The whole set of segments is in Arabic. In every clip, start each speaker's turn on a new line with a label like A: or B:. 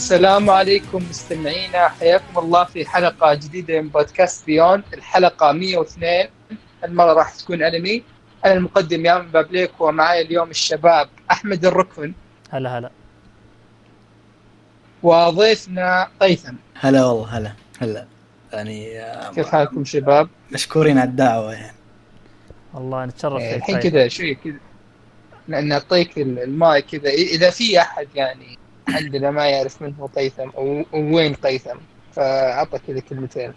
A: السلام عليكم مستمعينا، حياكم الله في حلقة جديدة من بودكاست بيوند، الحلقة 102. المرة راح تكون أنمي. أنا المقدم يامن بابليك، ومعي اليوم الشباب أحمد الركن
B: هلا هلا.
A: وضيفنا قيثم.
C: هلا والله هلا يعني
A: كيف حالكم شباب؟
C: مشكورين على الدعوة يعني.
B: والله نتشرف فيك.
A: الحين كذا شوي كذا لأن أعطيك المايك كذا، إذا في أحد يعني عندنا ما يعرف من هو قيثم أو وين قيثم، فأعطى كذا كلمتين.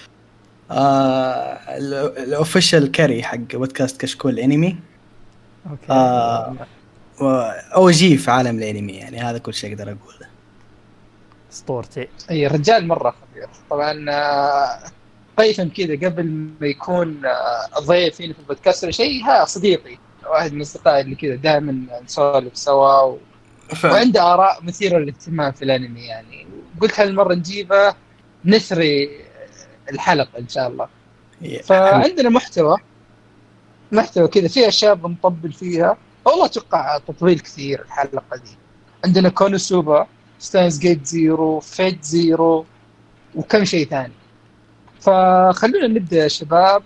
C: الأوفيشال كاري حق بودكاست كشكول انمي.
B: اوكي.
C: او جي في عالم الانمي، يعني هذا كل شيء اقدر اقوله.
B: اسطورتي.
A: اي رجال مره خبير طبعا. قيثم كذا قبل ما يكون ضيف هنا في البودكاست ولا شيء، ها صديقي، واحد من اصدقائي اللي كذا دائما نسولف سوا وعنده اراء مثيره للاهتمام في الانمي يعني. قلت هالمره نجيبه نثري الحلقه ان شاء الله. فعندنا محتوى كذا، في اشياء بنطبل فيها، والله اتوقع تطويل كثير الحلقه دي. عندنا كونوسوبا، ستاينز جيت زيرو، فيت زيرو، وكم شيء ثاني. فخلونا نبدأ يا شباب.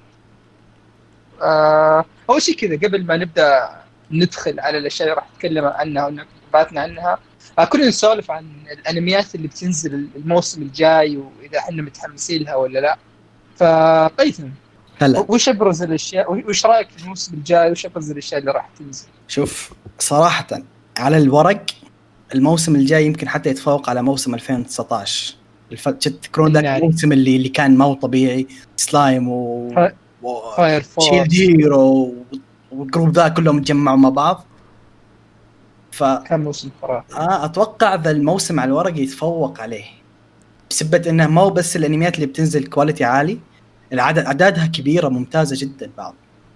A: أول شيء كذا قبل ما نبدأ ندخل على الأشياء اللي راح نتكلم عنها ونباتنا عنها، كلنا نسولف عن الأنميات اللي بتنزل الموسم الجاي وإذا احنا متحمسين لها ولا لا. فقيثم، وش أبرز الأشياء، وش رأيك في الموسم الجاي، وش أبرز الأشياء اللي راح تنزل؟
C: شوف صراحة على الورق الموسم الجاي يمكن حتى يتفوق على موسم 2019. تذكرون ذاك الموسم اللي كان مو طبيعي، سلايم
A: فاير
C: شيلد هيرو والجروب ذا كلهم تجمعوا مع بعض.
A: كان موسم خرافي.
C: اتوقع ذا الموسم على الورق يتفوق عليه بسبب انه مو بس الانميات اللي بتنزل كواليتي عالي، اعدادها كبيرة ممتازة جدا بعض.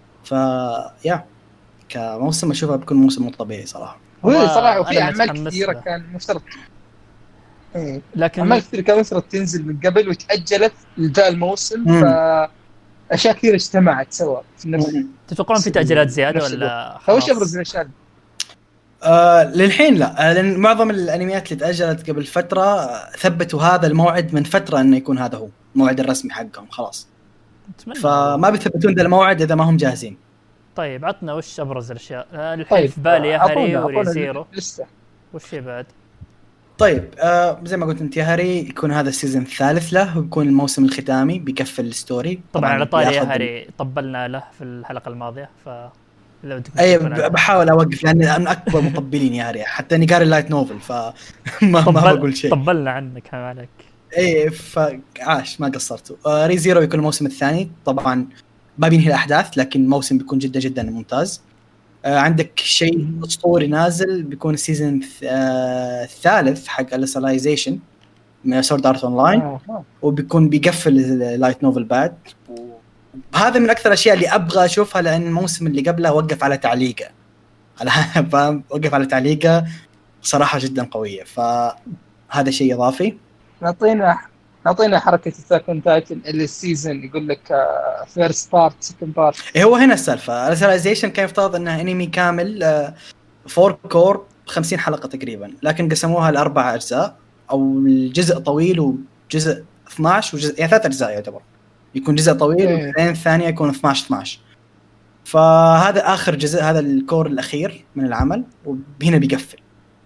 C: كموسم اشوفها بيكون موسم مو طبيعي صراحة.
A: صراحة وفي أعمال كثيرة كان مفترض، لكن أعمال كثيرة كان مفترض تنزل من قبل وتأجلت لذا الموسم. فأشياء كثيرة اجتمعت سوا في نفس.
B: تتوقعون في تأجيلات زيادة ولا
A: وش أبرز الأشياء؟
C: للحين لا، لأن معظم الأنميات اللي تأجلت قبل فترة ثبتوا هذا الموعد من فترة إنه يكون هذا هو الموعد الرسمي حقهم خلاص. فما بيثبتون ذا الموعد إذا ما هم جاهزين.
B: طيب عطنا وش أبرز الأشياء الحين في بالي يا هاري وريزيرو وش بعد؟
C: طيب زي ما قلت انت يا هاري، يكون هذا السيزن الثالث له ويكون الموسم الختامي بيقفل الستوري.
B: طبعا على طاري يا هاري طبلنا له في الحلقة الماضية،
C: بحاول اوقف لان انا من اكبر مطبلين يا هاري، حتى اني قاري لايت نوفل ما بقول شيء.
B: طبلنا عنك عليك.
C: فعاش ما قصرتوا. ريزيرو يكون الموسم الثاني، طبعا ما بينهي الاحداث لكن موسم بيكون جدا جدا ممتاز. عندك شيء اسطوري نازل بيكون السيزن الثالث حق الاسلايزيشن من سورد ارت اونلاين، وبيكون بيقفل لايت نوفل بعد. وهذا من اكثر الاشياء اللي ابغى اشوفها، لان الموسم اللي قبله وقف على تعليقه وقف على تعليقه صراحه جدا قويه، فهذا شيء اضافي.
A: نعطينا حركه السكند تايتن اللي السيزون يقول لك فيرست بارت سكند بارت.
C: هو هنا السالفه الاسلايزيشن كان يفترض انه انمي كامل 4 كور 50 حلقه تقريبا، لكن قسموها لاربع اجزاء، او الجزء طويل وجزء 12 وجزء يعني 3 اجزاء يعتبر، يكون جزء طويل والثاني الثانيه يكون 12. فهذا اخر جزء، هذا الكور الاخير من العمل، وهنا بيقفل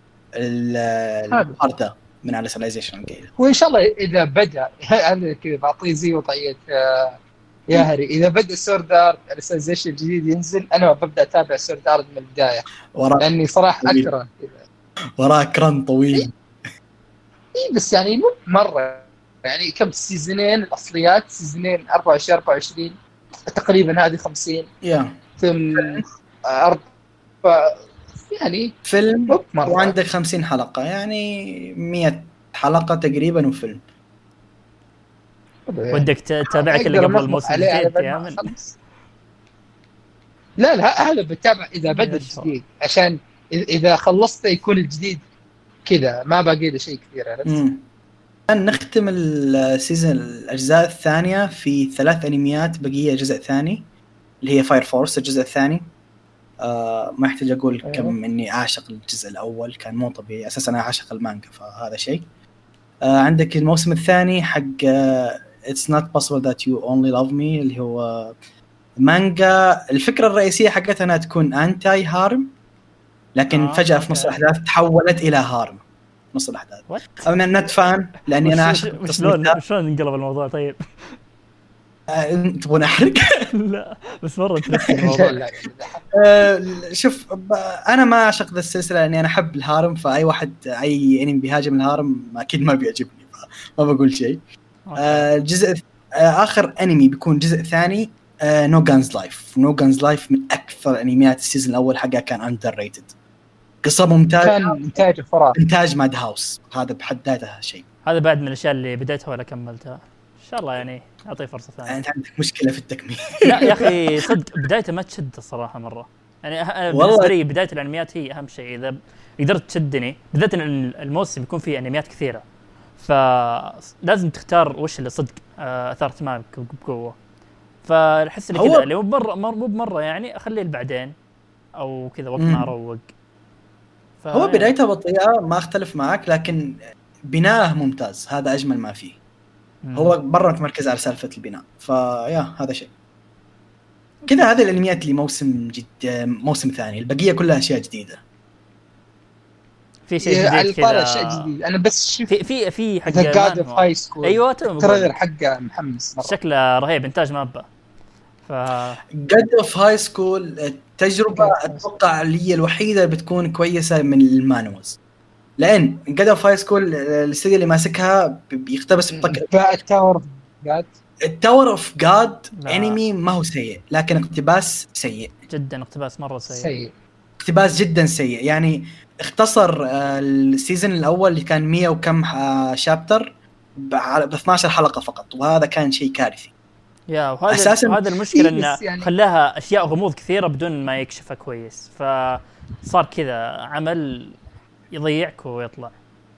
C: الارتا من على الاسلايزيشن كذا.
A: وان شاء الله اذا بدا انا كذا بعطيه زي وضعيه يا هري، اذا بدا سورد ارت الاسلايزيشن الجديد ينزل، انا ببدا اتابع سورد ارت من البدايه لاني صراحه اكره
C: وراه كرن طويل.
A: بس يعني مو مره، يعني كم سيزونين الاصليات، سيزونين 24 تقريبا، هذه 50 ثم يعني
C: فيلم وعندك 50 حلقة، يعني 100 حلقة تقريبا وفيلم.
B: ودك تتابعك اللي قبل الموسم الجديد يا من؟
A: لا هذا بتابع إذا بدأ الجديد، عشان إذا خلصت يكون الجديد كذا ما باقي له شيء كثير.
C: نختم السيزن الأجزاء الثانية في 3 أنميات بقية جزء ثاني، اللي هي فاير فورس الجزء الثاني. ما يحتاج أقول كم إني عاشق الجزء الأول، كان مو طبيعي، أساسا أنا عاشق المانجا، فهذا شيء. عندك الموسم الثاني حق It's not possible that you only love me اللي هو مانجا. الفكرة الرئيسية حقتها أنها تكون أنتي هارم، لكن فجأة في نص الأحداث تحولت إلى هارم نص الأحداث. أنا نت فان لأني أنا عاشق التصنيف.
B: شلون انقلب الموضوع؟ طيب
C: تبون أحرق؟
B: لا بس مرة تنسي الموضوع.
C: شوف أنا ما أعشق ذا السلسلة لأني أنا أحب الهارم، فأي واحد أي أنمي بيهاجم الهارم أكيد ما بيعجبني، ما بقول شيء. الجزء آخر أنمي بيكون جزء ثاني نو جانز لايف. نو جانز لايف من أكثر أنميات السيزون الأول حقها، كان أندر ريتد، قصة ممتازة،
A: كان إنتاج فراغ،
C: إنتاج ماد هاوس، هذا بحد ذاته شيء.
B: هذا بعد من الأشياء اللي بديتها ولا كملتها، إن شاء الله يعني أعطيه فرصة ثانية.
C: أنت عندك مشكلة في التكميل.
B: لا يا أخي صدق بدايته ما تشد الصراحة مرة، يعني بالنسبة لي بداية الأنميات هي أهم شيء. إذا قدرت تشدني بالذات إن الموسم يكون فيه أنميات كثيرة، فلازم تختار وش اللي صدق أثار اهتمامك بقوة. فالحس اللي كذا اللي مو بمرة يعني أخليه بعدين أو كذا وقت ما أروق.
C: هو بدايته بطيئة ما أختلف معك، لكن بناءه ممتاز، هذا أجمل ما فيه. هو برا متمركز على سالفة البناء، فيا هذا شيء كذا. هذه الأنميات اللي موسم ثاني، البقية كلها أشياء جديدة.
B: في شيء جديد كذا،
A: شيء جديد. أنا بس شوف
B: في حق
A: جاد اوف هاي سكول.
B: أيوة
A: ترى حقه محمس مرة،
B: شكله رهيب، إنتاج مابا.
C: جاد اوف هاي سكول التجربة أتوقع لي الوحيدة بتكون كويسة من المانوز، لأن جاد اوف هاي سكول الاستديو اللي ماسكها بيقتبس التاور اوف جاد انمي ما هو سيء، لكن اقتباس سيء جدا،
B: اقتباس مرة سيء.
C: اقتباس جدا سيء. يعني اختصر السيزن الأول اللي كان 100 وكم شابتر ب 12 حلقة فقط، وهذا كان شيء كارثي.
B: وهذا المشكلة إنه يعني خلاها أشياء غموض كثيرة بدون ما يكشفها كويس، فصار كذا عمل يضيعك ويطلع.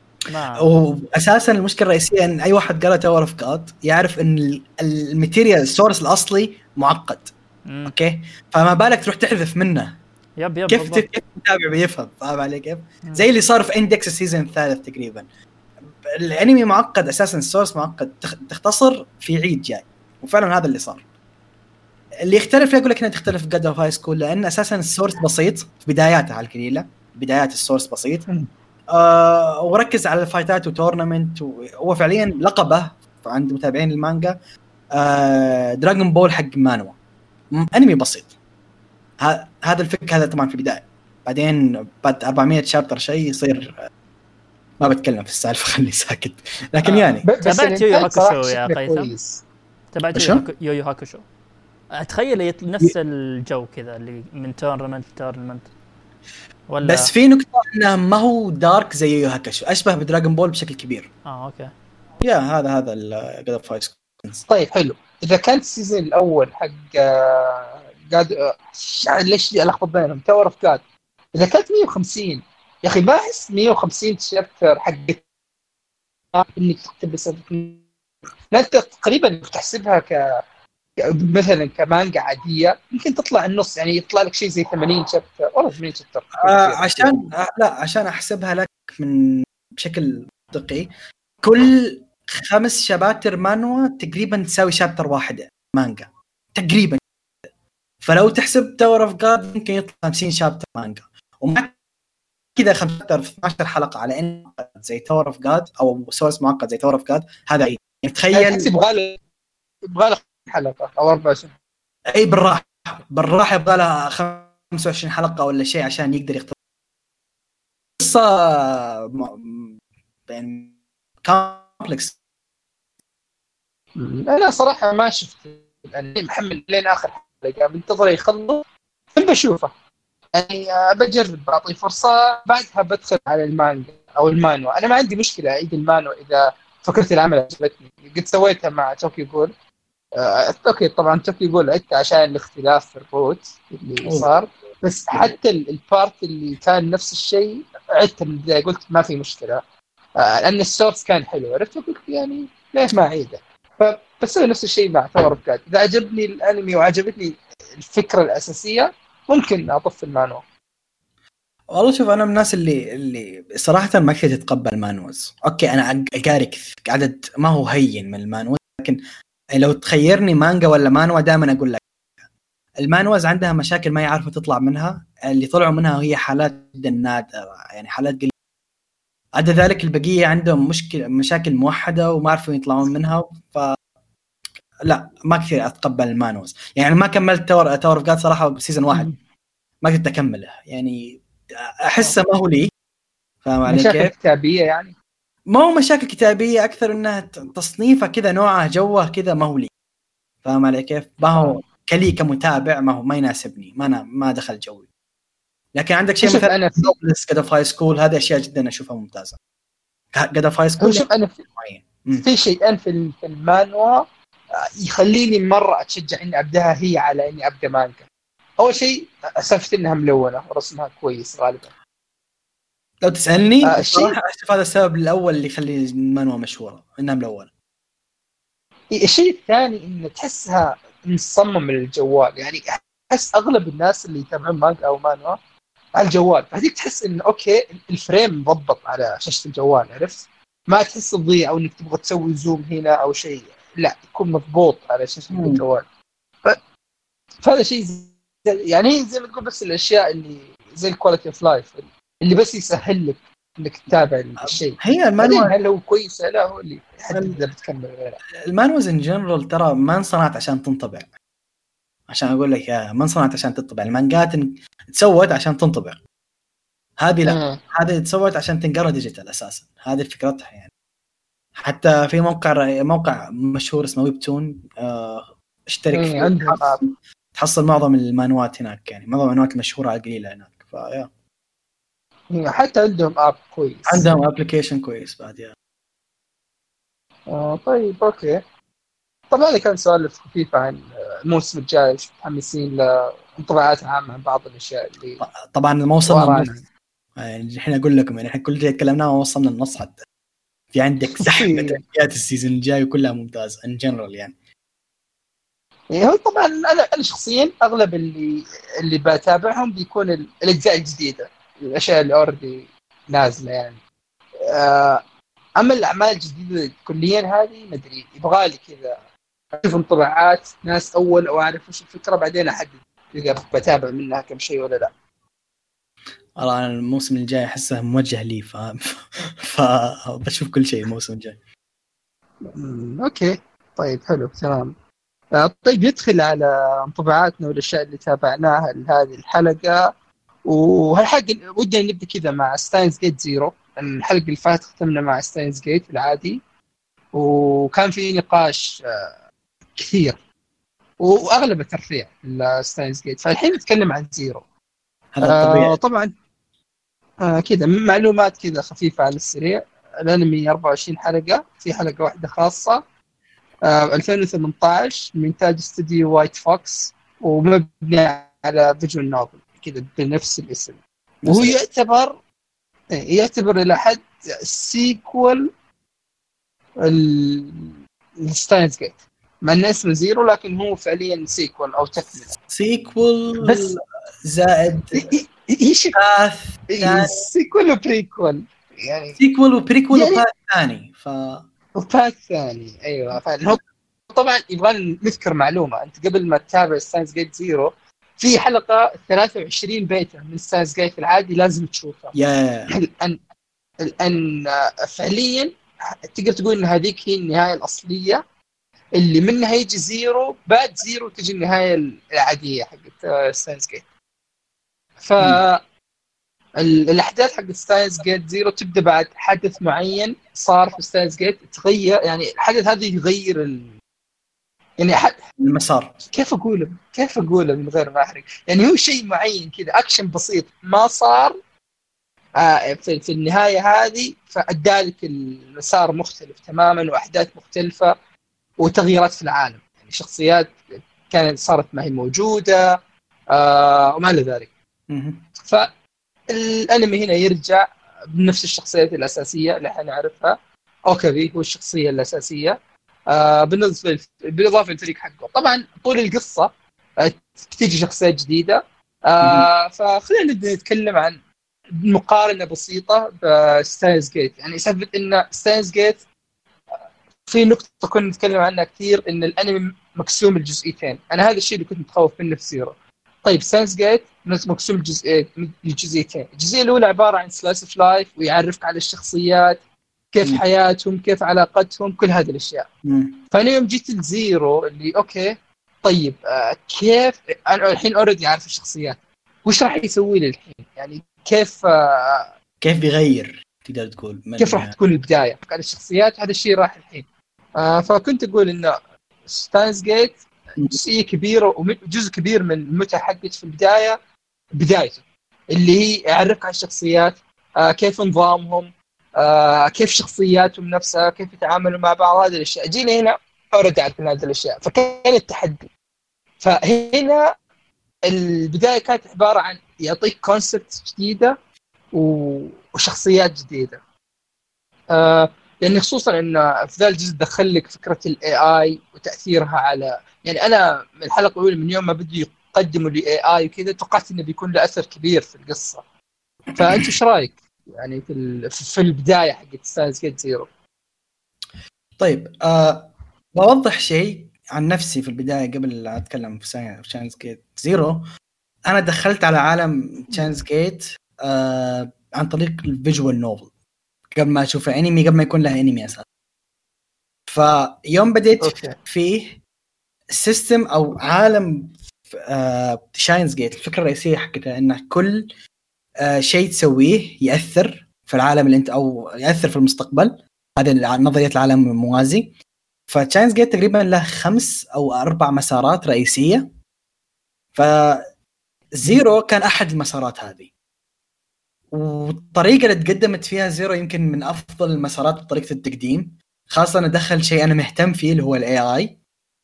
C: وأساسا المشكلة الرئيسية إن أي واحد قرأ تاور اوف جاد يعرف إن الماتيريال السورس الأصلي معقد. أوكي، فما بالك تروح تحذف منه. كيف تتابع بيفهم؟ فاهم علي كيف؟ زي اللي صار في اندكس السيزون الثالث تقريبا. الانمي معقد اساسا، السورس معقد، تختصر في عيد جاي، وفعلا هذا اللي صار. اللي يختلف يقول لك انها تختلف جاد اوف هاي سكول لان اساسا السورس بسيط في بداياتها، على القليله بدايات السورس بسيط. وركز على الفايتات وتورنمنت، وهو فعليا لقبه عند متابعين المانجا دراغون بول حق مانوا. انمي بسيط، هذا الفكر. هذا طبعا في البدايه، بعدين بعد 400 شابتر شيء يصير ما بتكلم في السالفه، خلي ساكت. لكن يعني
B: تابعت يويو هاكوشو يا قيثم؟ تابعت يويو هاكوشو؟ اتخيل نفس الجو كذا اللي من تورنمنت ولا؟
C: بس في نقطه انه ما هو دارك زي يويو هاكوشو، اشبه بدراغون بول بشكل كبير.
B: اوكي
C: يا هذا الجاد فايس.
A: طيب حلو. اذا كان السيزون الاول حق قاد ليش الخبط بينهم تاور اوف جاد، اذا كانت 150 يا اخي ما احس 150 شابتر حق انك تكتب بس لا انت تقريبا تحسبها مثلا كمانجا عاديه ممكن تطلع النص، يعني يطلع لك شيء زي 80 شابتر والله 80 شابتر.
C: عشان احسبها لك من بشكل دقيق، كل 5 شباتر مانوا تقريبا تساوي شابتر واحد مانجا تقريبا. فلو تحسب تاور اوف جاد ممكن يطلع 50 شابتر مانجا، ومع كذا 5 شابتر في 12 حلقه على ان زي تاور اوف جاد او سورس معقد زي تاور اوف جاد. هذا يعني تخيل
A: يبغى له حلقه او 24.
C: اي بالراحه يبغى لها 25 حلقه ولا شيء عشان يقدر يختار قصه يعني كومبلكس.
A: انا صراحه ما شفت يعني محمل لين اخر حلقه، منتظر يخلص ثم بشوفه، يعني بجرب بعطي فرصه، بعدها بدخل على المانجا او المانوا. انا ما عندي مشكله اعيد المانوا اذا فكرت العمل عجبتني، قد سويتها مع توكيو جول. اوكي طبعا توكيو جول عدت عشان الاختلاف في الروت اللي صار، بس حتى البارت اللي كان نفس الشيء عدت من البدايه، قلت ما في مشكله لان السورس كان حلو، عرفت قلت يعني ليش ما اعيده. فبسوي نفس الشيء مع تاور اوف جاد، اذا عجبني الانمي وعجبتني الفكره الاساسيه ممكن اطف المانوا.
C: والله شوف انا من الناس اللي صراحه ما كنت اتقبل مانوز. اوكي انا اقاري عدد ما هو هين من المانوز، لكن لو تخيرني مانجا ولا مانوا دائما اقول لك المانوز عندها مشاكل ما يعرفوا تطلع منها. اللي طلعوا منها هي حالات جدا نادره، يعني حالات قليله. عدا ذلك البقيه عندهم مشاكل موحده وما عرفوا يطلعون منها. لا ما كثير اتقبل المانوز، يعني ما كملت تاور اوف جاد صراحه بسيزون 1 ما قدرت اكمله، يعني احسه ما هو لي. فاهم علي
A: مشاكل
C: كيف؟
A: كتابيه يعني؟
C: ما هو مشاكل كتابيه اكثر، انها تصنيفه كذا نوعه جوه كذا ما هو لي. فاهم علي كيف؟ ما هو كلي كمتابع ما يناسبني، ما دخل جوي. لكن عندك شيء
A: شوف
C: مثلا
A: انا في
C: نوبلس قد اوف هاي سكول، هذه اشياء جدا اشوفها ممتازه. قد اوف هاي
A: هو
C: سكول
A: شوف انا
C: معين.
A: في شيئين في المانوا يخليني مره اتشجع اني ابداها هي على اني ابدا مانجا. اول شيء سالفه انها ملونه ورسمها كويس غالبا.
C: لو تسالني
A: الشيء
C: صراحه اشوف هذا السبب الاول اللي يخلي المانوا مشهوره، انها ملونه.
A: الشيء الثاني ان تحسها مصمم للجوال، يعني احس اغلب الناس اللي يتابعون مانجا او مانوا على الجوال، فهذيك تحس انه اوكي الفريم مضبط على شاشه الجوال، عرفت؟ ما تحس تضيع او انك تبغى تسوي زوم هنا او شيء، لا يكون مضبوط على شاشه الجوال. فهذا شيء يعني زي ما تقول، بس الاشياء اللي زي الكواليتي اوف لايف اللي بس يسهل لك انك تتابع الشيء.
C: هي
A: بعدين
C: المانوا
A: هل هو كويس؟ لا، هو اللي يحدد اذا بتكمل ولا لا.
C: المانوز ان جنرال ترى ما انصنعت عشان تنطبع. عشان اقول لك ما انصنعت عشان تنطبع. المانجات تسوت عشان تنطبع، هذه لا، هذه تسوت عشان تنقرا ديجيتال اساسا. هذه فكرتها يعني. حتى في موقع مشهور اسمه ويبتون، اشترك فيه
A: عندهم
C: تحصل معظم المانوات هناك، يعني معظم المانوات المشهوره على القليله هناك. فيا
A: حتى عندهم اب كويس،
C: عندهم ابلكيشن كويس بعد يعني.
A: طيب اوكي. طبعا هذا كان سؤال خفيف عن الموسم الجاي، مش متحمسين لانطباعات عامه عن بعض الاشياء اللي
C: طبعا ما وصلنا
A: ورانا
C: النص، يعني الحين اقول لكم يعني احنا كل شيء تكلمناه ما وصلنا النص حتى. في عندك زحمه انميات السيزون الجاي وكلها ممتازه ان جنرال يعني.
A: يعني هو طبعا انا شخصيا اغلب اللي بتابعهم بيكون الاجزاء الجديده، الاشياء اللي اوريدي نازله يعني. اما الاعمال الجديده كليا هذه ما ادري، يبغى لي كذا اشوف انطباعات ناس اول او اعرف وش الفكره، بعدين احدد اذا بتابع منها كم شيء ولا لا.
C: والله أنا الموسم الجاي أحسه موجه لي فبشوف كل شيء الموسم الجاي.
A: أوكي طيب حلو تمام. طيب ندخل على انطباعاتنا والأشياء اللي تابعناها لهذه الحلقة. وهالحلقة ودنا نبدأ كذا مع ستاينز جيت زيرو. الحلقة اللي فاتت ختمنا مع ستاينز جيت العادي، وكان في نقاش كثير وأغلب ترفيع لستاينز جيت. فالحين نتكلم عن زيرو.
C: هذا طبيعي.
A: طبعا كذا معلومات كذا خفيفة على السريع. الأنمي 24 حلقة، في حلقة واحدة خاصة. 2018 من إنتاج استوديو وايت فوكس، ومبني على فيجوال نوفل كذا بنفس الاسم. وهو يعتبر إلى حد سيكول الستاينز جيت، مع إن اسمه زيرو لكن هو فعليا سيكول أو تكملة.
C: سيكول
A: بس
C: زائد باث ثاني،
A: سيكول وبريكول يعني.
C: سيكول وبريكول
A: يعني
C: وباث ثاني.
A: وباث ثاني، أيوة فعلا. هو طبعا يبغى نذكر معلومة، أنت قبل ما تتابع ستاينز جيت زيرو في حلقة 23 بيتا من ستاينز جيت العادي لازم تشوفها. الآن فعليا تقدر تقول إن هذيك هي النهاية الأصلية، اللي منها يجي زيرو، بعد زيرو تجي النهاية العادية حقت ستاينز جيت. الأحداث حق ستاينز جيت زيرو تبدأ بعد حدث معين صار في ستاينز جيت، تغير يعني الحدث هذا يغير يعني
C: المسار.
A: كيف أقوله من غير ما أحرق. يعني هو شيء معين كذا أكشن بسيط ما صار في النهاية هذه، فأدالك المسار مختلف تماما وأحداث مختلفة وتغييرات في العالم، يعني شخصيات كانت صارت ما هي موجودة وما إلى ذلك. فالأنمي هنا يرجع بنفس الشخصيات الأساسية اللي احنا نعرفها. أوكابي هو الشخصية الأساسية بالإضافة للفريق حقه. طبعا طول القصة تيجي شخصيات جديدة. فخلينا نبدأ نتكلم عن مقارنه بسيطه بستاينز جيت. يعني سالفه ان ستاينز جيت في نقطه كنا نتكلم عنها كثير، ان الانمي مقسوم الجزئيتين. انا هذا الشيء اللي كنت متخوف منه في زيرو. طيب ستاينز جيت مقسوم الجزئيتين. الجزئيه الاولى عباره عن سلايس اوف لايف، ويعرفك على الشخصيات، كيف حياتهم، كيف علاقتهم، كل هذه الاشياء. فانا يوم جيت الزيرو اللي اوكي طيب كيف انا الحين اوريدي عارف الشخصيات، وش راح يسوي لي الحين؟ يعني كيف
C: بيغير، تقدر تقول
A: كيف راح تكون البدايه على الشخصيات. هذا الشيء راح الحين. فكنت اقول ان ستاينز جيت جزئيه كبيره وجزء كبير من المتعه حقت في بدايته اللي هي يعرفك على الشخصيات، كيف نظامهم، كيف شخصياتهم نفسها، كيف يتعاملوا مع بعض. هذه الاشياء جينا هنا اوريدي عارفين هذه الاشياء، فكان التحدي. فهنا البدايه كانت عباره عن يعطيك كونسبت جديده وشخصيات جديده. يعني خصوصا ان في ذا الجزء دخل لك فكره الاي اي وتاثيرها على، يعني انا من الحلقه الاولى من يوم ما بدوا يقدموا الاي اي وكذا توقعت انه بيكون له اثر كبير في القصه. فانت ايش رايك يعني في البدايه حقت ستاينز جيت زيرو؟
C: طيب بوضح شيء عن نفسي في البدايه قبل لا اتكلم في ستاينز جيت زيرو. انا دخلت على عالم ستاينز جيت عن طريق الفيجوال نوفل قبل ما اشوف انمي، قبل ما يكون له انمي اساسا. فيوم بديت فيه سيستم او عالم ستاينز جيت، الفكره الرئيسيه حقتها ان كل شيء تسويه ياثر في العالم اللي انت، او ياثر في المستقبل. هذه نظريه العالم الموازي. فتشاينز جيت تقريبا له 5 أو 4 مسارات رئيسيه، فزيرو كان احد المسارات هذه. والطريقه اللي تقدمت فيها زيرو يمكن من افضل المسارات بطريقه التقديم، خاصه انه دخل شيء انا مهتم فيه اللي هو الاي اي،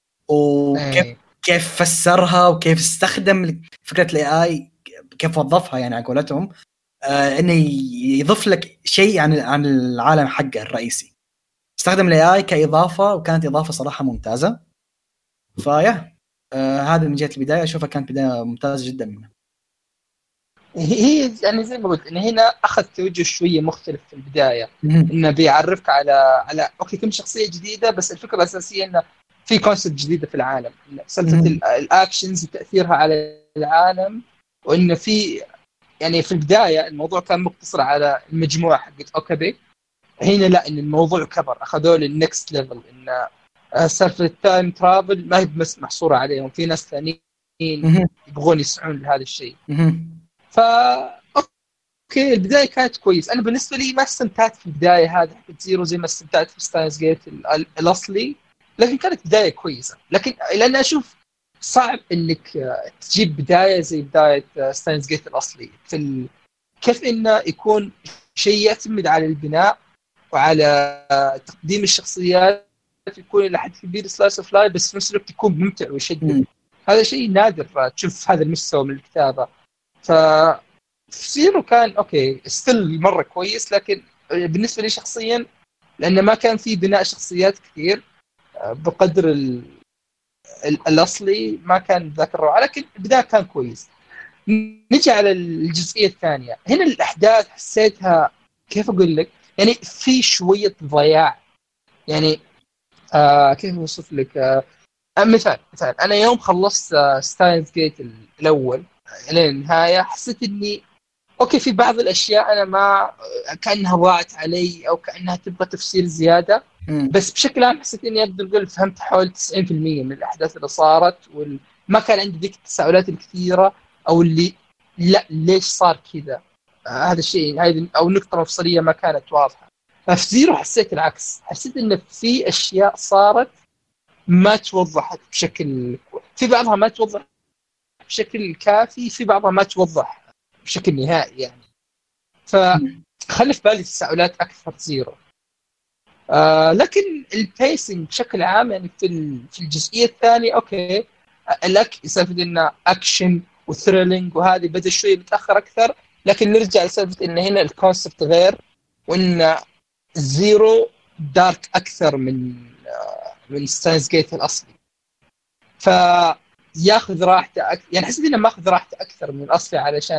C: وكيف فسرها وكيف استخدم فكره الاي اي، كيف وظفها يعني على قولتهم، انه يضيف لك شيء عن العالم حقه الرئيسي. استخدم الاي اي كاضافه، وكانت اضافه صراحه ممتازه. فيا هذا من جهه البدايه اشوفها كانت بدايه ممتازه جدا منه.
A: هي يعني زي ما قلت ان هنا اخذ توجه شويه مختلف في البدايه، انه بيعرفك على اوكي كم شخصيه جديده، بس الفكره الاساسيه انه في كونسبت جديده في العالم، سالفه الاكشنز وتاثيرها على العالم. وانه في يعني في البدايه الموضوع كان مقتصر على المجموعه حقت اوكابي. هنا لا، ان الموضوع كبر، اخذوه للنكست ليفل، ان سالفه التايم ترافل ما هي بس محصوره عليهم، في ناس ثانيين يبغون يسعون لهذا الشيء. اوكي البدايه كانت كويس. انا بالنسبه لي ما استمتعت في البدايه هذه حقت زيرو زي ما استمتعت في ستاينز جيت الاصلي، لكن كانت بدايه كويسه. لكن لان اشوف صعب انك تجيب بدايه زي بدايه ستاينز جيت الاصلي كيف انه يكون شيء يعتمد على البناء وعلى تقديم الشخصيات، يكون الى حد كبير سلايس اوف لايف، بس في نفس الوقت يكون ممتع ويشدك. هذا شيء نادر تشوف هذا المستوى من الكتابه. زيرو كان اوكي ستيل مره كويس، لكن بالنسبه لي شخصيا لانه ما كان في بناء شخصيات كثير بقدر الاصلي، ما كان ذاك الروعه. لكن البدايه كان كويس. نجي على الجزئيه الثانيه. هنا الاحداث حسيتها كيف اقول لك، يعني في شويه ضياع. يعني كيف اوصف لك؟ مثال انا يوم خلصت ستاينز جيت الاول الى النهايه، حسيت اني اوكي في بعض الاشياء انا ما كانها ضاعت علي او كانها تبغى تفسير زياده. بس بشكل عام حسيت اني اقدر اقول فهمت حوالي 90% من الاحداث اللي صارت، وما كان عندي ذيك التساؤلات الكثيره او اللي لا ليش صار كذا. هذا الشيء، هذه او نقطه مفصليه ما كانت واضحه. في زيرو حسيت العكس، حسيت ان في اشياء صارت ما توضحت بشكل، في بعضها ما توضح بشكل كافي، في بعضها ما توضح بشكل نهائي يعني. فخلي في بالي تساؤلات اكثر زيرو. لكن البيسنج بشكل عام يعني في الجزئيه الثانيه اوكي سالفه انه اكشن وثريلينج وهذه بدا شويه متاخر اكثر. لكن نرجع لسالفه ان هنا الكونسبت غير، وان زيرو دارك اكثر من ستاينز جيت الاصلي. فياخذ راحته يعني حسيت انه ماخذ راحته اكثر من الاصلي علشان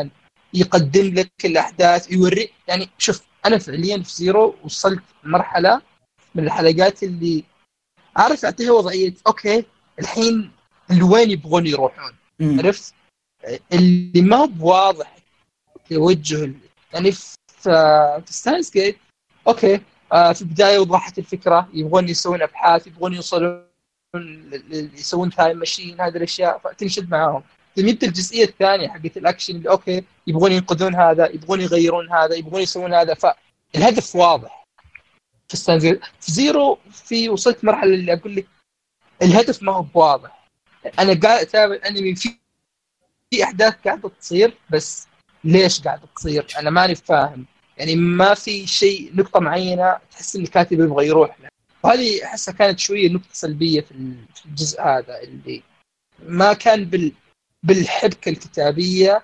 A: يقدم لك الاحداث، يوري. يعني شوف انا فعليا في زيرو وصلت مرحله من الحلقات اللي عارف اعطيها وضعيه اوكي الحين لوين يبغون يروحون، عرفت اللي ما هو بواضح توجه. يعني في ستاينز جيت اوكي في البدايه وضحت الفكره، يبغون يسوون ابحاث، يبغون يوصلون يسوون تايم ماشين، هذه الاشياء فتنشد معاهم. تميت الجزئيه الثانيه حقت الاكشن اللي اوكي يبغون ينقذون هذا، يبغون يغيرون هذا، يبغون يسوون هذا، فالهدف واضح. في ستاينز جيت في زيرو في وصلت مرحله اللي اقول لك الهدف ما هو بواضح. انا قاعد اتابع انمي في احداث قاعده تصير، بس ليش قاعده تصير انا ماني فاهم. يعني ما في شيء نقطه معينه تحس ان الكاتب يبغى يروح له، وهذه احسها كانت شويه نقطه سلبيه في الجزء هذا، اللي ما كان بالحبكه الكتابيه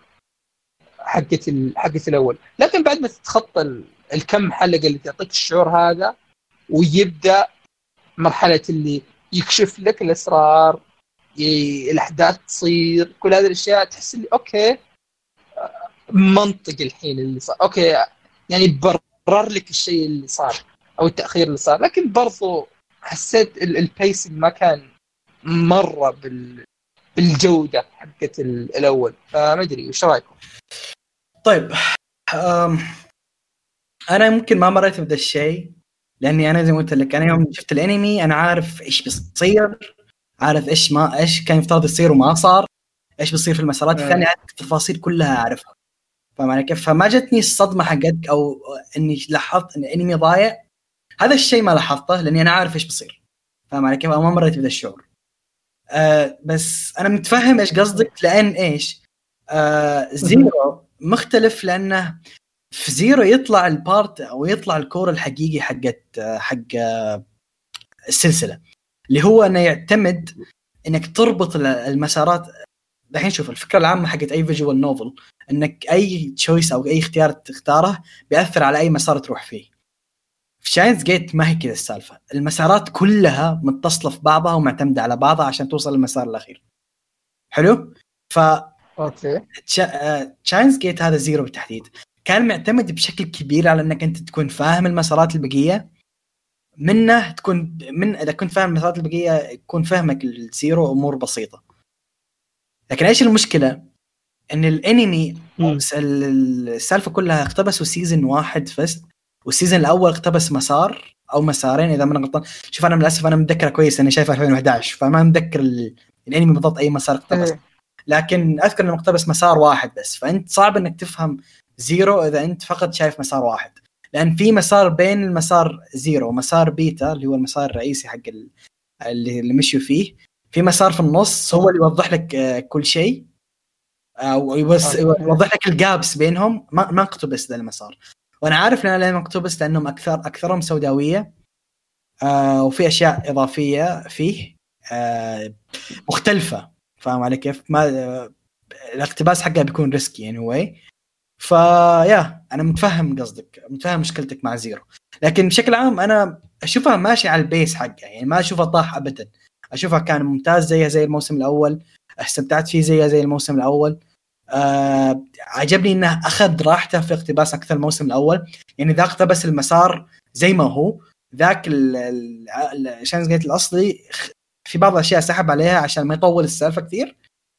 A: حقت الاول. لكن بعد ما تتخطى الكم حلقه اللي تعطيك الشعور هذا، ويبدا مرحله اللي يكشف لك الاسرار، الاحداث تصير، كل هذه الاشياء تحس اللي اوكي منطق الحين اللي صار، اوكي يعني برر لك الشيء اللي صار او التاخير اللي صار. لكن برضو حسيت البيسنج ما كان مره بالجوده حقت الاول. فما ادري وش رايكم؟
C: طيب انا ممكن ما مريت بهذا الشيء، لاني انا زي ما قلت لك انا يوم شفت الانمي انا عارف ايش بيصير، عارف ايش كان يفترض يصير وما صار، ايش بيصير في المسارات الثانيه، التفاصيل كلها اعرفها. فما كيف فما جتني الصدمه حقتك او اني لاحظت ان الانمي ضايع. هذا الشيء ما لاحظته لاني انا عارف ايش بيصير. فاهم علي كيف؟ ما مريت بهذا الشعور. بس انا متفهم ايش قصدك، لان ايش زيرو مختلف، لانه في زيرو يطلع البارت او يطلع الكور الحقيقي حق السلسله، اللي هو انه يعتمد انك تربط المسارات. الحين شوف الفكره العامه حقت اي فيجوال نوفل، انك اي تشويس او اي اختيار تختاره بيأثر على اي مسار تروح فيه. في شاينز جيت ما هي كذا السالفه، المسارات كلها متصله في بعضها ومعتمده على بعضها عشان توصل للمسار الاخير. حلو. ف
A: اوكي
C: شاينز جيت هذا زيرو بالتحديد كان معتمد بشكل كبير على انك انت تكون فاهم المسارات البقيه، منه تكون اذا كنت فاهم المسارات البقيه يكون فهمك الزيرو امور بسيطه. لكن ايش المشكله؟ ان الانمي السالفه كلها اقتبسوا سيزن واحد بس، والسيزن الاول اقتبس مسار او مسارين اذا ما انا غلطان. شوف انا للاسف انا متذكر كويس اني شايف 2011 فما متذكر الانمي بالضبط اي مسار اقتبس، لكن اذكر انه اقتبس مسار واحد بس. فانت صعب انك تفهم زيرو اذا انت فقط شايف مسار واحد، لان في مسار بين المسار زيرو ومسار بيتا اللي هو المسار الرئيسي حق اللي مشوا فيه، في مسار في النص هو اللي يوضح لك كل شيء، او يوضح لك الجابس بينهم. ما اقتبس ذا المسار، وانا عارف ان انا اقتبس لانهم اكثرهم سوداويه، وفي اشياء اضافيه فيه مختلفه. فاهم علي كيف؟ ما الاقتباس حقه بيكون ريسكي يعني واي. فيا انا متفهم قصدك، متفهم مشكلتك مع زيرو، لكن بشكل عام انا اشوفها ماشي على البيس حقه، يعني ما اشوفها طاح ابدا. اشوفها كان ممتاز زي الموسم الاول، استمتعت فيه زي الموسم الاول. عجبني انه اخذ راحته في اقتباس اكثر الموسم الاول، يعني ذا اقتبس المسار زي ما هو، ذاك شاينز جيت الاصلي في بعض الاشياء سحب عليها عشان ما يطول السالفه كثير.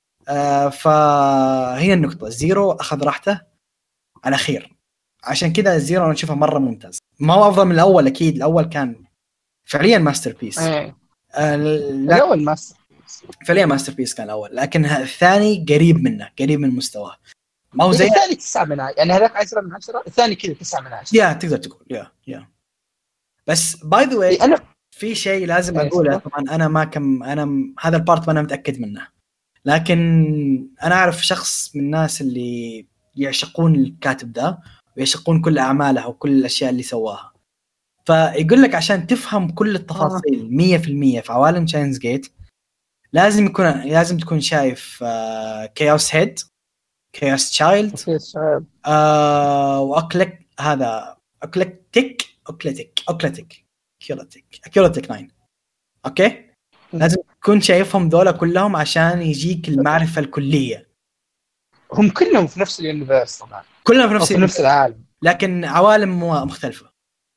C: فهي النقطه، زيرو اخذ راحته على خير، عشان كذا الزيرو انا اشوفه مره ممتاز. ما هو افضل من الاول اكيد، الاول كان فعليا ماستر بيس.
A: الاول
C: ماستر بيس كان الاول، لكن الثاني قريب منه، قريب من مستواه. ما هو زي
A: الثاني 9 من 10، يعني هذاك 10 من 10، الثاني كذا 9 من 10.
C: يا تقدر تقول يا بس باي ذا واي في شيء لازم اقوله. طبعا انا هذا البارت ما انا متاكد منه، لكن انا اعرف شخص من الناس اللي يعشقون الكاتب ده ويعشقون كل اعماله وكل الاشياء اللي سواها. فيقول لك عشان تفهم كل التفاصيل 100% في عوالم شاينز جيت لازم تكون شايف كيوس هيد، كيوس تشايلد، واكلك هذا اكلتيك 9. اوكي لازم تكون شايفهم ذولا كلهم عشان يجيك المعرفة الكلية.
A: هم كلهم في نفس اليونيفرس طبعا،
C: كلهم في
A: نفس العالم،
C: لكن عوالم مختلفه.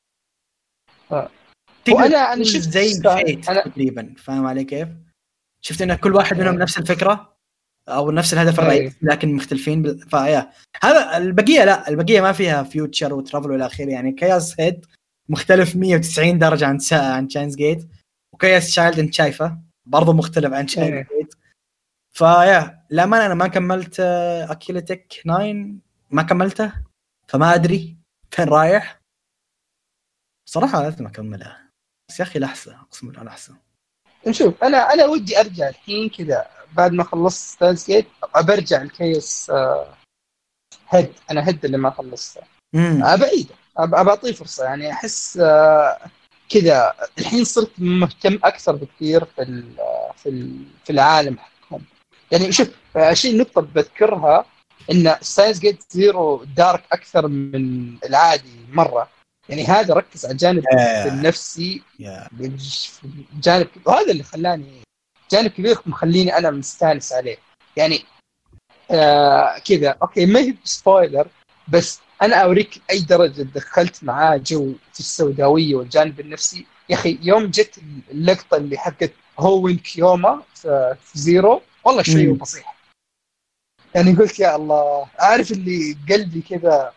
A: وانا شفت
C: زي فيت تقريبا، فاهم علي كيف؟ شفت ان كل واحد منهم نفس الفكره او نفس الهدف الرئيسي لكن مختلفين فيا هذا. البقيه لا، البقيه ما فيها فيوتشر وترافل والى اخره. يعني كياس هيد مختلف 190 درجه عن شاينز جيت، وكياس شايلد انت شايفه برضه مختلف عن شاينز جيت. فيا لا، ما انا ما كملت اكيلتك 9، ما كملته، فما ادري فين رايح صراحه. لازم اكملها، بس يا اخي لحظه، اقسم بالله لحظه.
A: نشوف. انا ودي ارجع الحين كذا بعد ما خلصت ستانز جيت، برجع الكيس هيد. انا هيد اللي ما خلصته، بعيد، أعطيه فرصه. يعني احس كذا الحين صرت مهتم اكثر بكثير في العالم حقهم. يعني شوف، شيء نقطه بذكرها ان ستانز جيت زيرو دارك اكثر من العادي مره. يعني هذا ركز على الجانب النفسي، جانب، وهذا اللي خلاني جانب كبير مخليني انا مستانس عليه. يعني كذا اوكي، ما هي سبويلر، بس انا اوريك اي درجه دخلت معاه جو في السوداويه والجانب النفسي. يا اخي يوم جت اللقطه اللي حقت هوين كيوما في زيرو، والله شوي وبصيح. يعني قلت يا الله، عارف اللي قلبي كذا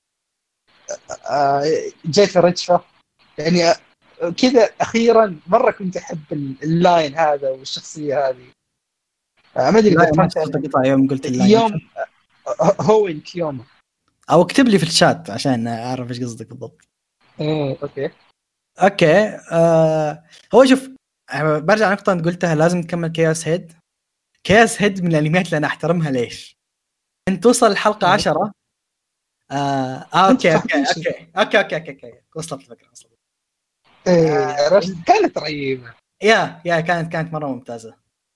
A: جيت رجفه. يعني كذا اخيرا مره كنت احب اللاين هذا والشخصيه هذه. ما ادري اذا فهمت
C: يوم قلت اللاين،
A: يوم هوين كيوما،
C: او اكتب لي في الشات عشان اعرف ايش قصدك بالضبط. اوكي. هو شوف، برجع نقطه انت قلتها، لازم تكمل كياس هيد. كياس هيد من الانميات اللي انا احترمها. ليش؟ انت توصل الحلقه 10. اوكي وصلت الفكره.
A: كانت رهيبه.
C: يا كانت مره ممتازه.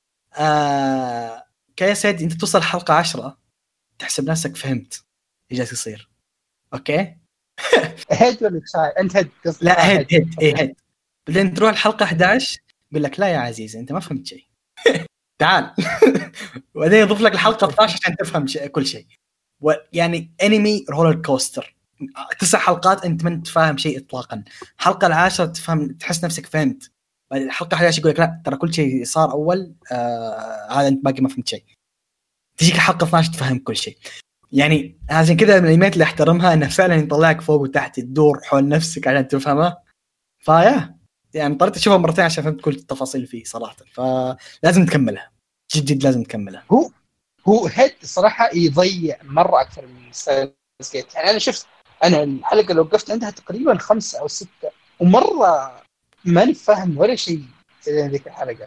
C: كياس هيد انت توصل الحلقه 10 تحسب نفسك فهمت ايش جالس يصير. اوكي.
A: هيد ولا تشاي؟ انت هيد قصدك؟
C: لا هيد. بعدين تروح الحلقه 11 يقول لك لا يا عزيزي انت ما فهمت شيء. تعال. وبعدين يضيف لك الحلقه 12 عشان تفهم كل شيء. يعني انمي رولر كوستر. 9 حلقات انت ما انت فاهم شيء اطلاقا. الحلقه العاشرة تفهم، تحس نفسك فهمت. بعد الحلقه 11 يقول لك لا ترى كل شيء صار اول، هذا انت باقي ما فهمت شيء. تجيك الحلقه 12 تفهم كل شيء. يعني عشان كذا من الانميات اللي احترمها انه فعلا يطلعك فوق وتحت، تدور حول نفسك عشان تفهمها. فيا يعني اضطريت اشوفها مرتين عشان فهمت كل التفاصيل فيه صراحه. فلازم تكملها، جد لازم تكملها.
A: هو هيد صراحه يضيع مره اكثر من سكيت. يعني انا شفت انا الحلقه اللي وقفت عندها تقريبا 5 أو 6، ومره ماني فاهم ولا شيء في ذيك الحلقه.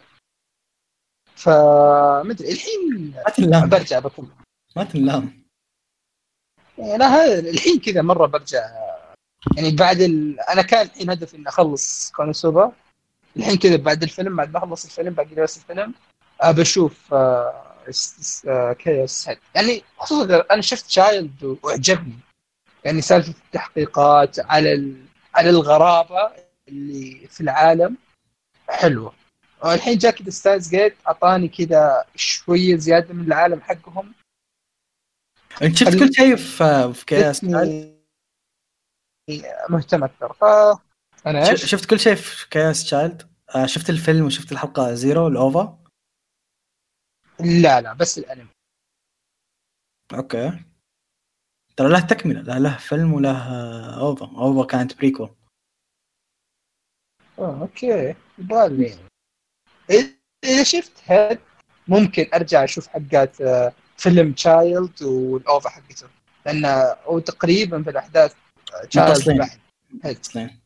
A: فمدري الحين برجع بكمل.
C: ما تنلام.
A: يعني انا هذا الحين كذا مره برجع. يعني بعد انا كان الحين هدفي اني اخلص كونوسوبا. الحين كذا بعد الفيلم، بعد ما اخلص الفيلم باقي لي بس الفيلم، بشوف كيوس هيد. يعني خصوصا انا شفت شايلد واعجبني. يعني سالفه التحقيقات على الغرابه اللي في العالم حلوه. الحين جاء كذا ستايلز جيت اعطاني كذا شويه زياده من العالم حقهم.
C: انت شفت كل شيء في كياس؟
A: مهتم اكثر. انا
C: شفت كل شيء في كياس تشايلد. شفت الفيلم وشفت الحلقه زيرو الاوفا.
A: لا بس الانمي.
C: اوكي. ترى له تكمله، له فيلم وله اوفا كانت بريكول.
A: اوكي بالي. اذا شفت هيد ممكن ارجع اشوف حقات فيلم تشايلد والاوفا حقته، لانه هو تقريبا في الاحداث تشايلد بعد
C: متصلين.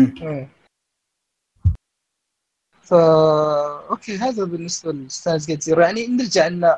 A: اوكي هذا بالنسبه لستايلز جيت زيرو. يعني نرجع لنا،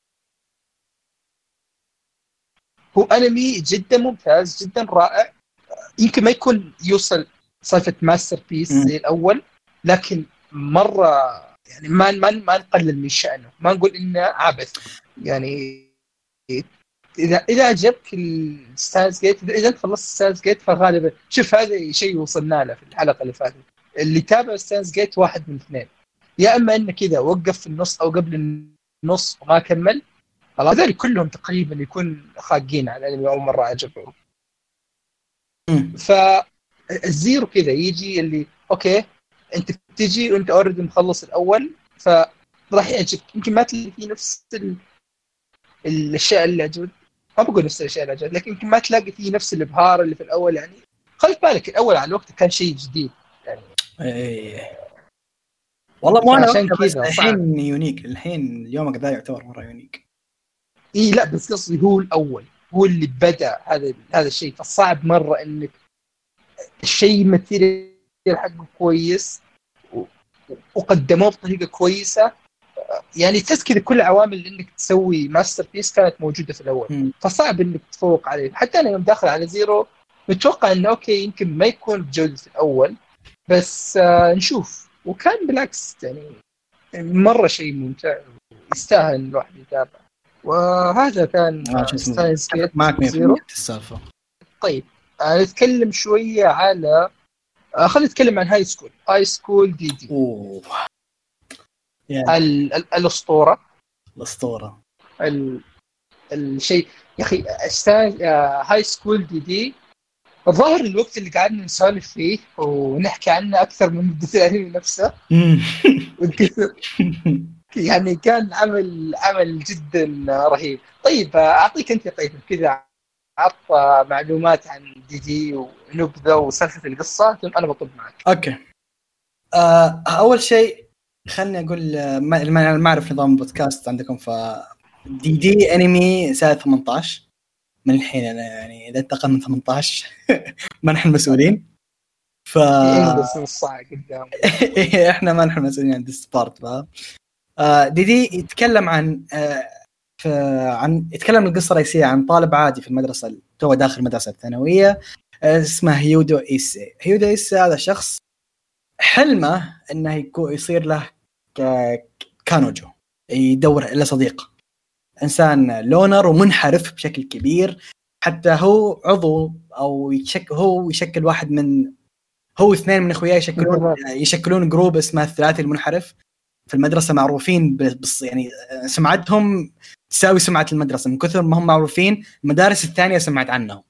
A: هو انمي جدا ممتاز جدا رائع. يمكن ما يكون يوصل صفه ماستر بيس زي الاول، لكن مره يعني ما نقلل من شأنه، ما نقول انه عبث. يعني اذا عجبك الستايلز جيت، اذا انت خلصت ستايلز جيت، فغالبا شوف هذا شيء وصلنا له في الحلقه اللي فاتت. اللي تابع ستايلز جيت واحد من اثنين: يا اما انه كذا وقف في النص او قبل النص وما كمل، هذول كلهم تقريبا يكون خاقين على الانمي اول مره عجبهم. فالزيرو كذا يجي اللي اوكي انت بتجي وانت اوريدي مخلص الاول، فراح يعجبك. يمكن ما تلاقي فيه نفس الاشياء اللي عجبت، ما بقول نفس الاشياء اللي عجبت، لكن يمكن ما تلاقي فيه نفس الابهار اللي في الاول. يعني خلي بالك الاول على الوقت كان شيء جديد يعني.
C: والله مو انا
A: عشان
C: بس
A: كذا
C: الحين يونيك، الحين يومك ذا يعتبر مره يونيك.
A: لا بس قصدي هو الاول هو اللي بدا هذا الشيء، فصعب مره انك الشيء الماتيريال حقه كويس وقدموه بطريقه كويسه. يعني تحس كذا كل عوامل انك تسوي ماستر بيس كانت موجوده في الاول، فصعب انك تفوق عليه. حتى انا يوم داخل على زيرو متوقع انه اوكي يمكن ما يكون بجوده الاول، بس نشوف. وكان بالعكس يعني مره شيء ممتع يستاهل الواحد يتابع. وهذا كان ستاينز جيت
C: معك
A: زيرو.
C: السالفه.
A: طيب نتكلم شويه على خلينا نتكلم عن هاي سكول دي دي. يعني الاسطوره الشيء يا اخي. هاي سكول دي دي الظاهر الوقت اللي قعدنا نسولف فيه ونحكي عنه اكثر من مدة الانمي نفسه. يعني كان عمل جدا رهيب. طيب اعطيك انت طيب كذا عط معلومات عن دي دي ونبذه وسالفه القصه، انا بطب معك.
C: اوكي. اول شيء خلني اقول ما اعرف نظام البودكاست عندكم. ف دي دي انمي سنه 18 من الحين. انا يعني اذا انتقل من 18 ما نحن مسؤولين. ف
A: الصاع قدام
C: احنا ما نحن مسؤولين عن السبارت. دي دي يتكلم عن يتكلم القصه الرئيسيه عن طالب عادي في المدرسه، تو داخل المدرسه الثانويه، اسمه هيودو إيسي. هذا شخص حلمه انه يصير له كانوجو، يدور له صديق، انسان لونر ومنحرف بشكل كبير. حتى هو عضو او يشكل واحد من، هو اثنين من اخوياه يشكلون جروب اسمه الثلاثي المنحرف في المدرسه. معروفين يعني سمعتهم تساوي سمعه المدرسه من كثر ما هم معروفين. المدارس الثانيه سمعت عنهم.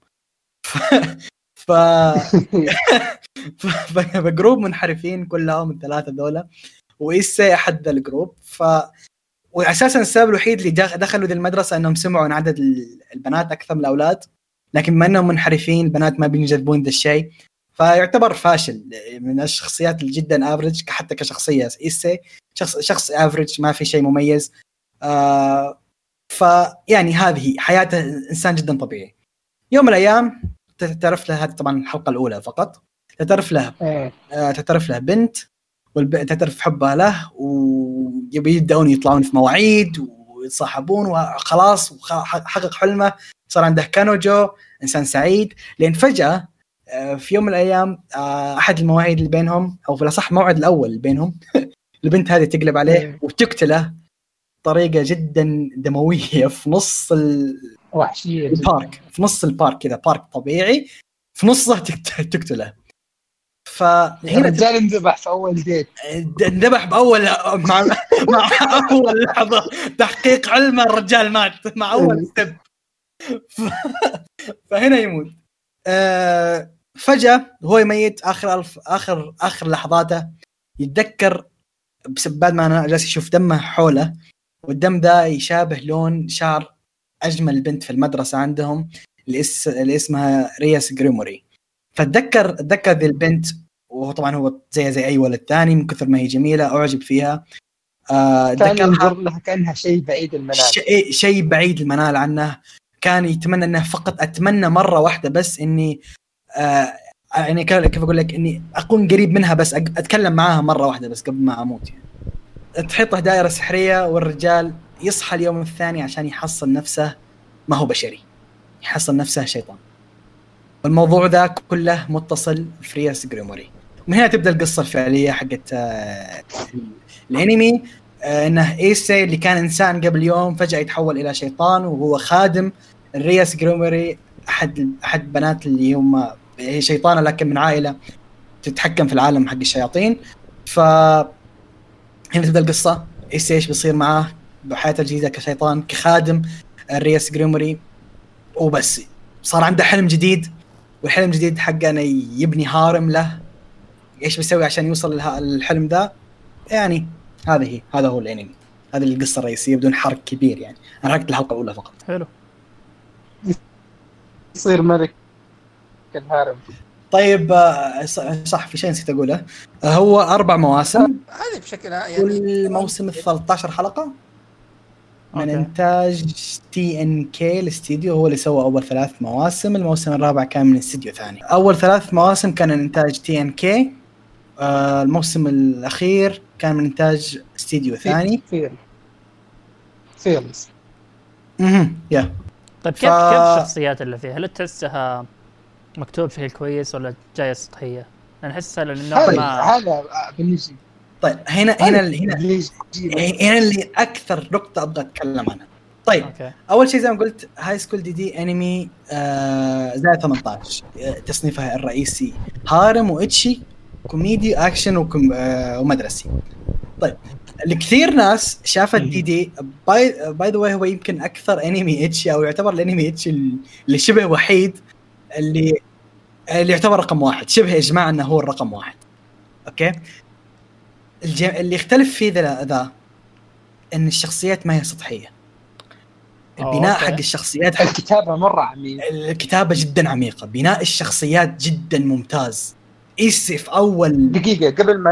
C: فجروب منحرفين كلهم الثلاثه ذولا، وإيسي احد الجروب. واساسا السبب الوحيد اللي دخلوا ذي المدرسه انهم سمعوا عن عدد البنات اكثر من الاولاد، لكن ما انهم منحرفين البنات ما بينجذبون ذا الشيء. فيعتبر فاشل من الشخصيات جدا افريج. حتى كشخصيه إيسي شخص افريج ما في شيء مميز. فيعني هذه حياته، انسان جدا طبيعي. يوم من الايام تعرف له، هذه طبعا الحلقه الاولى فقط، تعترف له بنت، والبنت تعترف حبها له، ويبدأون يطلعون في مواعيد ويتصاحبون وخلاص، وحقق حلمه، صار عنده كانوجو، انسان سعيد. لان فجأة في يوم من الايام احد المواعيد اللي بينهم، او في الاصح موعد الاول اللي بينهم البنت هذه تقلب عليه وتقتله بطريقه جدا دمويه في نص
A: وحشيه
C: البارك، في نص البارك كذا، بارك طبيعي في نصه تقتله. فهنا
A: الرجال انذبح في اول ديت،
C: انذبح باول مع اول لحظه تحقيق علم الرجال مات مع اول ستيب. فهنا يموت. فجأة هو يميت آخر لحظاته، يتذكر بعد ما أنا جالس يشوف دمه حوله، والدم ذا يشابه لون شعر أجمل بنت في المدرسة عندهم اللي اسمها رياس جريموري. فتذكر ذي البنت، وهو طبعا هو زي أي ولد تاني من كثر ما هي جميلة أعجب فيها.
A: كان ينظر لها كأنها شيء بعيد المنال،
C: شيء بعيد المنال عنه. كان يتمنى أنه فقط أتمنى مرة واحدة بس إني يعني كيف أقول لك، إني أكون قريب منها، بس أتكلم معاها مرة واحدة بس قبل ما أموت. يعني تحيطه دائرة سحرية، والرجال يصحى اليوم الثاني عشان يحصل نفسه ما هو بشري، يحصل نفسه شيطان. والموضوع ذا كله متصل في رياس جريموري. من هنا تبدأ القصة الفعلية حقت الانمي. انه إيسي اللي كان انسان قبل يوم فجأة يتحول الى شيطان، وهو خادم رياس جريموري، احد بنات اللي هم هي شيطانة لكن من عائلة تتحكم في العالم حق الشياطين. هنا تبدأ القصة. إيسي ايش بيصير معاه، بحياته الجديده كشيطان كخادم الرياس جريموري وبس. صار عنده حلم جديد، والحلم الجديد حقه انه يبني هارم له. ايش بيسوي عشان يوصل للحلم ذا؟ يعني هذا هو الانمي، هذه القصه الرئيسيه بدون حرق كبير. يعني انا حرقت الحلقه الاولى فقط.
B: حلو.
A: يصير ملك الهارم.
C: طيب صح، في شيء نسيت اقوله. هو 4 مواسم،
A: هذه بشكل يعني
C: كل موسم 13 حلقه من انتاج TNK الاستديو، هو اللي سوى اول 3 مواسم. الموسم الرابع كان من استديو ثاني. اول 3 مواسم كان من انتاج TNK، الموسم الاخير كان من انتاج استديو ثاني
A: فيلز.
C: يا
B: طيب كيف الشخصيات اللي فيها؟ هل تحسها مكتوب بشكل كويس ولا جايه سطحيه؟ انا احس
A: هذا بالنسبه.
C: طيب هنا اللي اكثر نقطه ابغى اتكلم عنها. طيب اول شيء زي ما قلت هاي سكول دي انمي زائد 18 تصنيفها الرئيسي هارم وإتشي كوميدي اكشن ومدرسي. طيب الكثير ناس شافت دي باي ذا واي هو يمكن اكثر انمي إتشي، او يعتبر الانمي إتشي اللي شبه وحيد اللي يعتبر رقم 1 شبه اجماع انه هو الرقم 1. اوكي اللي يختلف فيه ذا ان الشخصيات ما هي سطحيه. البناء حق الشخصيات،
A: الكتابه مره عميقه،
C: الكتابه جدا عميقه، بناء الشخصيات جدا ممتاز. في اول
A: دقيقه قبل ما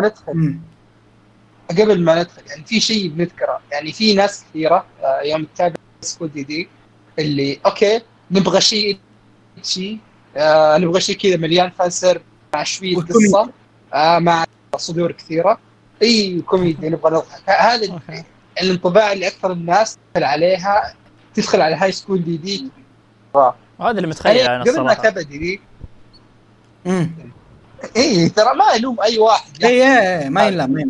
A: ندخل يعني في شيء بنذكره. يعني في ناس كثيره يوم تتابع سكول دي اللي اوكي نبغى شيء نبغى شيء كذا مليان فانسر مع شويه قصه مع صدور كثيره، اي كوميدي نبغى نضحك. هذا الانطباع اللي اكثر الناس تدخل على هاي سكول دي.
B: هذا اللي متخيل انا الصراحه.
A: قبل ما تابع دي اي ترى ما الوم اي واحد،
C: اي ما يلام.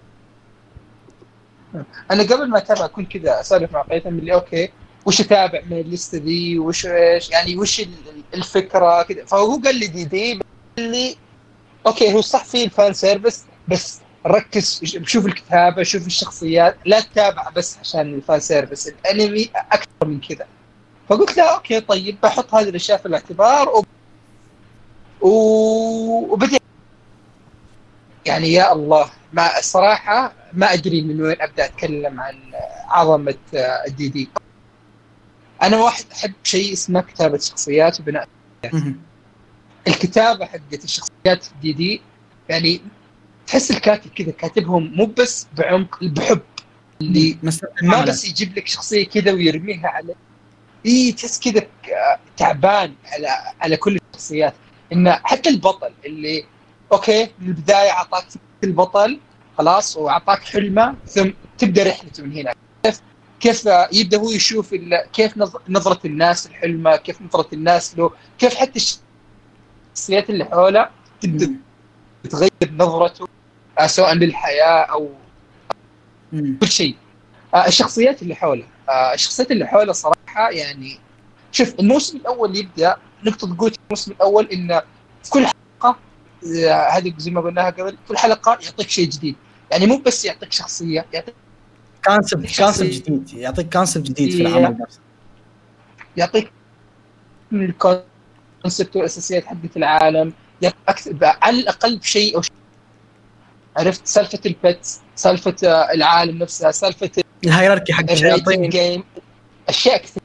A: انا قبل ما اتابع كنت كذا اسولف مع قيثم اللي اوكي وش اتابع من الليسته دي، وش ايش يعني وش الفكره كذا. فهو قال لي دي اللي اوكي هو صح فيه الفان سيرفيس، بس ركز شوف الكتابه، شوف الشخصيات، لا تتابع بس عشان الفان سيرفيس. الانمي اكثر من كذا. فقلت لا اوكي طيب بحط هذه الاشياء في الاعتبار وبدأ يعني يا الله ما الصراحه ما ادري من وين ابدا اتكلم عن عظمه دي. انا واحد احب شيء اسمه كتابه شخصيات وبناء الكتابه حقت الشخصيات في دي يعني تحس الكاتب كذا كاتبهم مو بس بعمق، بحب، اللي ما بس يجيب لك شخصيه كذا ويرميها على تحس كذا تعبان على كل الشخصيات. إن حتى البطل اللي اوكي من البدايه اعطاك البطل خلاص وأعطاك حلمه، ثم تبدا رحلته من هنا. كيف يبدا هو يشوف كيف نظره الناس الحلمه، كيف نظره الناس له، كيف حتى الشخصيات اللي حوله تبدا تغير نظرته سواء للحياه او كل شيء. الشخصيات اللي حوله صراحه يعني شوف الموسم الاول يبدا نقطه قوه الموسم الاول ان في كل حلقه هذه زي ما قلناها قبل، كل حلقه يعطيك شيء جديد. يعني مو بس يعطيك شخصيه، يعطيك
C: كونسبت جديد، يعطيك كونسبت جديد في العمل نفسه،
A: يعطيك من الكونسبت والاساسيات حقت العالم، على الاقل بشيء او شيء. عرفت سالفه البيت، سالفه العالم نفسها، سالفه
C: الهيراركي حق
A: الشياطين جيم، اشياء كثير.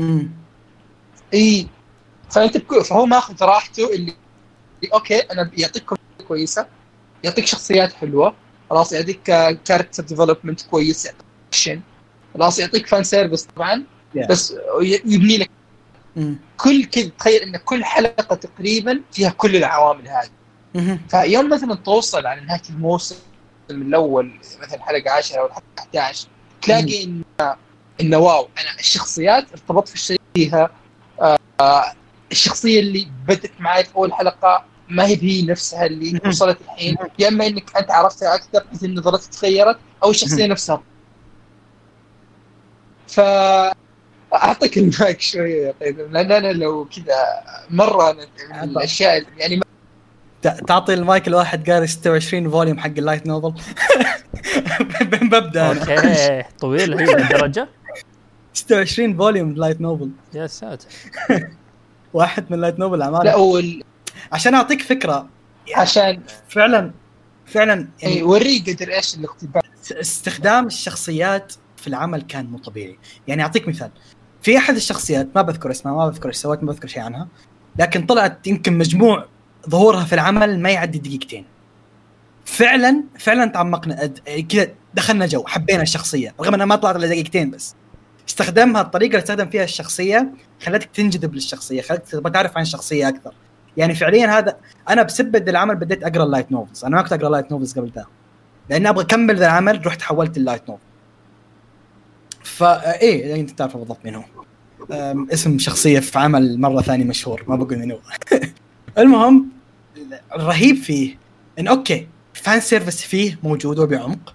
A: اي فهو ماخذ راحته اللي اوكي انا يعطيك كويسه، يعطيك شخصيات حلوه خلاص، يعطيك كاركتر ديفلوبمنت كويس، يعطيك اكشن خلاص، يعطيك فان سيرفيس طبعا بس يبني لك كل كذا. تخيل ان كل حلقه تقريبا فيها كل العوامل هذه. فيوم مثلا توصل على نهايه الموسم الاول مثلا حلقه 10 او حلقه 11 تلاقي ان واو انا الشخصيات ارتبطت في الشيء فيها. الشخصيه اللي بدت معي في اول حلقه ما هي نفسها اللي وصلت الحين، يا اما انك انت عرفتها اكثر بحيث ان نظرتك تغيرت، او الشخصيه نفسها. فاعطيك المايك شويه يا قيثم، لان انا لو كذا مره من الاشياء يعني
C: تعطي المايك لواحد قاري 26 فوليوم حق اللايت نوفل. ببدا
B: اوكي طويل هي الدرجه
C: 26 فوليوم لايت نوفل
B: يا ساتر.
C: واحد من لايت نوفل
A: لا
C: اعمال. عشان اعطيك فكره
A: عشان
C: فعلا
A: يعني وري قدر ايش الاقتباس.
C: استخدام الشخصيات في العمل كان مو طبيعي. يعني اعطيك مثال، في احد الشخصيات ما بذكر اسمها، ما بذكر ايش سوت، ما بذكر شيء عنها، لكن طلعت يمكن مجموع ظهورها في العمل ما يعدي دقيقتين. فعلا تعمقنا كذا، دخلنا جو، حبينا الشخصيه رغم انها ما طلعت الا دقيقتين، بس استخدمها الطريقه اللي استخدم فيها الشخصيه خلتك تنجذب للشخصيه، خلتك تبغى تعرف عن الشخصيه اكثر. يعني فعليا هذا انا بسبب العمل بديت اقرا اللايت نوفلز. انا ما كنت اقرا اللايت نوفلز قبل ذا، لان ابغى اكمل ذا العمل، رحت حولت اللايت نوفل. فايه انت تعرف بالضبط مين هو. اسم شخصيه في عمل مره ثاني مشهور ما بقول مين هو. المهم الرهيب فيه ان اوكي فان سيرفيس فيه موجود وبعمق،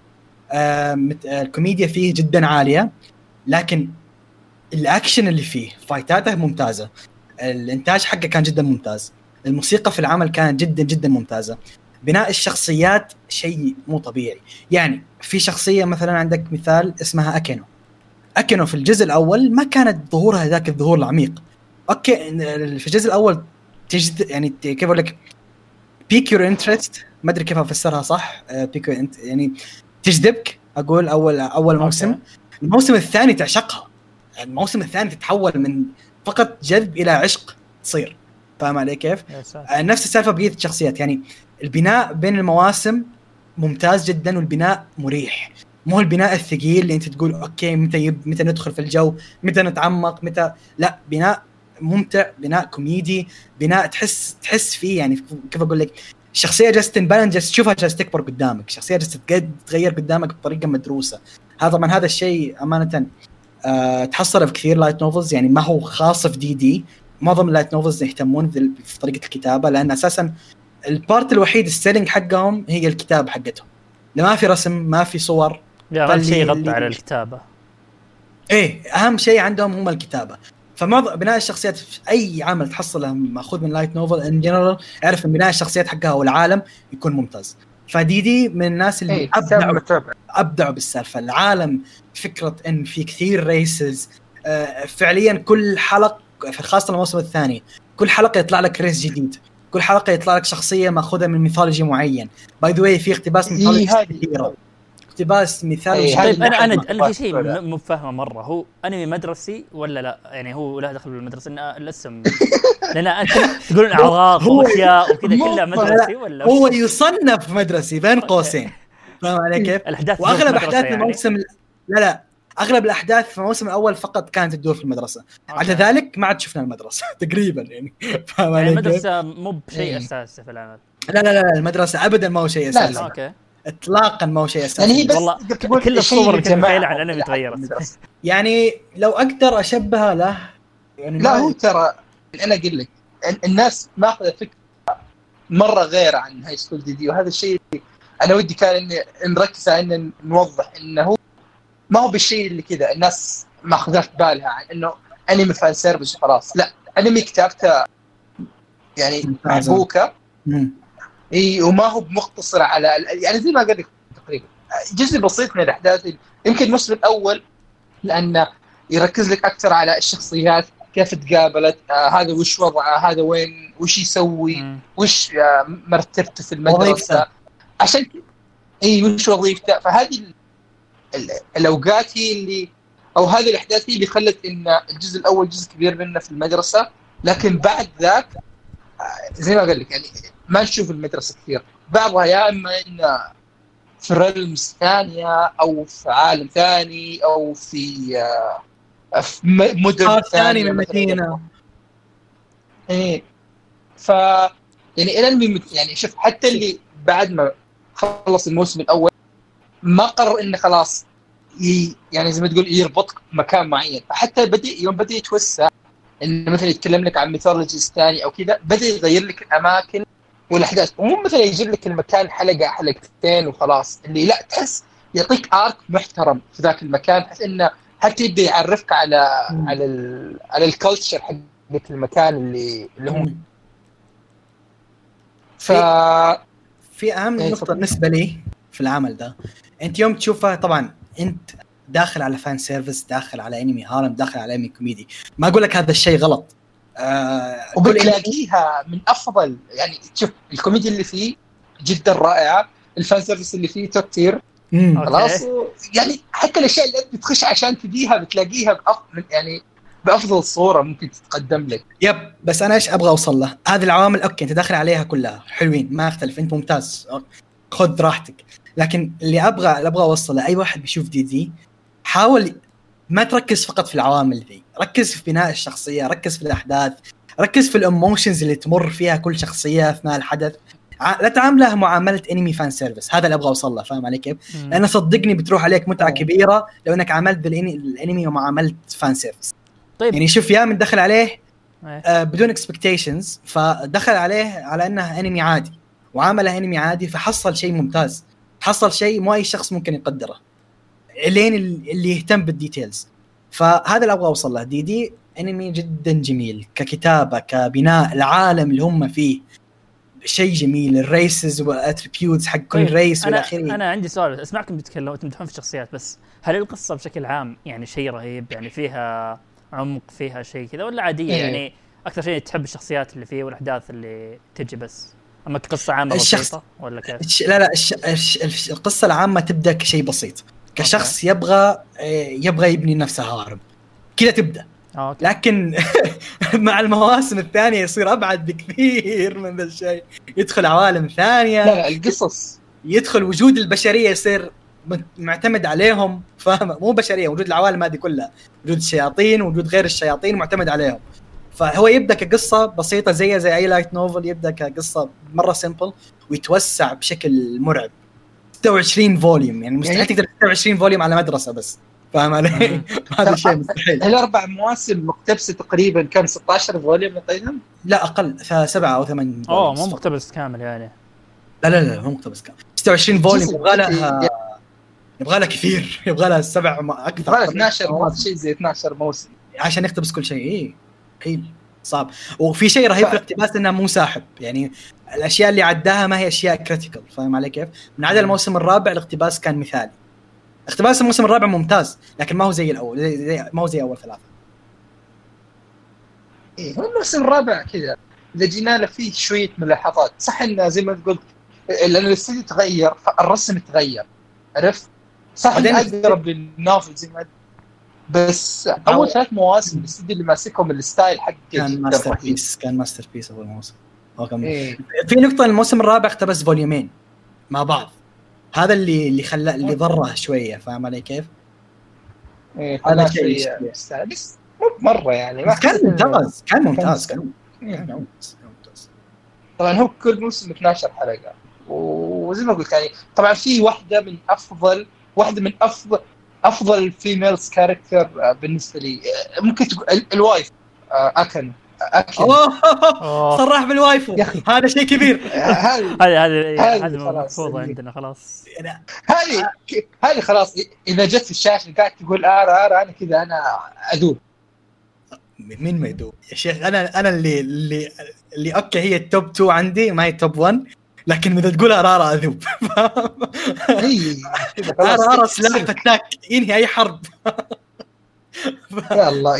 C: الكوميديا فيه جدا عاليه، لكن الاكشن اللي فيه فايتاته ممتازه، الانتاج حقه كان جدا ممتاز، الموسيقى في العمل كانت جدا جدا ممتازه، بناء الشخصيات شيء مو طبيعي. يعني في شخصيه مثلا عندك مثال اسمها أكينو في الجزء الاول ما كانت ظهورها ذاك الظهور العميق. اوكي في الجزء الاول تجد يعني كيف اقول لك بيك يور انترست، ما ادري كيف افسرها صح، بيك يعني تجذبك، اقول اول موسم. الموسم الثاني تعشقها، الموسم الثاني تتحول من فقط جذب الى عشق تصير. فاهم علي كيف؟ نفس السالفه بقيه الشخصيات. يعني البناء بين المواسم ممتاز جدا، والبناء مريح، مو البناء الثقيل اللي انت تقول اوكي متى ندخل في الجو، متى نتعمق، متى لا. بناء ممتع، بناء كوميدي، بناء تحس فيه. يعني كيف اقول لك، الشخصيه جاستن بالان جالس تشوفها جالس تكبر قدامك، الشخصيه جالس تتغير قدامك بطريقه مدروسه. هذا طبعا هذا الشيء امانه تحصل في كثير لايت نوفلز، يعني ما هو خاص في دي. معظم اللايت نوفلز يهتمون في طريقه الكتابه، لان اساسا البارت الوحيد السيلينج حقهم هي الكتاب حقتهم. ما في رسم، ما في صور،
B: يعني شيء يغطي على الكتابه.
C: ايه اهم شيء عندهم هم الكتابه. فمعظم بناء الشخصيات في اي عمل تحصله ماخوذ من لايت نوفل ان جنرال، اعرف ان بناء الشخصيات حقها والعالم يكون ممتاز. فدي من الناس اللي ابدعوا بالسالفه. العالم فكره ان في كثير ريسز، فعليا كل حلقه خاصه الموسم الثاني كل حلقه يطلع لك ريس جديد، كل حلقه يطلع لك شخصيه ماخوذه من ميثولوجي معين. باي ذا واي في اقتباس ميثولوجي كثيره، اقتباس مثال.
B: طيب انا في شيء مو فاهمه مره، هو انمي مدرسي ولا لا؟ يعني هو له دخل بالمدرسه ان الاسم لان انت تقولون اعراض واشياء وكذا كلها مدرسي، ولا
C: هو يصنف مدرسي بين قوسين. فاهم علي كيف؟ واغلب احداث الموسم لا اغلب الاحداث في الموسم الاول فقط كانت تدور في المدرسه، بعد ذلك ما عاد شفنا المدرسه تقريبا. يعني فاهم علي كيف؟
B: المدرسه مو بشيء اساسي في العمل.
C: لا المدرسه ابدا ما هو شيء اساسي.
B: اوكي
C: اطلاقا ما هو شيء اساسي.
A: يعني هي بس
B: والله كل الصور اللي كنت متخيلها عن الانمي تغيرت.
C: يعني لو اقدر اشبهها له، يعني
A: لا هو ترى انا اقول لك الناس ماخذه فكره مره غير عن هاي سكول دي، وهذا الشيء انا ودي كان نركز على ان نوضح انه ما هو بالشيء اللي كذا الناس ماخذه بالها عن انه انمي فان سيرفيس وخلاص. لا، انمي كتابته يعني محبوكه، اي وما هو مقتصر على يعني زي ما قلت لك تقريبا جزء بسيط من الاحداث. يمكن الموسم الاول لانه يركز لك اكثر على الشخصيات كيف تقابلت، هذا وش وضعه، هذا وين، وش يسوي، وش مرتبته في المدرسه، عشان اي وش وظيفته. فهذه الاوقات هي اللي او هذه الاحداث هي اللي خلت ان الجزء الاول جزء كبير منه في المدرسه، لكن بعد ذاك زي ما قال لك يعني ما نشوف المدرسه كثير. بعضها يا اما ان في ريلمز ثانيه او في عالم ثاني او في مدن ثانيه من المدينه. ايه يعني الانمي يعني شوف حتى اللي بعد ما خلص الموسم الاول ما قرر انه خلاص يعني زي ما تقول يربطك بمكان معين. حتى يوم بدأ يتوسع انه مثلا يتكلم لك عن ميثولوجيز ثاني او كذا، بدأ يغير لك الاماكن والاحداث، ومو مثلا يجيب لك المكان حلقه حلقتين وخلاص، اللي لا تحس يعطيك ارك محترم في ذاك المكان، بحيث انه حتى يبدا يعرفك على الكالتشر حق المكان اللي هم.
C: في اهم نقطه بالنسبه لي في العمل ده، انت يوم تشوفها طبعا انت داخل على فان سيرفيس، داخل على انمي هارم، داخل على انمي كوميدي، ما اقول لك هذا الشيء غلط.
A: وبتلاقيها من افضل، يعني شوف الكوميديا اللي فيه جدا رائعه، الفان سيرفيس اللي فيه توب تير خلاص. يعني حتى الاشياء اللي انت بتخش عشان تبيها بتلاقيها يعني بافضل صوره ممكن تتقدم لك.
C: يب، بس انا ايش ابغى اوصل له؟ هذه العوامل اوكي انت داخل عليها كلها حلوين، ما اختلف، انت ممتاز، خذ راحتك. لكن اللي ابغى اوصله، اي واحد بيشوف دي حاول ما تركز فقط في العوامل ذي، ركز في بناء الشخصيه، ركز في الاحداث، ركز في الاموشنز اللي تمر فيها كل شخصيه اثناء الحدث. لا تعامله معامله انمي فان سيرفيس، هذا اللي ابغى اوصل له، فاهم علي كيف؟ لأن صدقني بتروح عليك متعه كبيره لو انك عملت الانمي ومعاملت فان سيرفيس.
B: طيب
C: يعني شوف يا من دخل عليه بدون اكسبكتيشنز، فدخل عليه على انه انمي عادي وعامله انمي عادي، فحصل شيء ممتاز، حصل شيء ما اي شخص ممكن يقدره لين اللي يهتم بالديتيلز. فهذا اللي ابغى اوصل له. دي انمي جدا جميل ككتابه، كبناء العالم اللي هم فيه شيء جميل، الريسز والاتريبيوتس حق كل ريس والاخير.
B: انا عندي سؤال، اسمعكم تتكلموا وتمدحون في الشخصيات، بس هل القصه بشكل عام يعني شيء رهيب، يعني فيها عمق، فيها شيء كذا، ولا عاديه؟ يعني اكثر شيء تحب الشخصيات اللي فيه والاحداث اللي تجي بس، اما كقصه عامه بسيطه ولا كيف؟
C: لا القصه العامه تبدا كشيء بسيط، كشخص يبغى يبني نفسه هارم كذا تبدا. لكن مع المواسم الثانيه يصير ابعد بكثير من ذا الشيء، يدخل عوالم ثانيه،
A: لا القصص
C: يدخل وجود البشريه يصير معتمد عليهم، فاهم؟ مو بشريه، وجود العوالم هذه كلها، وجود الشياطين وجود غير الشياطين معتمد عليهم. فهو يبدا كقصه بسيطه زي اي لايت نوفل، يبدا كقصه مره سيمبل ويتوسع بشكل مرعب. 26 فوليوم، يعني مستحيل تقدر 26 فوليوم على مدرسه بس، فاهم علي؟ هذا شيء مستحيل.
A: الاربع مواسم مقتبسه تقريبا كم 16 فوليوم تقريبا؟
C: لا اقل، 7 أو 8
B: مو مقتبس كامل يعني.
C: لا مو مقتبس كامل، 26 فوليوم يبغى لها كثير، يبغى لها 7 اكثر،
A: يبغى لها 12 موسم، شيء زي 12 موسم
C: عشان يقتبس كل شيء. صعب. وفي شيء رهيب في الاقتباس انه مو ساحب، يعني الاشياء اللي عداها ما هي اشياء كريتيكال، فاهم علي كيف؟ من عدا الموسم الرابع الاقتباس كان مثالي. اقتباس الموسم الرابع ممتاز، لكن ما هو زي الاول، ما هو زي اول 3.
A: هو الموسم الرابع كذا اذا جينا له فيه شويه ملاحظات، صح انه زي ما قلت لان الاستوديو تغير فالرسم تغير، عرفت؟ صح انه اقرب للنوفل زي ما، بس اول 3 مواسم الاستوديو اللي ماسكهم الستايل حق
C: كان ماستر بيس اول موسم. في نقطه الموسم الرابع اقتبس فوليومين مع بعض، هذا اللي خلى اللي ضره شويه، فاهم علي كيف؟
A: هذا شيء بس مو مره يعني ما
C: كان ممتاز.
A: طبعا هو كل موسم 12 حلقه، وزي ما قلت يعني طبعا في واحده من افضل الفيميلز كاركتر بالنسبه لي، ممكن تقول الوايف اكن
C: صرح بالوايفو، هذا شيء كبير.
B: هذه المفروض عندنا خلاص.
A: هذه خلاص اذا جت في الشاشه قاعد تقول انا كذا انا اذوب.
C: مين ما يذوب يا شيخ؟ انا اللي اوكي هي التوب 2 عندي، ما هي توب 1، لكن اذا تقول ارارا اذوب. ارارا سلاح فتاك ينهي اي حرب.
A: يا الله،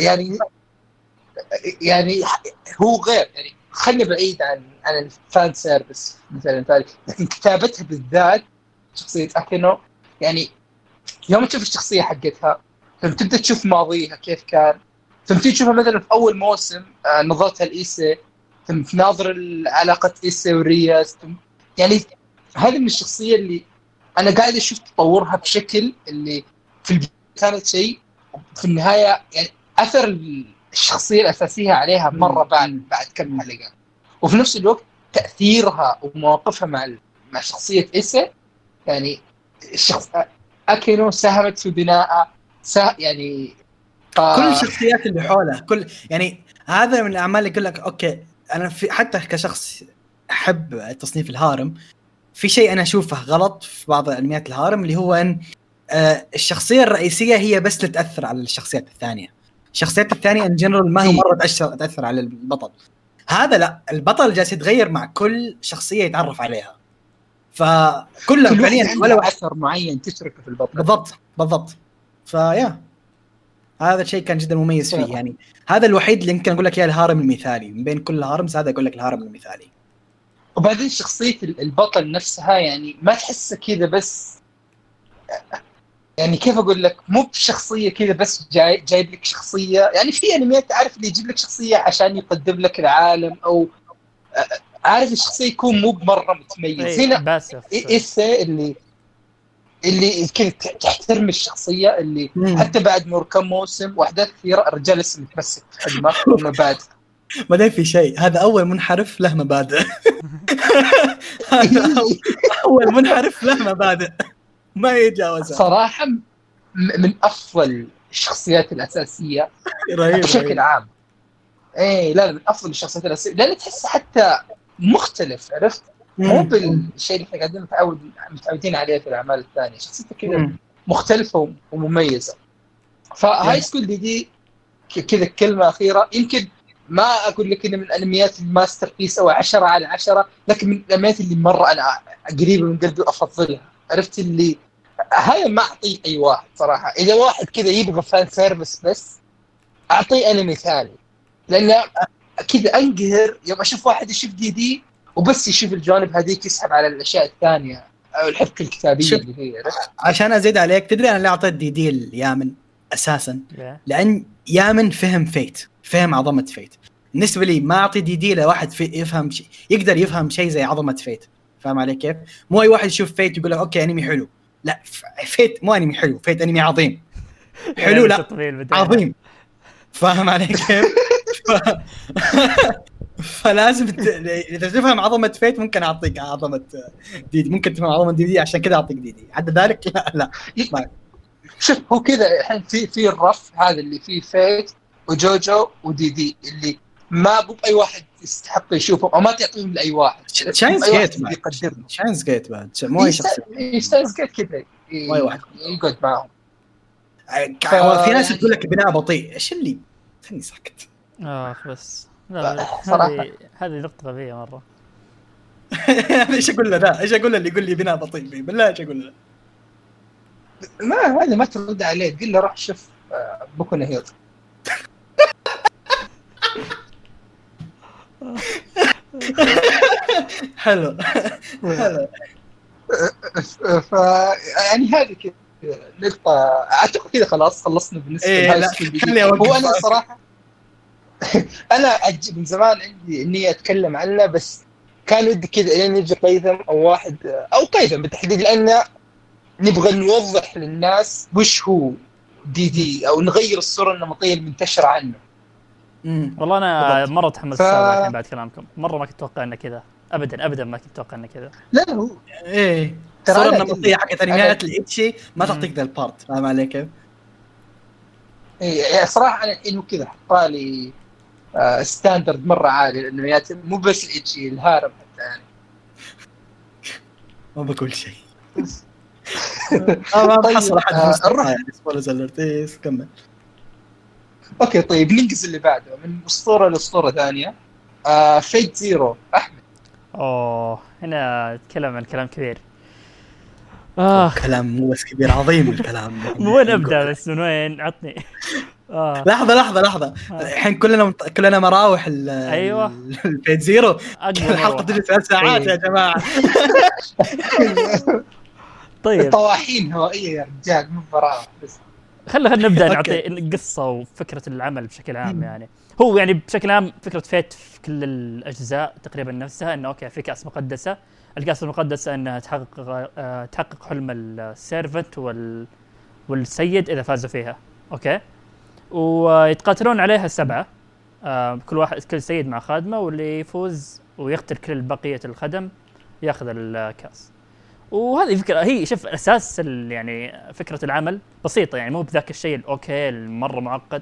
A: يعني هو غير، يعني خلني بعيد عن الفان سيرفيس مثلا، لكن كتابتها بالذات شخصيه اكينو، يعني يوم تشوف الشخصيه حقتها ثم تبدا تشوف ماضيها كيف كان، ثم تشوفها مثلا في اول موسم نظرتها لإيسي، ثم في ناظر علاقه إيسي ورياس، يعني هذه من الشخصيه اللي انا قاعد اشوف تطورها بشكل اللي في البدايه كانت شيء، في النهايه يعني اثر الشخصيه الاساسيه عليها مره بعد كم حلقه، وفي نفس الوقت تاثيرها ومواقفها مع شخصيه إيسي، يعني الشخص اكينو ساهمت في بناء يعني
C: كل الشخصيات اللي حوله، كل يعني هذا من الاعمال اللي يقول لك اوكي انا حتى كشخص احب تصنيف الهارم، في شيء انا اشوفه غلط في بعض انميات الهارم، اللي هو ان الشخصيه الرئيسيه هي بس تاثر على الشخصيات الثانيه. الشخصيات الثانيه ان جنرال ما هي مره تاثر على البطل. هذا لا، البطل جالس يتغير مع كل شخصيه يتعرف عليها، فكلهم فعليا
A: ولا اثر معين تشرك في البطل.
C: بالضبط. فيا هذا الشيء كان جدا مميز فيه يعني. هذا الوحيد اللي يمكن اقول لك يا الهارم المثالي من بين كل الهارمز، هذا اقول لك الهارم المثالي.
A: وبعدين شخصيه البطل نفسها يعني ما تحس كذا بس، يعني كيف اقول لك، مو بشخصيه كذا بس جايب لك شخصيه. يعني في انميات تعرف اللي يجيب لك شخصيه عشان يقدم لك العالم، او عارف الشخصيه يكون مو بمره متميز. هنا إيسا اللي كذا تحترم الشخصيه، اللي حتى بعد مر كم موسم واحداث كثيره الرجال لسه متمسك بحجمه ومبادئ.
C: ما في شيء، هذا اول منحرف له مبادئ. هذا اول منحرف له مبادئ ما يتجاوزها
A: صراحه. من افضل الشخصيات الاساسيه بشكل عام. لا من افضل الشخصيات الاساسيه، لان تحس حتى مختلف، عرفت؟ مو بالشيء اللي احنا قاعدين متعودين عليه في الاعمال الثانيه. شخصيته كذا مختلفه ومميزه. فهاي سكول دي كذا كلمه اخيره، يمكن ما اقول لك انه من انميات الماستر بيس او 10 على 10، لكن من الانميات اللي مره انا قريبه من قلبي افضلها. عرفت اللي هاي ما اعطيه اي واحد صراحه. اذا واحد كذا يبغى فان سيرفيس بس اعطيه انمي ثاني، لان كذا انقهر يوم اشوف واحد يشوف دي وبس يشوف الجانب هذيك يسحب على الاشياء الثانيه او الحبكه الكتابيه اللي هي.
C: عشان ازيد عليك، تدري انا اللي اعطيت دي اليامن اساسا لان يامن فهم فيت، فهم عظمه فيت. بالنسبه لي ما اعطي دي لواحد في يفهم شيء، يقدر يفهم شيء زي عظمه فيت. فاهم علي كيف؟ مو اي واحد يشوف فيت يقول لك اوكي انمي حلو، لا فيت مو انمي حلو، فيت انمي عظيم. حلو لا عظيم. فاهم علي كيف؟ فلازم اذا تفهم عظمه فيت ممكن اعطيك عظمه دي، ممكن تفهم عظمه دي عشان كذا اعطيك دي. عدا ذلك لا
A: شوف هو كذا الحين في الرف هذا اللي فيه فيت وجوجو ودي اللي ما بو اي واحد يستحق يشوفهم او ما تعطيهم لاي واحد.
C: شاينز جيت يقدرهم، شاينز جيت بعد مو اي شخص.
A: شاينز جيت كذا
C: اي واحد
A: يقعد معهم.
C: في ناس تقول لك بناء بطيء، ايش اللي خلني ساكت
B: بس لا هذه نقطة غبية مرة.
C: ايش اقول له؟ لا ايش اقول له اللي يقول لي بناء بطيء؟ بالله ايش اقول له؟
A: ما ترد عليه، تقول له روح شوف بوكو نهير.
C: حلو.
A: يعني هذه كذا نقطة اعتقد كذا خلاص خلصنا بالنسبة لهاي. هو انا صراحة انا من زمان عندي اني اتكلم عنه، بس كان ودي كذا لين يجي قيثم او واحد او قيثم بالتحديد، لان نبغى نوضح للناس وش هو دي او نغير الصورة النمطية المنتشرة عنه.
B: والله انا مرة تحمست الحين بعد كلامكم. مرة ما كنت اتوقع انه كذا، ابدا ما كنت اتوقع انه كذا.
A: لا هو
C: الصورة النمطية حقت انميات الاتشي ما تعطيك ذا البارت. فاهم علي كيف؟
A: صراحة انا انه كذا حطالي ستاندرد مرة عالي الانميات، مو بس الاتشي، الهارم حتى يعني.
C: ما بقول شيء. ما بحصل احد سبويلرز الارتيس. كمل.
A: اوكي طيب ننقز اللي بعده من اسطورة لاسطورة ثانية. فيت زيرو. احمد
B: هنا اتكلم عن كلام كبير.
C: كلام مو بس كبير، عظيم الكلام.
B: من وين ابدا بس من وين عطني.
C: لحظة الحين كلنا مراوح
B: ايوه
C: الفيت زيرو. الحلقة تجي 3 ساعات يا جماعة.
B: طيب
A: طواحين هوائية يا رجال مو مراوح بس.
B: خلينا نبدا نعطي القصة وفكرة العمل بشكل عام. يعني هو يعني بشكل عام فكرة فيت في كل الأجزاء تقريبا نفسها، إنه أوكي في كأس مقدسة. الكأس المقدسة أنها تحقق حلم السيرفنت والسيد إذا فازوا فيها. أوكي ويتقاتلون عليها 7. كل سيد مع خادمة، واللي يفوز ويقتل كل بقية الخدم يأخذ الكأس. وهذه فكرة هي شوف أساس يعني فكرة العمل بسيطة، يعني مو بذاك الشيء الأوكي المرة معقد.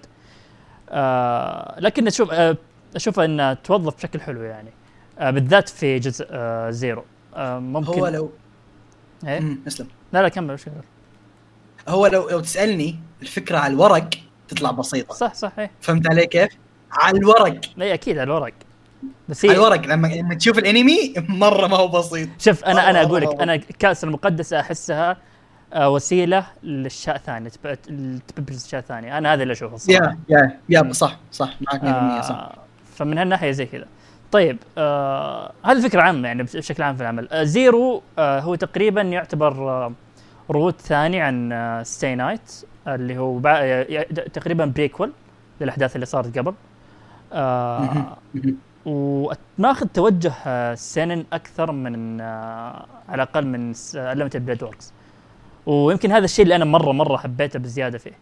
B: لكن أشوف أنها توظف بشكل حلو يعني، بالذات في جزء زيرو. ممكن
C: هو لو
B: اسلم لا كمل وش
C: هو لو تسألني الفكرة على الورق تطلع بسيطة.
B: صح
C: فهمت علي كيف؟ على الورق
B: لا أكيد على الورق بس
C: على الورق لما تشوف الانمي مره ما هو بسيط.
B: شوف انا اقول لك انا كاس المقدسه احسها وسيله للشيء ثاني تبرز شيء ثاني. انا هذا اللي اشوفه الصراحه.
C: يا صح معك 100% صح.
B: فمن هالناحيه زي كذا. طيب هذه فكره عامه يعني بشكل عام في العمل. زيرو هو تقريبا يعتبر روت ثاني عن ستي نايت اللي هو تقريبا بريكول للاحداث اللي صارت قبل. وماخذ توجه سينن اكثر من على الاقل من Unlimited Blade Works. ويمكن هذا الشيء اللي انا مره حبيته بزياده فيه.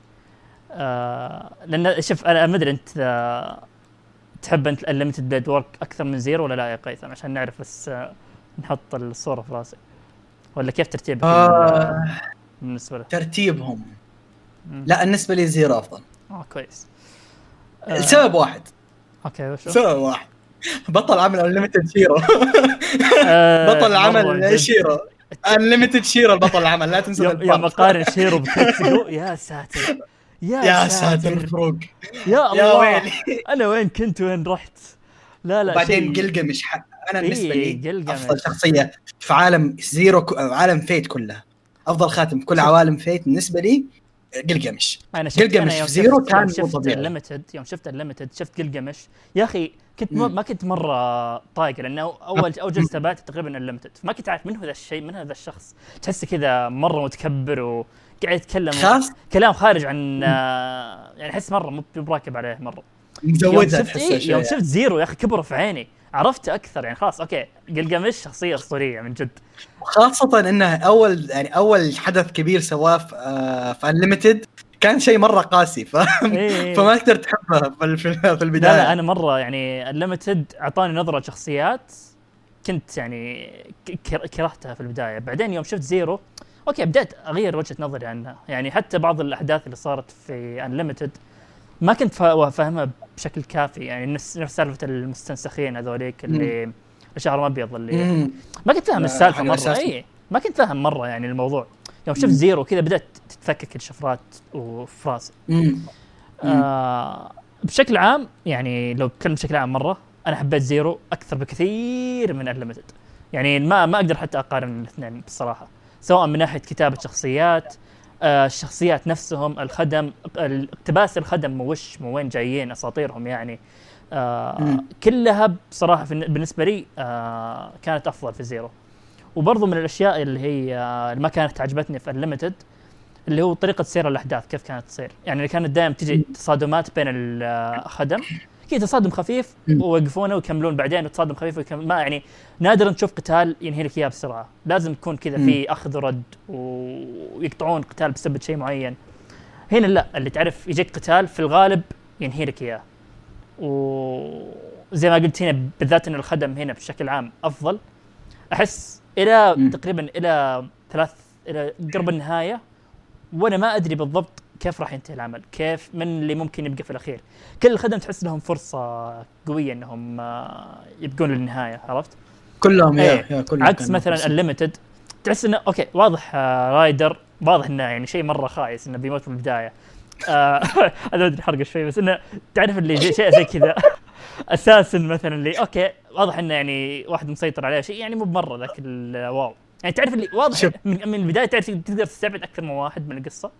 B: لان شوف انا ما ادري انت تحب انت Unlimited Blade Works اكثر من زيرو ولا لا يا قيثم، عشان نعرف بس نحط الصوره في راسي، ولا كيف ترتيبك بالنسبه لك؟
C: ترتيبهم لا بالنسبه لي زيرو افضل.
B: كويس.
C: السبب واحد.
B: اوكي وشو؟
C: سبب واحد، بطل عمل Unlimited شيرو. بطل عمل شيرو Unlimited شيرو البطل العمل، لا تنسى
B: يا مقارن شيرو بكاتسو. يا ساتر
C: يا ساتر فروق
B: يا الله يا انا وين كنت وين رحت. لا
C: بعدين جلجمش انا بالنسبه لي افضل شخصيه في عالم زيرو عالم فيت كله، افضل خاتم في كل عوالم فيت بالنسبه لي جلجمش. جلجمش في زيرو كان
B: يوم شفت الليمتد شفت جلجمش يا اخي كنت ما كنت مره طايق، لانه اول جزء تبعت تقريبا الليمتد، فما كنت عارف من هو ذا الشيء، من هذا الشخص تحسه كذا مره متكبر وقاعد يتكلم كلام خارج عن يعني احس مره مو براكب عليه مره
C: مزودها.
B: يوم شفت زيرو يا اخي كبر في عيني، عرفت اكثر يعني خلاص اوكي جلجمش شخصيه اسطوريه من جد،
C: خاصه انه اول حدث كبير سواه في Unlimited كان شيء مره قاسي فما تقدر تحبه في البدايه.
B: لا انا مره يعني Unlimited اعطاني نظره شخصيات كنت يعني كرهتها في البدايه، بعدين يوم شفت زيرو اوكي بدأت اغير وجهه نظري عنها. يعني حتى بعض الاحداث اللي صارت في Unlimited ما كنت فاهمها بشكل كافي، يعني نفس سالفه المستنسخين هذوليك اللي شعرهم ابيض اللي ما كنت فاهم السالفه مره. ما كنت فاهم مره يعني الموضوع. يوم شفت زيرو كذا بدأت تتفكك الشفرات وفي راسي. بشكل عام يعني لو كلمت بشكل عام مره انا حبيت زيرو اكثر بكثير من Unlimited. يعني ما اقدر حتى اقارن الاثنين بصراحه، سواء من ناحيه كتابه شخصيات، الشخصيات نفسهم، الخدم، اقتباس الخدم مو وين جايين اساطيرهم يعني كلها بصراحه بالنسبه لي كانت افضل في زيرو. وبرضو من الاشياء اللي هي اللي ما كانت عجبتني في Unlimited اللي هو طريقه سير الاحداث كيف كانت تصير. يعني اللي كانت دائما تجي تصادمات بين الخدم كذا، تصادم خفيف ووقفونه ويكملون بعدين، وتصادم خفيف ما يعني نادرا تشوف قتال ينهي لك اياه بسرعه، لازم يكون كذا في اخذ ورد ويقطعون قتال بسبب شيء معين. هنا لا، اللي تعرف يجيك قتال في الغالب ينهي لك اياه. وزي ما قلت هنا بالذات ان الخدم هنا بشكل عام افضل، احس الى تقريبا الى قرب النهايه وانا ما ادري بالضبط كيف راح ينتهي العمل، كيف من اللي ممكن يبقى في الاخير. كل الخدم تحس لهم فرصه قويه انهم يبقون للنهايه، عرفت كلهم كلهم عكس مثلا Unlimited تحس انه اوكي واضح رايدر واضح انه يعني شيء مره خايس انه بيموت في البدايه. هذا ادري حرق شوي بس انه تعرف اللي شيء زي كذا اساسا مثلا اللي اوكي واضح انه يعني واحد مسيطر عليه شيء يعني مو بمره ذاك الواو، يعني تعرف اللي واضح من البدايه تعرف تقدر تستبعد اكثر من واحد من القصه.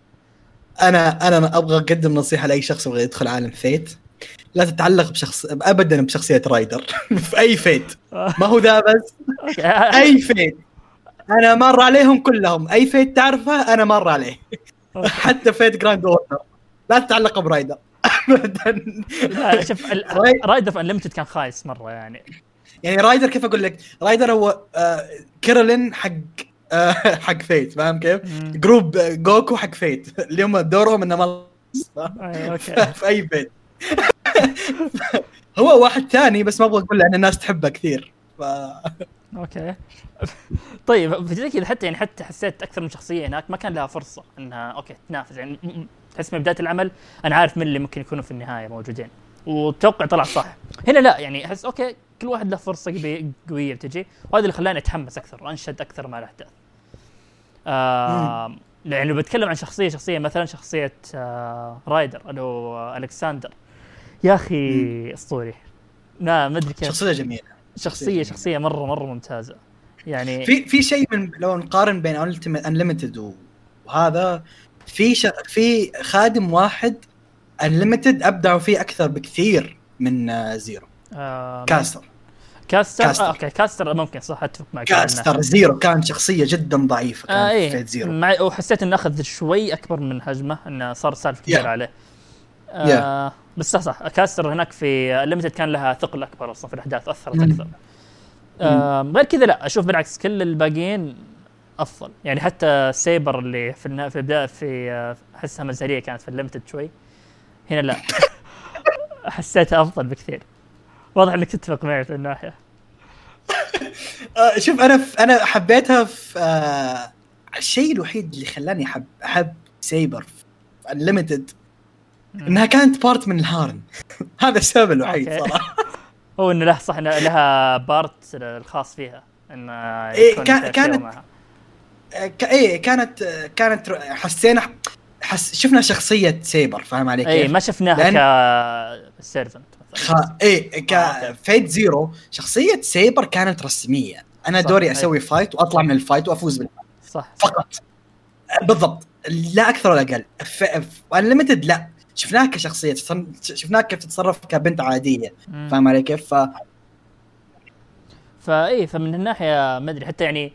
C: انا ابغى اقدم نصيحه لاي شخص يبغى يدخل عالم فيت، لا تتعلق ابدا بشخصيه رايدر في اي فيت، ما هو ذا بس اي فيت انا مر عليهم كلهم، اي فيت تعرفه انا مر عليه حتى فيت جراند اوردر لا تتعلق برايدر ابدا.
B: لا شوف رايدر في Unlimited كان خايس مره يعني
C: رايدر كيف اقول لك، رايدر هو كيرلين حق فيت، فاهم كيف؟ جروب جوكو حق فيت اللي هم دورهم انه في اي فيت. هو واحد ثاني بس ما ابغى اقول ان الناس تحبه كثير
B: اوكي. طيب في كذا حتى يعني حتى حسيت اكثر من شخصيه هناك ما كان لها فرصه انها اوكي تنافس، يعني تحس من بدايه العمل انا عارف من اللي ممكن يكونوا في النهايه موجودين وتوقع طلع صح. هنا لا، يعني احس اوكي كل واحد له فرصه قويه بتجي، وهذا اللي خلاني اتحمس اكثر وانشد اكثر مع الاحداث. لانه بتكلم عن شخصيه مثلا شخصيه رايدر اللي هو الكسندر، يا اخي اسطوري لا ما ادري كيف
C: شخصيه جميله،
B: شخصيه مره ممتازه يعني.
C: في شيء من لو نقارن بين انليمتد وهذا، في خادم واحد انليمتد ابدعوا فيه اكثر بكثير من زيرو. كاستر.
B: اوكي كاستر ممكن صح اتفق معك.
C: كاستر زيرو كان شخصيه جدا ضعيفه كان في زيرو
B: وحسيت انه اخذ شوي اكبر من حجمه، انه صار سالفه كبيره عليه. بس صح كاستر هناك في ليميتد كان لها ثقل اكبر اصلا في الاحداث، اثرت اكثر. غير كذا لا اشوف بالعكس كل الباقيين افضل يعني. حتى سيبر اللي في البدايه في احسها مزاريه كانت في الليميتد شوي، هنا لا حسيتها افضل بكثير. واضح انك تتفق معي في الناحيه.
C: شوف انا حبيتها في الشيء الوحيد اللي خلاني احب سيبر في الليميتد انها كانت بارت من الهارن. هذا السبب الوحيد صراحه.
B: هو انه له صح لها بارت الخاص فيها ان
C: كانت حسينا شفنا شخصيه سيبر، فاهم عليك كيف؟
B: ما شفناها كسيرفنت مثلا.
C: فيت زيرو شخصيه سيبر كانت رسميه، انا دوري اسوي فايت واطلع من الفايت وافوز بالفايت
B: صح
C: فقط بالضبط، لا اكثر ولا اقل. انليمتد لا، شفناها كشخصيه، شفناها كيف تتصرف كبنت عاديه، فاهم علي كيف؟
B: فمن الناحيه ما ادري حتى يعني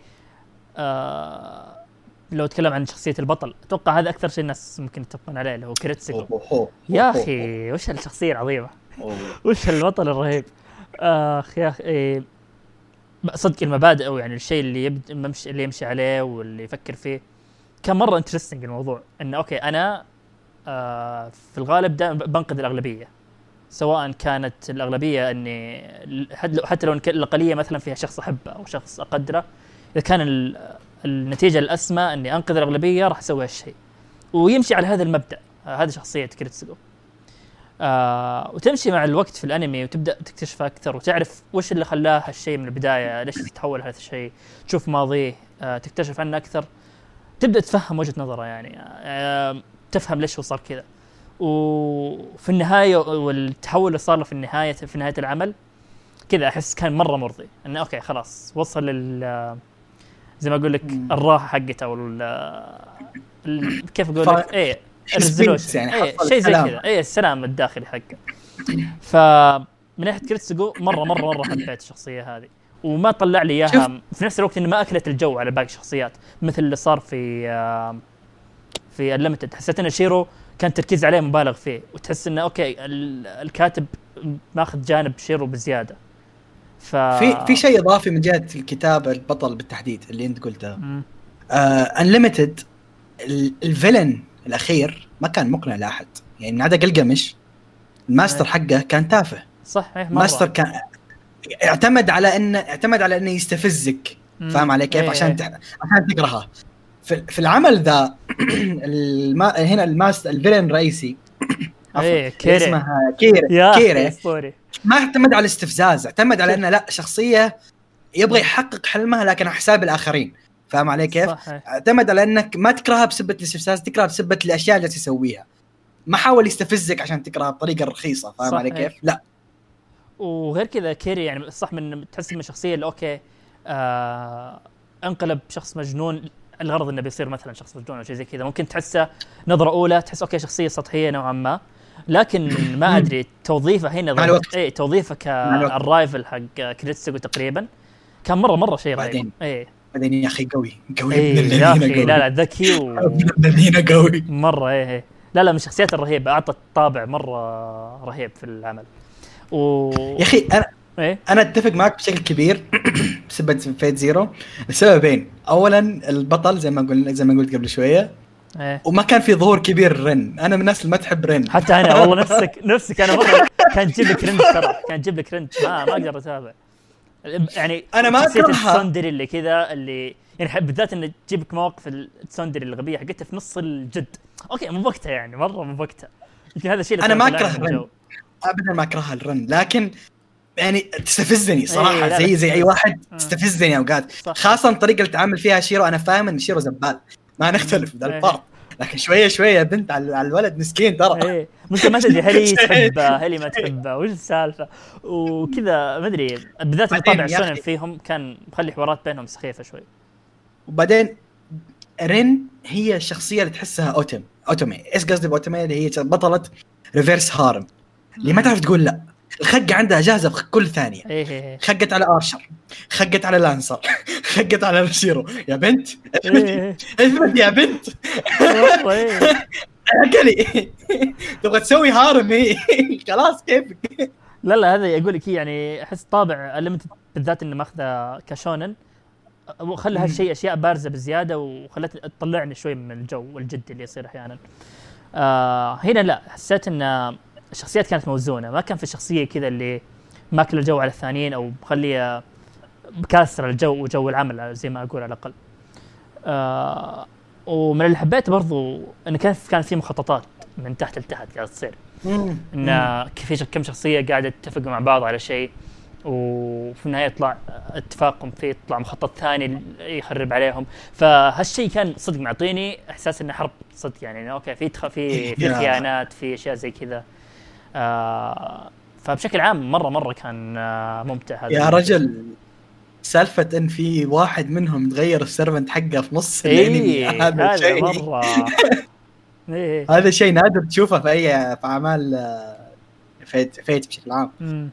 B: لو اتكلم عن شخصيه البطل اتوقع هذا اكثر شيء الناس ممكن يتفقون عليه، اللي هو كريتسيكو. يا اخي وش هالشخصيه العظيمه، وش هالبطل الرهيب. يا اخي صدق المبادئ او يعني الشيء اللي اللي يمشي عليه واللي يفكر فيه كان مره انترستنج. الموضوع انه اوكي انا في الغالب دائما بنقذ الاغلبيه، سواء كانت الاغلبيه اني حتى لو الاقليه مثلا فيها شخص احبه او شخص اقدره، اذا كان النتيجه الاسمى اني انقذ الاغلبيه راح اسوي هالشيء، ويمشي على هذا المبدا. هذه شخصيه كريتسوغو. وتمشي مع الوقت في الانمي وتبدا تكتشف اكثر وتعرف وش اللي خلاه هالشيء من البدايه، ليش تحول هذا الشيء، تشوف ماضيه، تكتشف عنه اكثر، تبدا تفهم وجهه نظره يعني، تفهم ليش هو صار كذا. وفي النهايه والتحول اللي صار له في نهايه العمل كذا احس كان مره مرضي، انه اوكي خلاص وصل زي ما اقول لك الراحه حقته او كيف اقول لك الريزولوشن يعني شيء زي كذا، السلام الداخلي حقه. فمن ناحيه كريتسوغو مره حبيت الشخصيه هذه، وما طلع لي اياها في نفس الوقت انه ما اكلت الجو على باقي الشخصيات مثل اللي صار في الليميتد. حسيت ان شيرو كان تركيز عليه مبالغ فيه، وتحس انه اوكي الكاتب ماخذ جانب شيرو بزياده.
C: في شيء اضافي من جهه الكتابه البطل بالتحديد اللي انت قلته. انليميتد الفيلن الاخير ما كان مقنع لاحد يعني، عدا قلقمش الماستر حقه كان تافه.
B: صحيح
C: ماستر كان اعتمد على انه يستفزك، فاهم علي كيف؟ عشان تكرهه. في العمل ذا هنا الماستر الفيلن الرئيسي اسمها كيري ما اعتمد على الاستفزاز، اعتمد على انه لا شخصيه يبغى يحقق حلمها لكن على حساب الاخرين، فاهم علي كيف؟ اعتمد على انك ما تكرهها بسبه الاستفزاز، تكرهها بسبه الاشياء اللي تسويها. ما حاول يستفزك عشان تكرهها بطريقه رخيصه، فاهم علي كيف؟ لا.
B: وغير كذا كيري يعني صح من تحس من الشخصيه اللي اوكي انقلب شخص مجنون، الغرض انه بيصير مثلا شخص مجنون او شيء زي كذا، ممكن تحسه نظره اولى تحس اوكي شخصيه سطحيه نوعا ما، لكن ما ادري توظيفه هنا توظيفه كالرايفل حق كريتسوغو تقريبا كان مره شيء رهيب.
C: بعدين يا اخي قوي
B: يا اخي لا ذكي
C: الذين قوي
B: مره. لا من الشخصيات الرهيبه، اعطت طابع مره رهيب في العمل.
C: يا اخي انا اتفق معك بشكل كبير بسبب فيت زيرو لسببين. اولا البطل زي ما قلت قبل شويه، وما كان في ظهور كبير رن. انا من الناس اللي ما تحب رن،
B: حتى انا والله نفسك انا مره كان تجيب لك رن ترى، كان تجيب لك رن ما اقدر اتابع يعني.
C: انا ما
B: اكرهها السوندري اللي كذا اللي يعني بالذات انه تجيبك مواقف السوندري الغبيه حقتها في نص الجد. اوكي مو وقتها يعني مره مو وقتها، يمكن هذا الشيء
C: انا ما اكره الرن ابدا، ما اكره الرن، لكن يعني تستفزني صراحه زي اي واحد تستفزني اوقات، خاصه طريقه اللي تعامل فيها شيرو. انا فاهم ان شيرو زبال، ما نختلف في ذا الفرق، لكن شويه يا بنت على الولد مسكين ترى.
B: ايه ممكن ما تدري هل تحبه هل ما تحبه وش السالفه وكذا ما ادري، بالذات الطابع شونن فيهم كان مخلي حوارات بينهم سخيفه شوي.
C: وبعدين رين هي الشخصيه اللي تحسها اوتومي. ايش قصدي باوتومي؟ اللي هي بطله ريفيرس هارم اللي ما تعرف تقول لا. الخقه عندها جاهزه بكل ثانيه.
B: إيه.
C: خقت على ارشر، خقت على لانسر، خقت على زيرو. يا بنت اثبت يا بنت اكلي تبغى تسوي هارم ايه خلاص كيفك.
B: لا هذا اقول لك يعني احس طابع الليمتد بالذات انه ماخذه كشونن وخلى هالشيء اشياء بارزه بزياده وخلت تطلعني شوي من الجو والجد اللي يصير احيانا. هنا لا حسيت ان الشخصيات كانت موزونه، ما كان في شخصيه كذا اللي ماكله الجو على الثانيين او مخليه بكاسر الجو وجو العمل زي ما اقول على الاقل. ومن اللي حبيت برضو انه كان في مخططات من تحت لتحت قاعده تصير، ان كيف كم شخصيه قاعده تتفق مع بعض على شيء وفي النهايه يطلع اتفاقهم فيه يطلع مخطط ثاني يخرب عليهم. فهالشيء كان صدق معطيني احساس انه حرب صدق يعني اوكي في خيانات في اشياء زي كذا. فبشكل عام مره كان ممتع هذا
C: يا رجل. سالفه ان في واحد منهم تغير السيرفنت حقه في نص الانمي هذا شيء مره هذا شيء نادر تشوفه في اعمال فيت بشكل عام.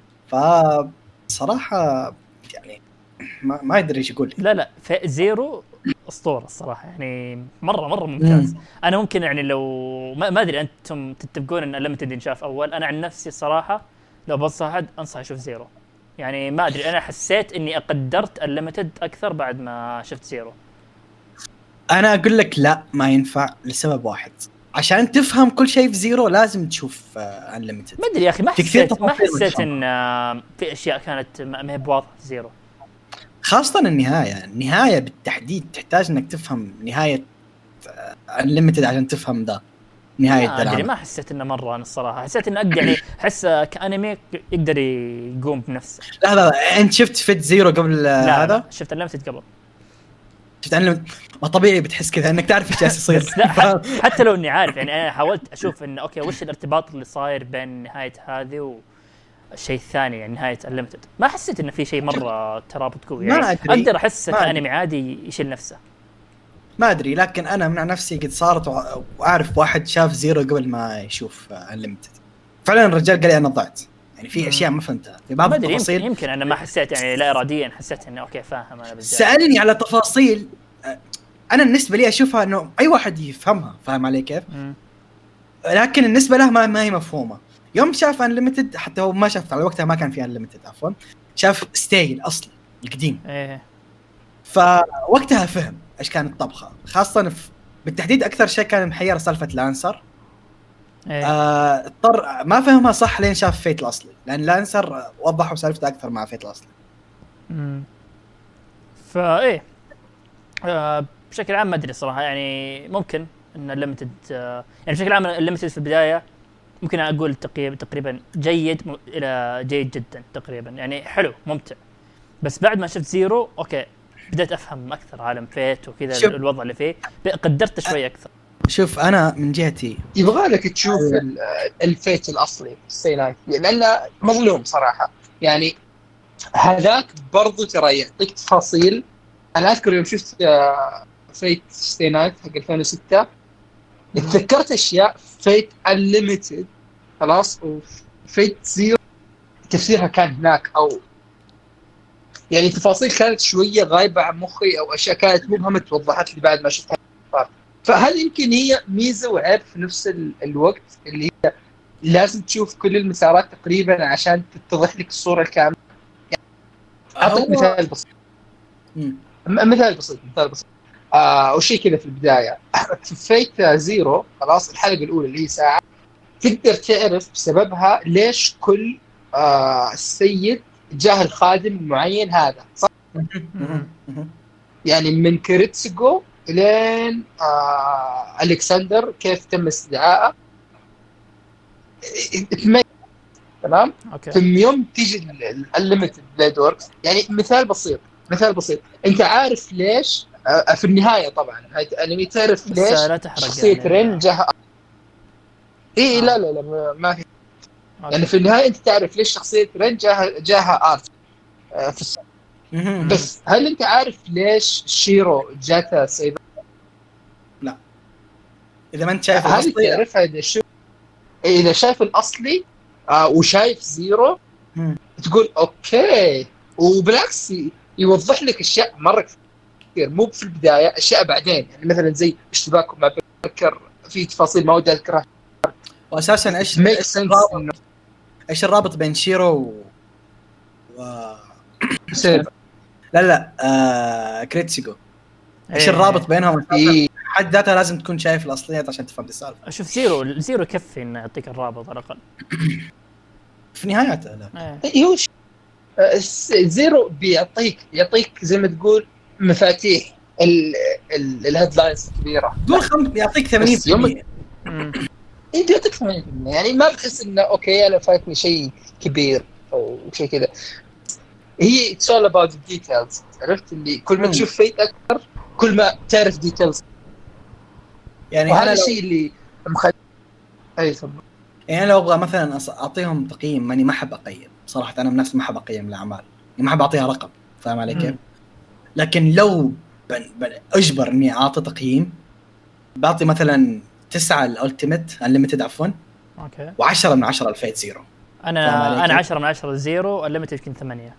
C: فصراحه يعني ما ادري ايش اقول.
B: لا في زيرو اسطوره الصراحه يعني مره ممتاز. انا ممكن يعني لو ما ادري انتم تتفقون ان ليميتد ينشاف اول، انا عن نفسي الصراحه لو بنصح احد انصح اشوف زيرو. يعني ما ادري انا حسيت اني قدرت الليميتد اكثر بعد ما شفت زيرو.
C: انا اقول لك لا ما ينفع لسبب واحد، عشان تفهم كل شيء في زيرو لازم تشوف انليميتد.
B: ما ادري يا اخي ما حسيت ان في اشياء كانت ما هي بواضحه في زيرو،
C: خاصه النهايه بالتحديد تحتاج انك تفهم نهايه انليميتد عشان تفهم ذا نهايه
B: العالم. ما حسيت انه مره انا الصراحه حسيت انه اقدر يعني احس كانمي يقدر يقوم بنفسه.
C: لا انت شفت فيت زيرو قبل هذا؟
B: لا شفت انليميتد قبل.
C: شفت انليميتد ما طبيعي بتحس كذا انك تعرف ايش جالس يصير.
B: حتى لو اني عارف يعني انا حاولت اشوف انه اوكي وش الارتباط اللي صاير بين نهايه هذه والشيء الثاني يعني نهايه انليميتد. ما حسيت انه في شيء مره ترابط قوي يعني اقدر احس كانمي عادي يشيل نفسه.
C: ما ادري لكن انا من نفسي قد صارت واعرف واحد شاف زيرو قبل ما يشوف انليميتد. فعلا الرجال قال لي انا ضعت يعني في اشياء ما فهمتها في بعض التفاصيل.
B: يمكن انا ما حسيت يعني لا اراديا حسيت انه اوكي فاهم انا بالذات.
C: سالني على تفاصيل انا بالنسبه لي اشوفها انه اي واحد يفهمها فاهم علي كيف. لكن بالنسبه له ما هي مفهومه. يوم شاف انليميتد حتى هو ما شاف على وقتها ما كان في انليميتد عفوا شاف ستايل اصلي القديم. فوقتها فهم ايش كانت الطبخه خاصه بالتحديد اكثر شيء كان محير سالفه لانسر. اضطر ما فهمها صح لين شاف فيت الاصلي لان لانسر وضحوا سالفته اكثر مع فيت الاصلي.
B: فايه بشكل عام ما ادري صراحه يعني ممكن ان الليميتد يعني بشكل عام الليميتد في البدايه ممكن اقول تقريبا جيد الى جيد جدا تقريبا يعني حلو ممتع. بس بعد ما شفت زيرو اوكي بدأت أفهم أكثر عالم فيت وكذا الوضع اللي فيه قدرت شوي أكثر.
C: شوف أنا من جهتي
A: يبغالك تشوف الفيت الأصلي ستي نايت لأنه مظلوم صراحة يعني هذاك برضو ترى يعطيك تفاصيل. أنا أذكر يوم شفت فيت ستي نايت حق 2006 اتذكرت أشياء فيت أنليميتد خلاص وفيت زيرو تفسيرها كان هناك أو يعني تفاصيل كانت شوية غايبة عن مخي أو أشياء كانت مبهمة توضحت لي بعد ما شفتها. فهل يمكن هي ميزة وعيب في نفس الوقت اللي هي لازم تشوف كل المسارات تقريبا عشان تتضح لك الصورة الكاملة؟ يعني أعطيك مثال بسيط. مثال بسيط وشيء كذا في البداية في فيت زيرو خلاص الحلقة الأولى اللي هي ساعة تقدر تعرف بسببها ليش كل السيد جاه الخادم المعين هذا صح؟ يعني من كريتسجو لين ألكسندر كيف تم استدعائه تمام؟ في يوم تيجي الليميتد بليد ووركس يعني مثال بسيط انت عارف ليش في النهايه طبعا هاي انمي تعرف
B: بس
A: ليش
B: لا تحرق
A: شخصيه
B: يعني.
A: رين جاها لا لا لا ما في يعني في النهايه انت تعرف ليش شخصيه رين جاها ارت في بس هل انت عارف ليش شيرو جاتها سيبا؟
C: لا اذا ما انت شايف
A: هل
C: الاصلي
A: تعرفها اذا شايف الاصلي وشايف زيرو تقول اوكي، وبالعكس يوضح لك اشياء مره كثير مو في البدايه، اشياء بعدين يعني مثلا زي اشتباكه مع بكر في تفاصيل ما ودي اذكرها.
C: واساسا ايش الرابط بين شيرو و لا كريتسيجو؟ ايش الرابط بينهم؟ حد ذاتها لازم تكون شايف الاصليات عشان تفهم السالفه.
B: اشوف زيرو يكفي انه يعطيك الرابط على الاقل
C: في نهايته. لا
A: يوش زيرو يعطيك زي ما تقول مفاتيح الهيدلاينز الكبيره.
C: دول يعطيك 80%.
A: انت يعطيك 80%، يعني ما بحس انه اوكي انا فاتني شيء كبير او شيء كذا. هي it's all about the details. عرفت اللي كل ما تشوف فيت اكثر كل ما تعرف ديتيلز.
C: يعني
A: هذا الشيء اللي اي صدق.
C: يعني لو ابغى مثلا اعطيهم تقييم، ماني ما احب اقيم صراحه، انا من نفسي ما احب اقيم الاعمال، يعني ما احب اعطيها رقم، فاهم علي كيف؟ لكن لو اجبر اني اعطي تقييم بعطي مثلا 9 الالتيميت انليمتد عفوا،
B: اوكي،
C: و10 من 10 الفيت زيرو.
B: انا 10 من 10 الزيرو، الليمتد يمكن 8.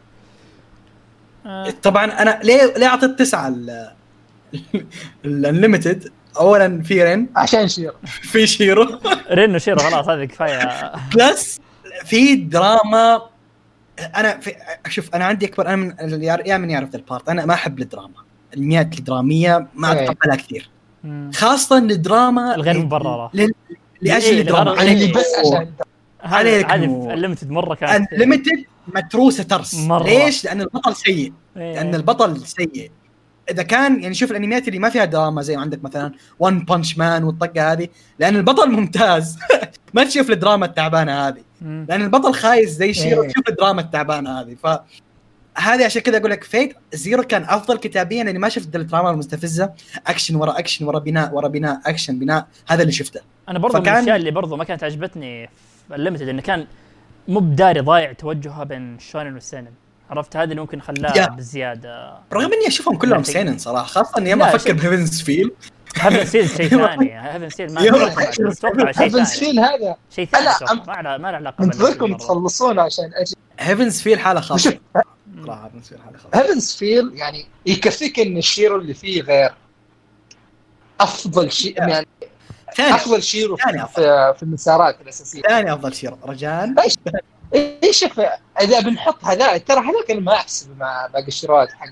C: طبعا انا ليه اعطيت 9 الانليمتد؟ اولا في رين
A: عشان شيرو
C: في شيرو
B: رين وشيرو خلاص هذا كفايه.
C: بلس في دراما. انا شوف انا عندي اكبر، انا من يعرف البارت، انا ما احب الدراما، الميات الدراميه ما اتقبلها كثير، خاصه الدراما
B: الغير مبرره
C: لاجل الدراما علي
A: بس عشان
C: عليك
B: الليمتد مره كانت
C: الليمتد متروسه ترس
B: مرة.
C: ليش؟ لان البطل سيء. لان البطل سيء. اذا كان يعني شوف الانميات اللي ما فيها دراما زي عندك مثلا وان بانش مان والطقه هذه، لان البطل ممتاز ما تشوف الدراما التعبانه هذه، لان البطل خايس زي شيرو تشوف الدراما التعبانه هذه. فهذه عشان كذا اقول لك فيت زيرو كان افضل كتابيا، لاني ما شفت الدراما المستفزه، اكشن ورا اكشن ورا بناء ورا بناء اكشن بناء، هذا اللي شفته.
B: انا برضو من الاشياء اللي برضو ما كانت عجبتني في الليمتد انه كان مو بداري ضايع توجهها بين شونن والسينن، عرفت؟ هذا اللي ممكن خلاها بزياده،
C: رغم اني اشوفهم كلهم سينن صراحه، خاصه اني ما افكر بهيفنز فيل.
B: هيفنز فيل شيء ثاني، هيفنز فيل ما اتوقع شيء ثاني.
A: هيفنز فيل هذا
B: شيء ثاني ما له علاقه.
A: منتظركم تخلصون عشان اجي.
C: هيفنز فيل حاله خاصه صراحه.
A: هيفنز فيل يعني يكفيك ان الشيرو اللي فيه غير افضل شيء، يعني افضل شيرو في المسارات الاساسيه.
C: ثاني افضل شيرو رجال.
A: ايش اذا بنحط هذا ترى هذا كان ما احسب مع باقي الشيروات حق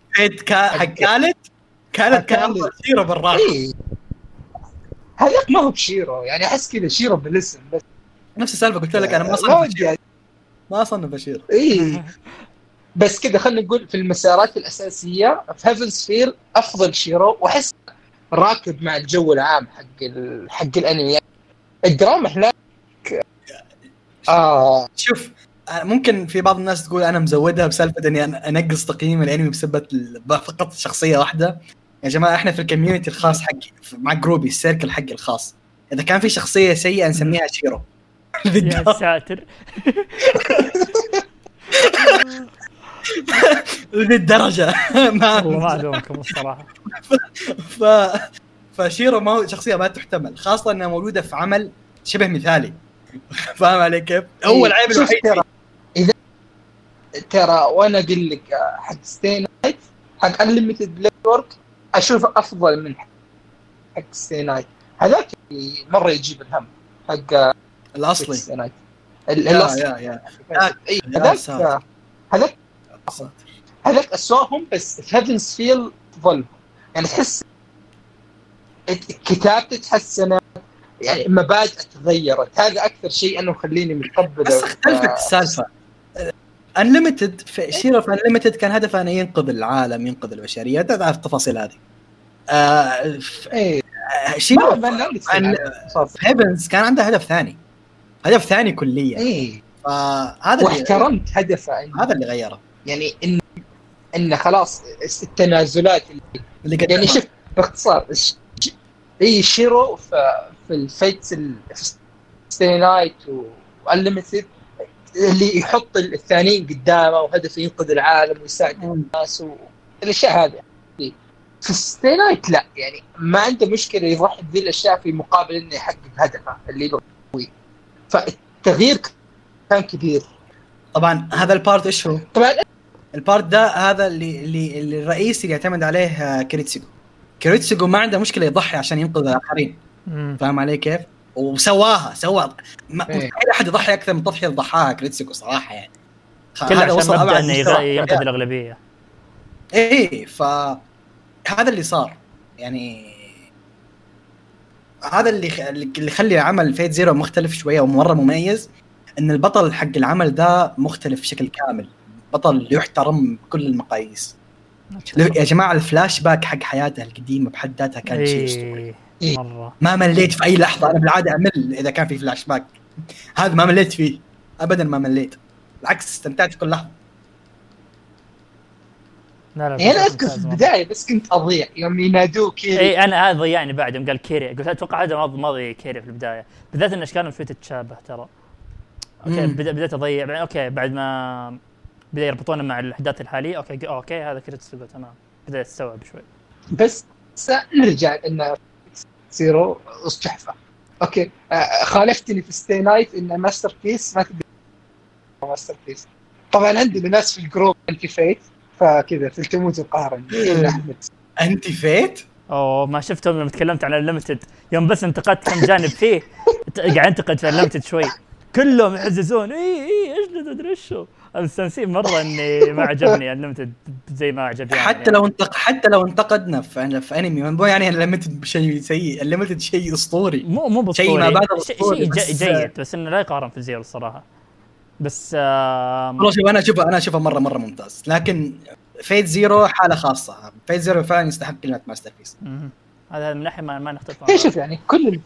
A: كانت افضل شيرو بالراحه. هذاك ما هو بشيرو، يعني احس كذا شيرو بالاسم بس.
C: نفس السالفه قلت لك انا ما اصنف بشيرو.
A: بس كذا خلينا نقول في المسارات الاساسيه في هيفنز فيل افضل شيرو، واحس راكب مع الجو العام حق الانمي. يعني الدراما هناك
C: شوف ممكن في بعض الناس تقول انا مزودها بسالفه اني انقص تقييم الانمي بسبب فقط شخصيه واحده. يا جماعه احنا في الكوميونتي الخاص حقي مع جروبي السيركل حقي الخاص، اذا كان في شخصيه سيئه نسميها شيرو.
B: يا ساتر
C: للدرجه
B: ما ألومكم الصراحه.
C: فشيرو ما هو شخصيه ما تحتمل، خاصه انها موجوده في عمل شبه مثالي. فاهم علي كيف؟ اول عيب الوحيد
A: اذا ترى وانا اقول لك حق ستي نايت حق انليمتد بلاي وورك اشوف افضل من حق ستي نايت. هذاك مره يجيب الهم حق
C: الاصلي
A: ستي نايت
C: الاصلي.
A: هذاك اسواهم. بس في هيفنز فيل ظل يعني تحس كتابته تحسنت، يعني مبادئ تغيرت. هذا اكثر شيء انه خليني متقبل.
C: بس اختلفت السالفه. انليمتد في شيرو في انليمتد كان هدفه انه ينقذ العالم ينقذ البشريه، تعرف التفاصيل هذه. شيرو هيفنز كان عنده هدف ثاني كليا. فهذا
A: واحترمت هدفه.
C: هذا اللي غيره.
A: يعني ان خلاص التنازلات اللي يعني شوف باختصار اي شيرو في الفيتس ستي نايت والليمتد اللي يحط الثانيين قدامه وهدفه ينقذ العالم ويساعد الناس والاشياء هذه. في ستي نايت لا يعني ما عنده مشكله يضحي بذي الاشياء في مقابل انه يحقق هدفه اللي يبغى. فالتغيير كان كبير.
C: طبعا هذا البارت ايش هو؟
A: طبعا
C: البارت ده هذا اللي الرئيسي اللي يعتمد عليه كيريتسوغو ما عنده مشكله يضحي عشان ينقذ الاخرين. فاهم علي كيف؟ وسواها مستحيل احد يضحي اكثر من تضحيه ضحاها كيريتسوغو صراحه يعني.
B: هذا وصل ابعد انه ينقذ الاغلبيه.
C: ايه هذا اللي صار يعني. هذا اللي يخلي عمل فيت زيرو مختلف شويه ومره مميز، ان البطل حق العمل ده مختلف بشكل كامل، بطل يحترم بكل المقاييس. يا جماعه الفلاش باك حق حياته القديمه بحد ذاتها كان شيء اسطوري مره. ما مليت في اي لحظه. انا بالعاده امل اذا كان في فلاش باك، هذا ما مليت فيه ابدا، ما مليت بالعكس استمتعت في كل لحظه.
A: لا انا اذكر في البدايه بس كنت اضيع يوم ينادوه كيري.
B: اي انا هذا ضيعني بعد يوم قال كيري، قلت اتوقع هذا ماضي كيري في البدايه، بالذات ان اشكال الفيت تشابه ترى. اوكي بدأت اضيع. اوكي بعد ما بدا يربطونه مع الاحداث الحاليه اوكي هذا كيريتسوغو تمام، بدا يستوعب شوي.
A: بس نرجع ان زيرو تحفه. اوكي خالفتني في ستي نايت ان ماستر بيس ما تقدر ماستر بيس. طبعا عندنا ناس في الجروب انتي فيت فكذا في التموت القهرن احمد
C: انتي فيت.
B: ما شفتهم لما تكلمت عن الليمتد يوم بس انتقدت كم جانب فيه قاعد انتقد في الليمتد شوي كلهم يحززون ايش ادري ايشو مستانسين مره اني ما عجبني الليمتد زي ما عجب يعني.
C: حتى لو انتقدنا في انمي مو يعني الليمتد شيء سيء، الليمتد شيء اسطوري
B: مو
C: شيء ما بعد
B: شيء جيد بس انه لا يقارن في زيرو الصراحه. بس
C: والله انا اشوفه مره ممتاز، لكن فيت زيرو حاله خاصه. فيت زيرو فعلا يستحق كلمه ماستر بيس.
B: هذا من ناحيه ما نختلف.
A: شوف يعني كل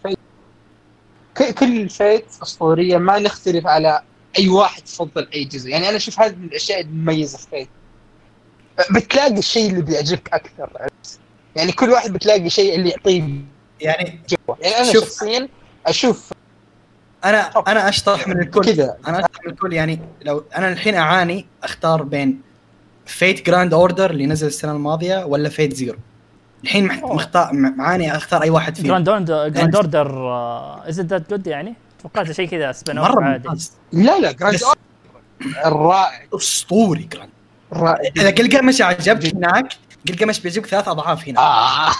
A: الفيت اسطوريه، ما نختلف على اي واحد يفضل اي جزء. يعني انا اشوف هذه من الاشياء المميزه في فيت، بتلاقي الشيء اللي بيعجبك اكثر. يعني كل واحد بتلاقي شيء اللي يعطيه
C: يعني
A: انا شخصيا اشوف
C: انا اشطح من الكل كذا. انا اشطح من الكل يعني. لو انا الحين اعاني اختار بين فيت جراند اوردر اللي نزل السنه الماضيه ولا فيت زيرو، الحين مختار معاني اختار اي واحد فيهم.
B: جراند اوردر از ذات جود يعني. توقعت شيء كذا سبين اوف عادي.
A: لا جراند اوردر الرائع
C: اسطوري. جراند رائع. اذا جلجامش عجبك هناك، جلجامش بيجيبك 3 أضعاف هنا.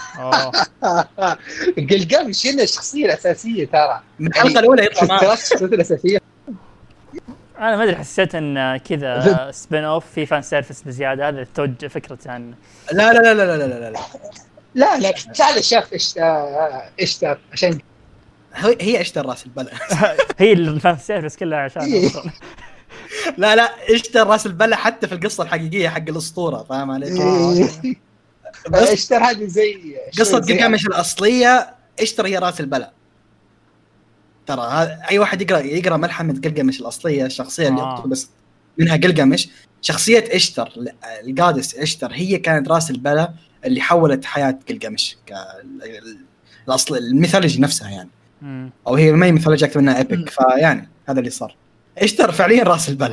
A: جلجامش هنا الشخصيه الاساسيه ترى
C: من الحلقه الاولى يطلع معك
A: الشخصيه الاساسيه.
B: انا ما ادري حسيت ان كذا سبين اوف في فان سيرفيس بزياده. هذا توجه فكره عن
C: لا لا لا لا لا لا
A: لا لا تعال شاف اشتر عشان
C: هي اشتر راس البلع.
B: هي الفان سيرفيس كلها عشان
C: لا اشتر راس البلع حتى في القصه الحقيقيه حق الاسطوره. فاهم عليك؟
A: اشتر هذه زي
C: قصه جلجامش الاصليه. اشتر هي راس البلع ترى. اي واحد يقرا ملحمه جلجامش الاصليه، الشخصيه اللي اقتبس منها جلجامش، شخصيه اشتر القادس اشتر هي كانت راس البلع اللي حولت حياه جلجامش الاصل الميثولوجي نفسها يعني. او هي ما هي ميثولوجي اكثر منها ايبك. فيعني هذا اللي صار. اشتر فعليا راس البلع.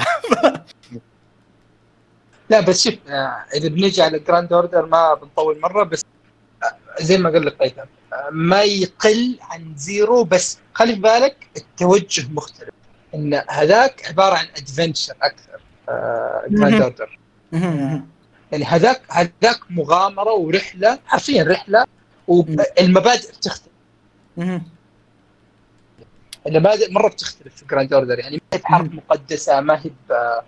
A: لا بس شوف اذا بنيجي على جراند اوردر ما بنطول مره، بس زي ما قال لك قيثم ما يقل عن زيرو، بس خلي في بالك التوجه مختلف. ان هذاك عباره عن ادفنتشر اكثر. جراند اوردر يعني هذاك مغامره ورحله، حرفيا رحله، والمبادئ بتختلف. المبادئ مره بتختلف في جراند اوردر. يعني ما هي حرب مقدسه، ما هي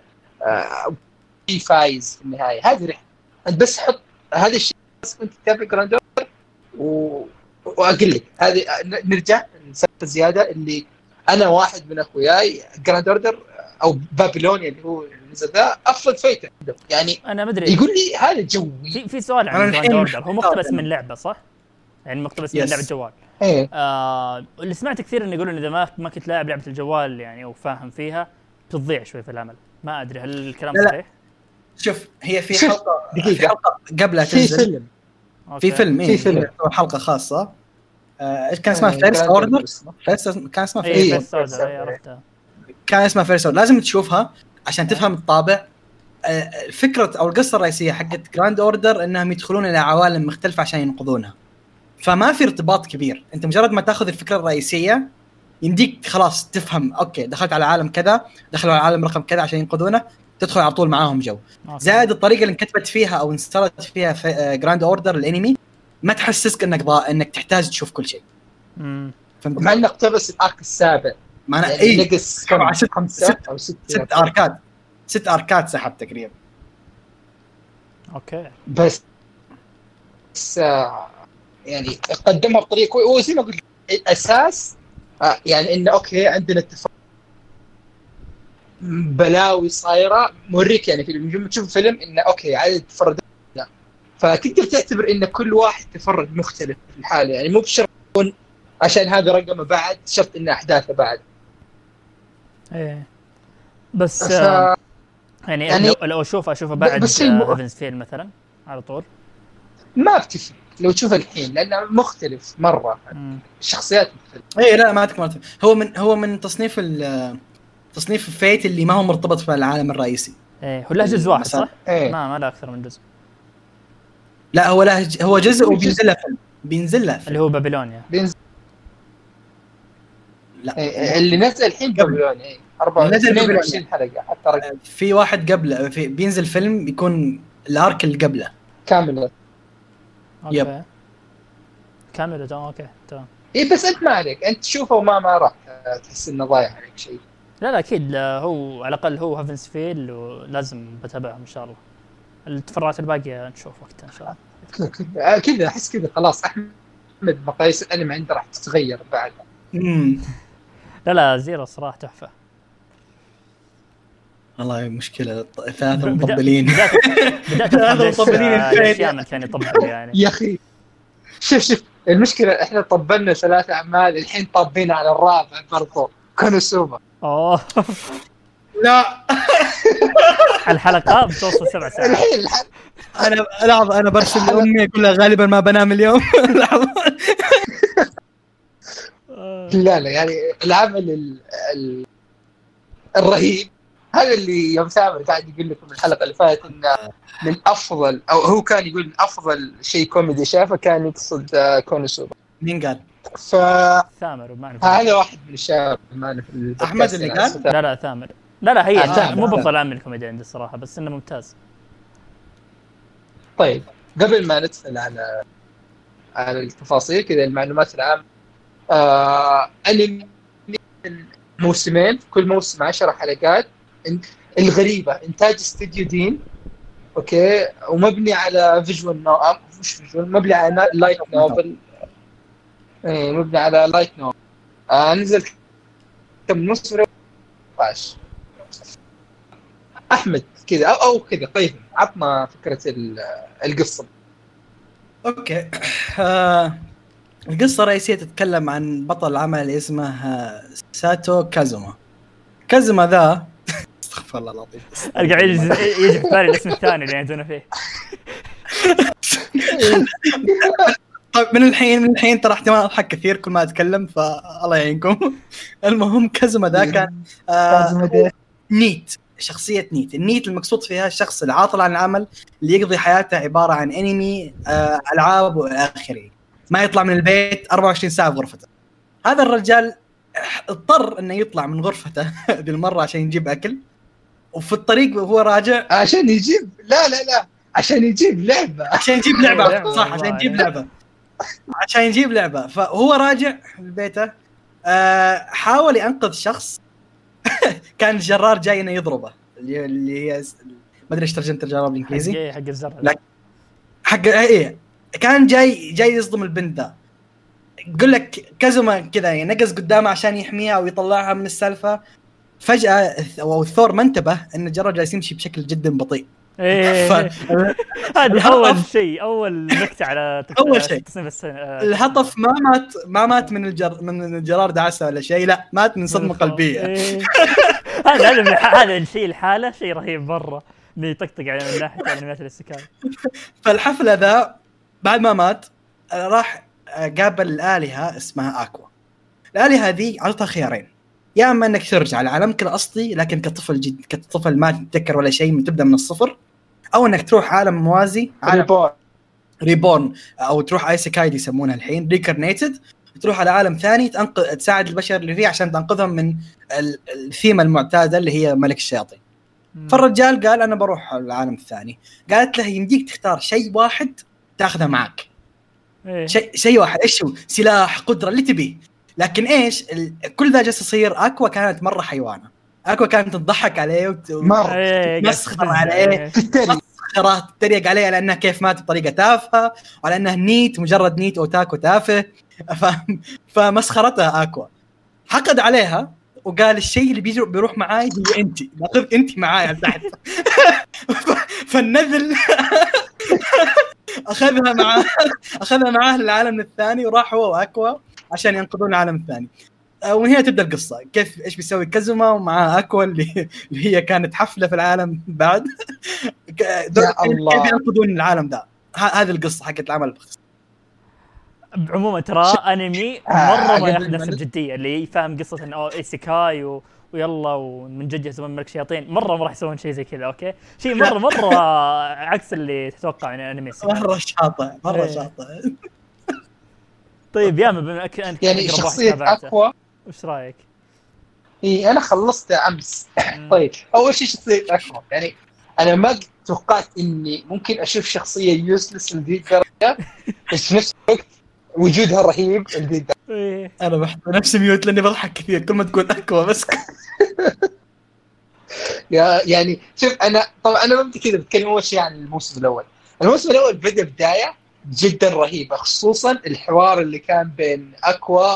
A: في فايز في النهايه. هذه رحله انت بس حط هذا الشيء بس كنت تتابع جراند اوردر واقول لك هذه نرجع نسالفه زياده. اللي انا واحد من اخوياي جراند اوردر او بابلونيا اللي هو نزل ذا افضل فايت عنده. يعني
B: انا ما ادري،
A: يقول لي هذا جوي.
B: في سؤال عن جراند اوردر. هو مقتبس من لعبه صح؟ يعني مقتبس من لعبه جوال. اللي سمعت كثير انه يقولون اذا ما كنت لاعب لعبه الجوال يعني وفاهم فيها بتضيع شوي في العمل. ما ادري هل الكلام صحيح؟
C: شوف هي في
A: شوف،
C: حلقه
A: دقيقة.
C: في حلقه قبلها
A: في
C: تنزل
A: فيلم
C: في فيلم
A: في فيلم.
C: حلقه خاصه ايش كان اسمها؟
A: إيه،
C: فيرست
A: Grand
C: اوردر.
A: Order.
C: كان اسمها
B: اي
A: إيه،
C: فيرست
B: فيرست
A: First
B: اوردر،
A: Order.
B: عرفتها.
C: كان اسمها فيرست اوردر. لازم تشوفها عشان تفهم الطابع. الفكره او القصه الرئيسيه حقت جراند اوردر انهم يدخلون الى عوالم مختلفه عشان ينقذونها، فما في ارتباط كبير. انت مجرد ما تاخذ الفكره الرئيسيه يمديك خلاص تفهم اوكي دخلت على عالم كذا، دخلوا على عالم رقم كذا عشان ينقذونه، تدخل على طول معاهم جو.
B: أوكي.
C: زائد الطريقه اللي انكتبت فيها او انستلت فيها في جراند اوردر الانمي ما تحسسك انك تحتاج تشوف كل شيء.
B: مم.
C: فهمت؟
A: مع انه اقتبس الارك السابع،
C: معنى
A: يعني
C: اي
A: نقص كم؟
C: ست-
A: 5 أو 6
C: ست اركات 6 اركات سحب تقريبا.
B: اوكي.
A: بس يعني قدمها بطريقه وزي ما قلت الاساس يعني انه اوكي عندنا بلاوي صايره، موريك يعني في لما تشوف فيلم انه اوكي عدد تفرد، فتقدر تعتبر ان كل واحد تفرد مختلف في الحاله، يعني مو بشرط يكون عشان هذا رقمه بعد شرط ان احداثه بعد.
B: ايه بس يعني
A: يعني
B: لو اشوفه بعد
A: بس
B: هيفنز فيل مثلا على طول
A: ما بتفرق لو تشوف الحين لانه مختلف مره،
B: مم.
A: الشخصيات مختلفه.
C: اي لا ما تكملت. هو من تصنيف الفيت اللي ما هو مرتبط في العالم الرئيسي.
B: ايه هو له جزء واحد صح؟
A: إيه.
B: ما له اكثر من جزء.
C: لا هو جزء وبينزل له فيلم. بينزل له
B: اللي هو بابلونيا.
C: لا
A: إيه. اللي نزل الحين بابلون، اي 24 حلقه حتى رقم
C: في واحد قبله بينزل فيلم يكون الارك اللي قبله
A: كامله.
B: اوكي كامل تمام. اوكي تمام.
A: اي بس انت ما عليك، انت تشوفه وما راح تحس انه ضايع عليك شيء.
B: لا اكيد هو على الاقل هو هيفنز فيل ولازم بتابعهم ان شاء الله. التفرعات الباقيه نشوف وقتها ان شاء الله.
A: كذا احس كذا خلاص احمد مقاييس الانمي عنده راح تتغير بعد.
B: لا زيرو صراحه تحفه
C: والله مشكله ثلاثه مطبلين.
B: بدات مطبلين الاشياء من كان يطبل يعني.
A: يا اخي شوف المشكله احنا طبلنا 3 اعمال، الحين طابين على الرابع برضو كونوسوبا.
B: اوه
C: لا
B: الحلقه بتوصل 7 ساعات
A: الحين
C: انا برسل لامي اقول لها غالبا ما بنام اليوم.
A: لا يعني العمل الرهيب هذا اللي يوم ثامر قاعد يقول لكم الحلقه اللي فاتت انه من افضل، او هو كان يقول من افضل شيء كوميدي شافه، كان يقصد كونوسوبا.
C: مين قال؟
B: ثامر وما
A: هذا واحد من الشباب معنا في
C: احمد اللي قال؟
B: لا ثامر. لا هي
A: ثامر.
B: مو بفضل عامل الكوميديا عندي الصراحه، بس انه ممتاز.
A: طيب قبل ما ندخل على التفاصيل كذا المعلومات العامة، أنمي موسمين، كل موسم 10 حلقات. الغريبة إنتاج استوديو دين، أوكي، ومبني على مش فيجوال، مبني على لايت نوفل. إيه مبني على لايت نوفل. نزل كم موسم؟ 14. أحمد كذا أو كذا طيب عطنا فكرة القصة.
C: اوكي القصة الرئيسية تتكلم عن بطل العمل اسمه ساتو كازوما ذا استغفر الله العظيم
B: ارجع يجي في بالي الاسم الثاني اللي عندنا فيه.
C: طيب من الحين ترى احتمال اضحك كثير كل ما اتكلم فالله يعينكم. المهم كازوما ذا كان نيت، شخصية النيت المقصود فيها الشخص العاطل عن العمل اللي يقضي حياته عبارة عن انمي العاب واخره، ما يطلع من البيت 24 ساعة بغرفته. هذا الرجال اضطر انه يطلع من غرفته هذه المرة عشان يجيب اكل، وفي الطريق وهو راجع
A: عشان يجيب لا عشان يجيب لعبة
C: صح عشان يجيب لعبة. فهو راجع لبيته حاول ينقذ شخص كان الجرار جاي انه يضربه، اللي هي ما ادري ايش ترجمه الجرار بالانجليزي،
B: حق الزر
C: حق ايه، كان جاي يصدم البنت ذا. يقول لك كازوما كذا ينقز قدامه عشان يحميها ويطلعها من السالفه. فجاه الثور ما انتبه ان الجرار جالس يمشي بشكل جدا بطيء.
B: هذا اول نكته على
C: اول شيء الهطف ما مات من الجرار دعسه ولا شيء، لا مات من صدمه قلبيه.
B: هذا الشيء الحاله شيء رهيب مره. يطقطق على من ناحيه انميات الاستيكاي.
C: فالحفله ذا بعد ما مات راح قابل الالهه اسمها اكوا. الالهه هذه عطتها خيارين، يا اما انك ترجع لعالمك الاصلي لكن كطفل ما تتذكر ولا شيء من تبدا من الصفر، او انك تروح عالم موازي، عالم ريبورن، او تروح ايسيكاي يسمونها الحين ريكارنيتد، تروح على عالم ثاني تساعد البشر اللي فيه عشان تنقذهم من الثيمه المعتاده اللي هي ملك الشياطين. فالرجال قال انا بروح العالم الثاني. قالت له يمديك تختار شيء واحد تاخذه معك. شيء واحد، ايش هو؟ سلاح، قدره، اللي تبيه. لكن ايش كل ذا جالس يصير؟ اكوا كانت مره حيوانه، اكوا كانت تضحك عليه وتمسخر عليه، تتريق عليه لانه كيف مات بطريقه تافهه، وعلى انه نيت، مجرد نيت اوتاكو تافه. فمسخرتها اكوا، حقد عليها وقال الشيء اللي بيروح معاي هو انت، ناخذ انت معاي تحت. فالنذل اخذها معاه للعالم الثاني، وراح هو واكوا عشان ينقذون العالم الثاني. ومن هنا تبدا القصه، كيف ايش بيسوي كازوما ومع اكوا اللي هي كانت حفله في العالم بعد. كيف ينقذون العالم ذا. هذه القصه حقت العمل باختصار.
B: عموما ترى انمي مره ما ياخذ نفسه بجديه، اللي يفهم قصه انه ايسيكاي ويلا ومن جد يهزمون ملك الشياطين، مره ما راح يسوون شيء زي كذا. اوكي شيء مره عكس اللي تتوقع من انمي.
C: مره شاطئ.
B: طيب يا بما انك
A: يعني شخصيه اكوا
B: وش رايك؟
A: انا خلصت امس. طيب اول شيء شخصيه اكوا، يعني انا ما توقعت اني ممكن اشوف شخصيه يوسلس لذي الدرجه، بس في نفس الوقت وجودها رهيب لذي الدرجه.
C: انا بحط نفسي ميوت لاني بضحك كثير كل ما تقول اكوا بس.
A: يعني شوف انا طبعا انا ببدا كذا بتكلم اول شيء عن الموسم الاول. الموسم الاول بدا بدايه جدا رهيبه، خصوصا الحوار اللي كان بين اكوا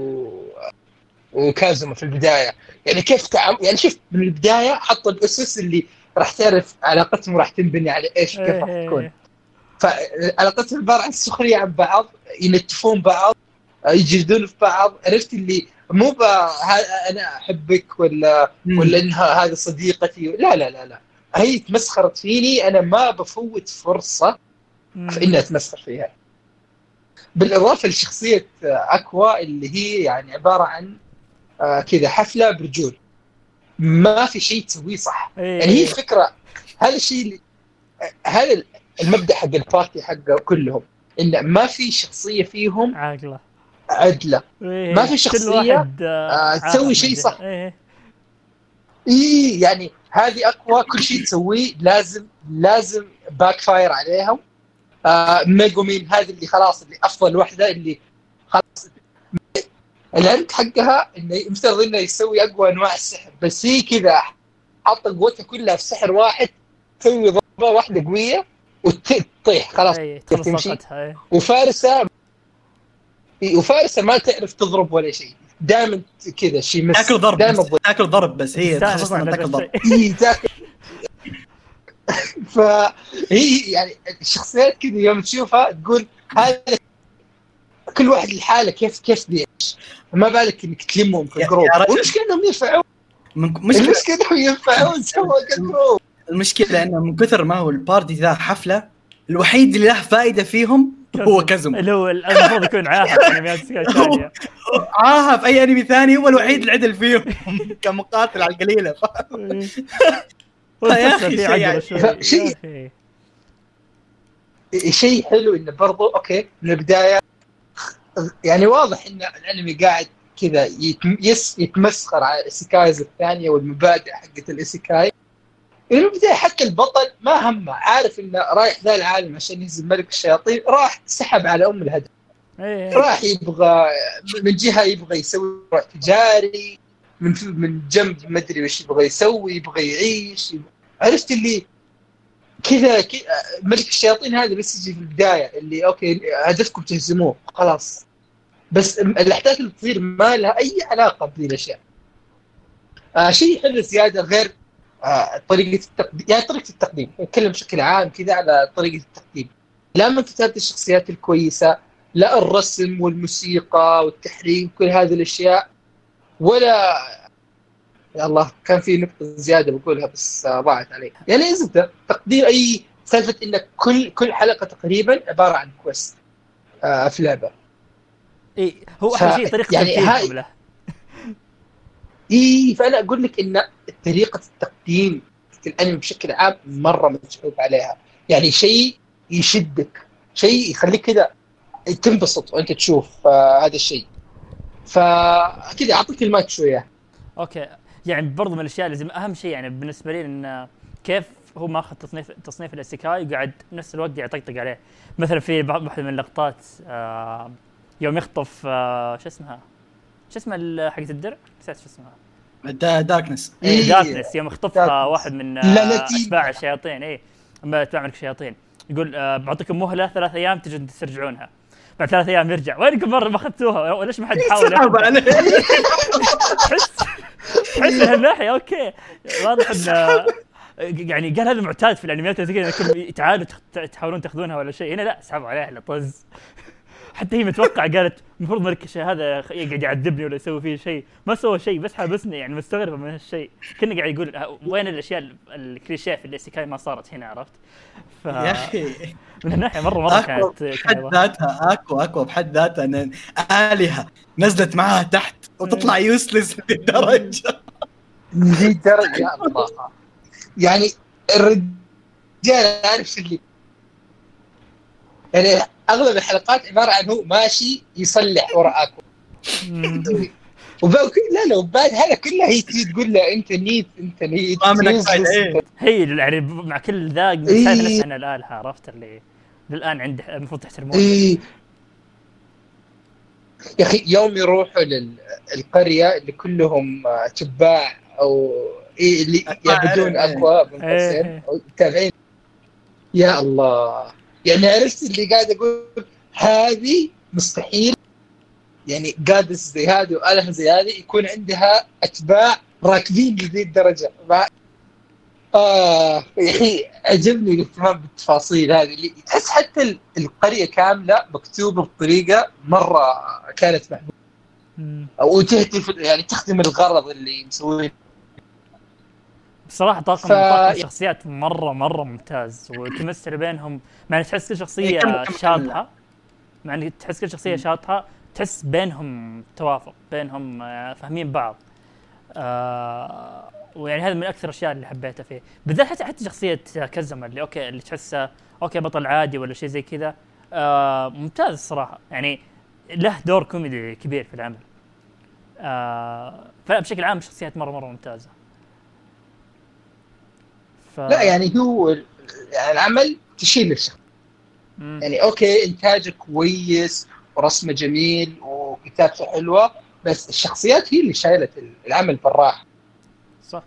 A: وكازوما في البدايه. يعني كيف يعني شوف من البدايه حطوا الاسس اللي راح تعرف علاقتهم راح تنبني على ايش كيف راح تكون. فعلاقتهم عباره عن السخريه عن بعض، ينتفون بعض، يجلدون في بعض. عرفت اللي مو انا احبك ولا انها هذه صديقتي، لا هي تمسخرت فيني، انا ما بفوت فرصه في اني اتمسخر فيها. بالاضافه لشخصيه اكوا اللي هي يعني عباره عن كذا حفله برجول، ما في شيء تسويه صح. يعني هي فكره، هذا الشيء هذا المبدا حق البارتي حقه كلهم، انه ما في شخصيه فيهم عدله. ما في شخصيه تسوي شيء صح. يعني هذه اقوى، كل شيء تسويه لازم باك فاير عليهم. ميجومين هذه اللي خلاص اللي افضل وحده، اللي خلاص العند حقها انه مفترض انه يسوي اقوى انواع السحر، بس هي كذا حاطه قوتها كلها في سحر واحد، تسوي ضربه واحده قويه وتطيح خلاص تمشي. وفارسه ما تعرف تضرب ولا شيء، دائما كذا شيء مس
C: تاكل ضرب بس هي خصوصا تاكل ضرب. فهي يعني الشخصيات كذا يوم تشوفها تقول هذا كل واحد لحاله كيف بيعيش، ما بالك انك تلمهم في الجروب. والمشكله انهم ينفعون، المشكله انهم ينفعون سوا كجروب. المشكله انه من كثر ما هو البارتي ذا حفله، الوحيد اللي له فائده فيهم هو كازوما،
B: اللي هو المفروض يكون عاهه في انميات ثانيه.
C: عاهه في اي انمي ثاني هو الوحيد اللي عدل فيهم كمقاتل على القليله.
B: يا اخي
A: شيء حلو انه برضو اوكي من البدايه يعني واضح ان الانمي قاعد كذا يتمسخر على الاسيكايز الثانيه والمبادئ حقت الاسيكاي. من البدايه حتى البطل ما همه، عارف انه رايح ذا العالم عشان يهزم ملك الشياطين، راح سحب على ام الهدف. راح يبغى من جهه يبغى يسوي تجاري، من جنب ما ادري وش يبغى يسوي، يبغى يعيش. عرفت اللي كذا ملك الشياطين هذا بس يجي في البدايه اللي اوكي هدفكم تهزموه خلاص، بس الاحداث اللي تصير ما لها اي علاقه بهذه الاشياء. شيء حلو زياده غير طريقه التقديم. يعني طريقه التقديم نتكلم بشكل عام كذا على طريقه التقديم، لا من كتابه الشخصيات الكويسه، لا الرسم والموسيقى والتحريك كل هذه الاشياء، ولا يا الله كان في نقطة زيادة بقولها بس ضاعت علي. يعني زبدة تقدير أي سالفة إن كل حلقة تقريبا عبارة عن كويست في لعبة.
B: اي هو احلى شيء طريقه
A: يعني
B: تقديمهم له.
A: فأنا أقول لك إن طريقة التقديم في الأنمي بشكل عام مرة متعوب عليها. يعني شيء يشدك، شيء يخليك كذا تنبسط وأنت تشوف هذا الشيء. فكذا أعطيك المايك شوية.
B: اوكي يعني برضو من الاشياء اللي اهم شيء يعني بالنسبه لي ان كيف هو ماخذ تصنيف الاستيكاي وقاعد نفس الوقت يطقطق عليه. مثلا في واحده من اللقطات يوم يخطف شو اسمها حقت الدرع، نسيت شو اسمها.
C: داركنس.
B: داركنس يوم يخطفها واحد من اتباع الشياطين. اما اتباع ملك الشياطين يقول بعطيكم مهله 3 أيام تجون ترجعونها. بعد 3 أيام يرجع، وينكم مرة ما اخذتوها وليش ما حد حاول تحس من هالناحية. اوكي واضح ان يعني قال هذا معتاد في الانميات زي كذا انكم تعالوا تحاولون تاخذونها ولا شيء. هنا لا، سحبوا عليها لطز. حتى هي متوقع قالت المفروض ملك الشيء هذا يقعد يعذبني ولا يسوي فيه شيء، ما سوى شيء بس حبسني. يعني مستغربه من هالشيء، كنا قاعد يقول وين الاشياء الكليشيه في الاستيكاي ما صارت هنا، عرفت؟
C: يا اخي
B: من الناحيه مره كانت
C: بحد ذاتها اكو بحد ذاتها ان آلهة نزلت معاها تحت وتطلع يوسلس للدرجه
A: دي درجه. يا الله يعني الرجال عارف شو اللي يعني اغلب الحلقات عباره عن هو ماشي يصلح وراءكم لا وبعد هذا كله هي تقول له انت نيت
C: ما منك
B: هي يعني مع كل ذا مثال عن الآلهة، عرفت اللي للآن عنده المفروض تحترمونه.
A: يا اخي يوم يروحوا للقريه اللي كلهم تباع او اللي يعبدون اقوى من قوسين تابعين. يا الله يعني عرفت اللي قاعد اقول هذه مستحيل يعني قادس زي هذه وآلهة زي هذه يكون عندها أتباع راكبين لذي الدرجة. يعني عجبني الاهتمام بالتفاصيل هذه اللي تحس حتى القرية كاملة مكتوبة بطريقة مرة كانت محبوبة أو تهدف يعني تخدم الغرض اللي مسويه.
B: بصراحة طاقم الشخصيات مرة ممتاز، والكيمستري بينهم يعني تحس كل شخصية شاطحة، يعني تحس كل شخصية شاطحة، تحس بينهم توافق بينهم فاهمين بعض. ويعني هذا من أكثر الأشياء اللي حبيتها فيه بالذات. حتى شخصية كزما اللي أوكي تحسه أوكي بطل عادي ولا شيء زي كذا ممتاز الصراحة. يعني له دور كوميدي كبير في العمل. فبشكل عام الشخصيات مرة ممتازة.
A: لا يعني هو يعني العمل تشيل الشخص. يعني أوكي إنتاجه كويس ورسمه جميل وكتابته حلوة، بس الشخصيات هي اللي شايلت العمل بالراحة.
B: صح.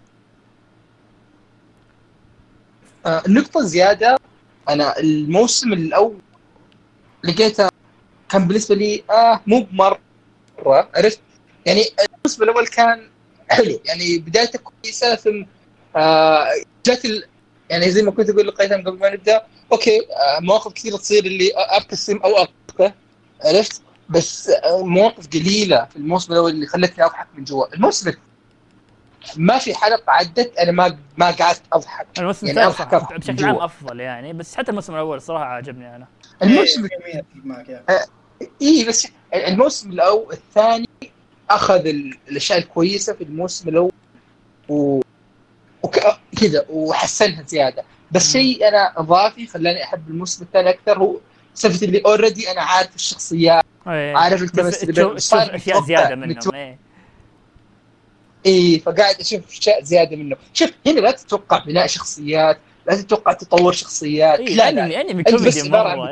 A: نقطة زيادة، أنا الموسم الأول لقيته كان بالنسبة لي مو بمرة عرفت. يعني الموسم الأول كان حلو، يعني بدايته كويسة، ثم جات يعني زي ما كنت أقول لقيتها قبل ما نبدأ أوكي مواقف كثيرة تصير اللي أبتسم أو أبكي عرفت، بس مواقف قليلة في الموسم الأول اللي خلتني أضحك من جوا. الموسم ما في حلقة عدت أنا ما قعدت أضحك.
B: الموسم
A: يعني
B: أضحك بشكل عام أفضل يعني، بس حتى الموسم الأول صراحة عجبني أنا.
A: الموسم بس الموسم الأول الثاني أخذ الأشياء الكويسة في الموسم الأول وكذا وحسنها زيادة. بس شيء أنا إضافي خلاني أحب الموسم الثاني أكثر هو سالفة اللي أوريدي أنا عارف الشخصيات، عارف التمثيل بينهم،
B: صار أشياء زيادة منهم.
A: فقاعد أشوف أشياء زيادة منه. شوف هنا لا تتوقع بناء شخصيات، لا تتوقع تطور شخصيات. لا
B: يعني كوميدي مرة.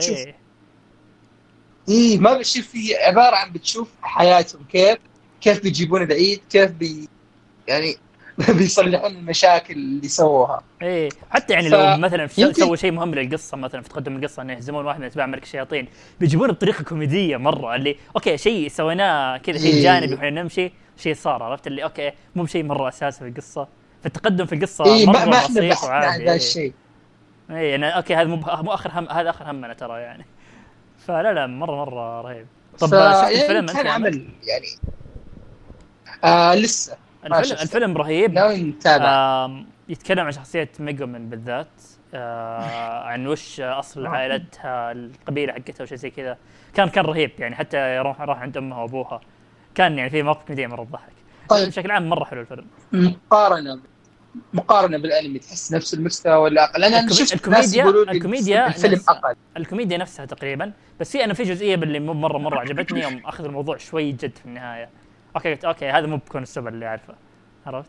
A: ما بتشوف في عبارة عن بتشوف حياتهم كيف بيجيبون العيد، كيف يعني بيصلحون المشاكل اللي سووها.
B: حتى يعني لو مثلا سووا شيء مهم للقصه، مثلا في تقدم القصه انه يهزمون واحد من اتباع ملك الشياطين، بيجيبونه بطريقه كوميديه مره اللي اوكي شيء سويناه كذا شيء جانبي وحين نمشي شيء صار، عرفت اللي اوكي مو بشيء مره اساسي في القصه، فالتقدم في القصه مره بسيط وعادي.
A: هذا الشيء
B: يعني اوكي هذا مو اخر هم، هذا اخر همنا ترى يعني. فلا مره رهيب. طب
A: شفت الفيلم انت؟ عمل يعني لسه
B: الفيلم رهيب.
A: ناوي نتابع.
B: يتكلم عن شخصية ميجومن بالذات، عن وش أصل عائلتها، القبيلة حقتها وشيء زي كذا. كان رهيب يعني، حتى راح عند أمها وأبوها، كان يعني في موقف كوميدي مرة ضحك.
A: طيب
B: بشكل عام مرة حلو الفيلم.
A: مقارنة بالأنمي تحس نفس المستوى ولا أقل؟ أنا شفت ناس يقولون الفيلم أقل.
B: الكوميديا نفسها تقريبا، بس في جزئية اللي مرة عجبتني يوم أخذ الموضوع شوي جد في النهاية. أوكي هذا مو بكون السبب اللي أعرفه، عرفت؟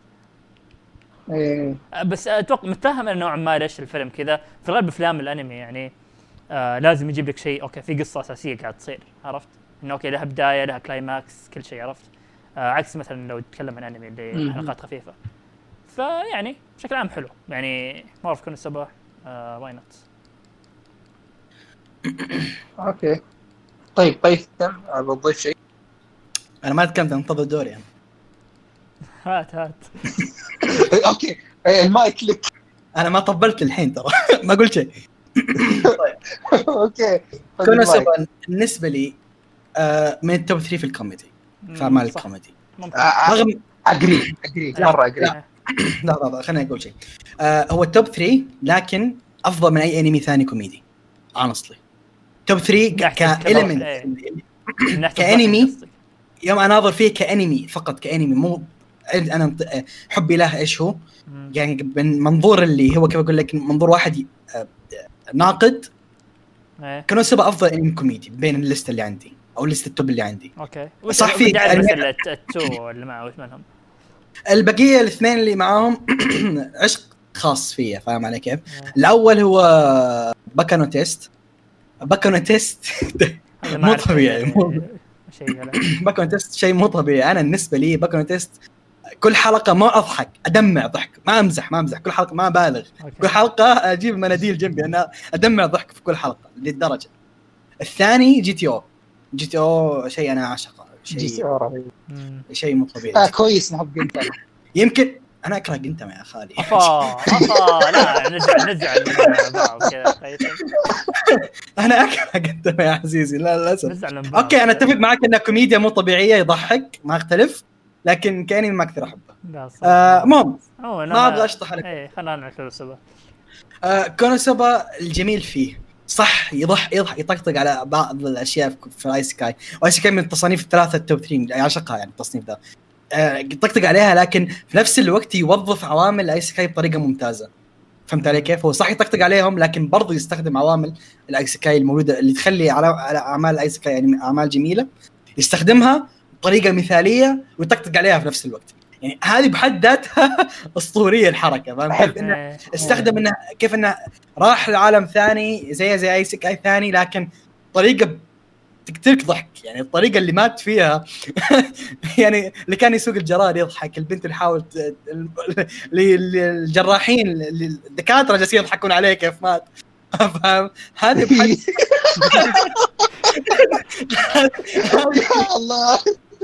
B: بس أتوقع متفهم نوعا ما ليش الفيلم كذا. في غالب أفلام الأنمي يعني لازم يجيب لك شيء أوكي في قصة أساسية قاعد تصير، عرفت؟ إنه أوكي لها بداية لها كلايماكس كل شيء، عرفت؟ عكس مثلا لو تتكلم عن أنمي اللي حلقات خفيفة. فيعني بشكل عام حلو يعني، ما أعرف كون السبب واي نوت.
A: اوكي طيب تم بضيف شيء.
C: انا ما تكلمت، انتظر دوري يعني.
B: هات
A: اوكي المايك لك.
C: انا ما طبلت الحين ترى ما قلت شيء.
A: اوكي
C: كونوسوبا بالنسبه لي من التوب 3 في الكوميدي، في اعمال الكوميدي.
A: رغم اجري مره اجري.
C: لا خليني اقول شيء. هو التوب 3 لكن افضل من اي انمي ثاني كوميدي honestly. توب 3 كإليمنت كأنمي، يوم اناظر فيه كأنمي فقط، كأنمي مو انا حبي له ايش هو يعني من منظور اللي هو كيف اقول لك، منظور واحد ناقد. كونوسوبا افضل انمي كوميدي بين الليست اللي عندي او ليست التوب اللي عندي.
B: اوكي
C: صح في
B: التو اللي معه وش منهم
C: البقيه الاثنين اللي معاهم عشق خاص فيا، فاهم علي كيف؟ الاول هو باكانو تيست مو طبيعي. باكانو تيست شيء مو طبيعي. انا بالنسبه لي باكانو تيست كل حلقه ما اضحك، ادمع ضحك، ما امزح كل حلقه ما بالغ. كل حلقه اجيب مناديل جنبي انا ادمع ضحك في كل حلقه للدرجه. الثاني جي تي او شيء انا اعشقه، شيء مو طبيعي.
A: كويس نحب جنتا.
C: يمكن انا اكره جنتا يا خالي.
B: لا نزعل كذا.
C: انا اكره جنتا يا عزيزي، لا للاسف. اوكي انا اتفق معك انها كوميديا مو طبيعيه، يضحك ما اختلف، لكن كاني ما اكثر احبه. المهم ما ابغى اشطح عليك.
B: خلينا نعرف السبب.
C: كونوسوبا الجميل فيه صح، يضحك يطقطق على بعض الاشياء في ايسكاي، وايسكاي من التصانيف الثلاثه التوب 3 يعشقها يعني التصنيف ده. يطقطق عليها لكن في نفس الوقت يوظف عوامل الايسكاي بطريقه ممتازه. فهمت علي كيف؟ هو صح يطقطق عليهم لكن برضه يستخدم عوامل الايسكاي الموجوده اللي تخلي على اعمال الايسكاي يعني اعمال جميله، يستخدمها بطريقه مثاليه ويطقطق عليها في نفس الوقت. يعني هذه بحد ذاتها اسطوريه الحركه. فاهم كيف انه استخدم انه كيف انه راح لعالم ثاني زي ايسكاي ثاني، لكن طريقه تقتلك ضحك. يعني الطريقه اللي مات فيها يعني اللي كان يسوق الجرار يضحك، البنت اللي حاول الجراحين الدكاتره جالسين يضحكون عليه كيف مات. فاهم هذه بحد
A: الله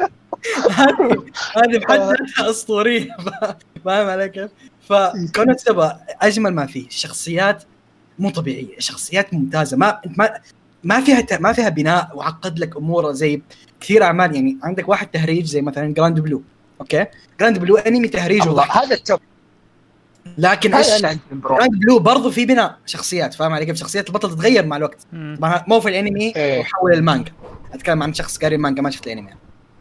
C: هذه بحد اسطوريه. فاهم علي كيف؟ فكونوسوبا اجمل ما فيه شخصيات مو طبيعيه، شخصيات ممتازه، ما فيها بناء وعقد لك امور زي كثير اعمال. يعني عندك واحد تهريج زي مثلا جراند بلو. اوكي جراند بلو انمي تهريج
A: هذا التوب،
C: لكن جراند بلو برضو في بناء شخصيات. فاهم علي كيف؟ شخصيات البطل تتغير مع الوقت. مو في الانمي وحول المانجا، اتكلم عن شخص قاري المانجا ما شفت الانمي.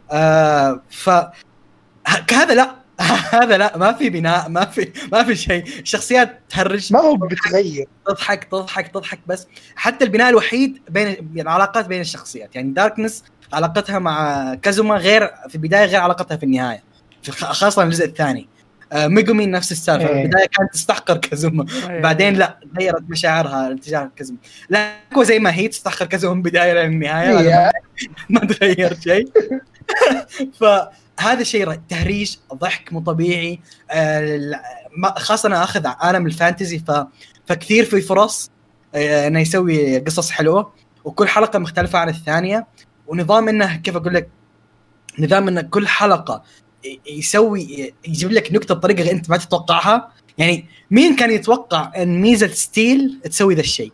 C: هذا لا هذا لا، ما في بناء، ما في شيء. شخصيات تهرج،
A: ما هو بتغير،
C: تضحك بس. حتى البناء الوحيد بين العلاقات بين الشخصيات، يعني داركنس علاقتها مع كازوما غير في البدايه غير علاقتها في النهايه، خاصه الجزء الثاني. ميجومي نفس السالفه. في البدايه كانت تستحقر كازوما، بعدين لا غيرت مشاعرها تجاه كازوما. لا هو زي ما هي تستحقر كازوما من البدايه للنهايه، ما تغير شيء. فهذا شيء تهريج ضحك مو طبيعي. خاصه انا اخذ عالم الفانتزي، فكثير في فرص انه يسوي قصص حلوه وكل حلقه مختلفه عن الثانيه. ونظام انه كيف اقول لك، نظام انه كل حلقه يجيب لك نكته بطريقه انت ما تتوقعها. يعني مين كان يتوقع ان ميزه ستيل تسوي ذا الشيء؟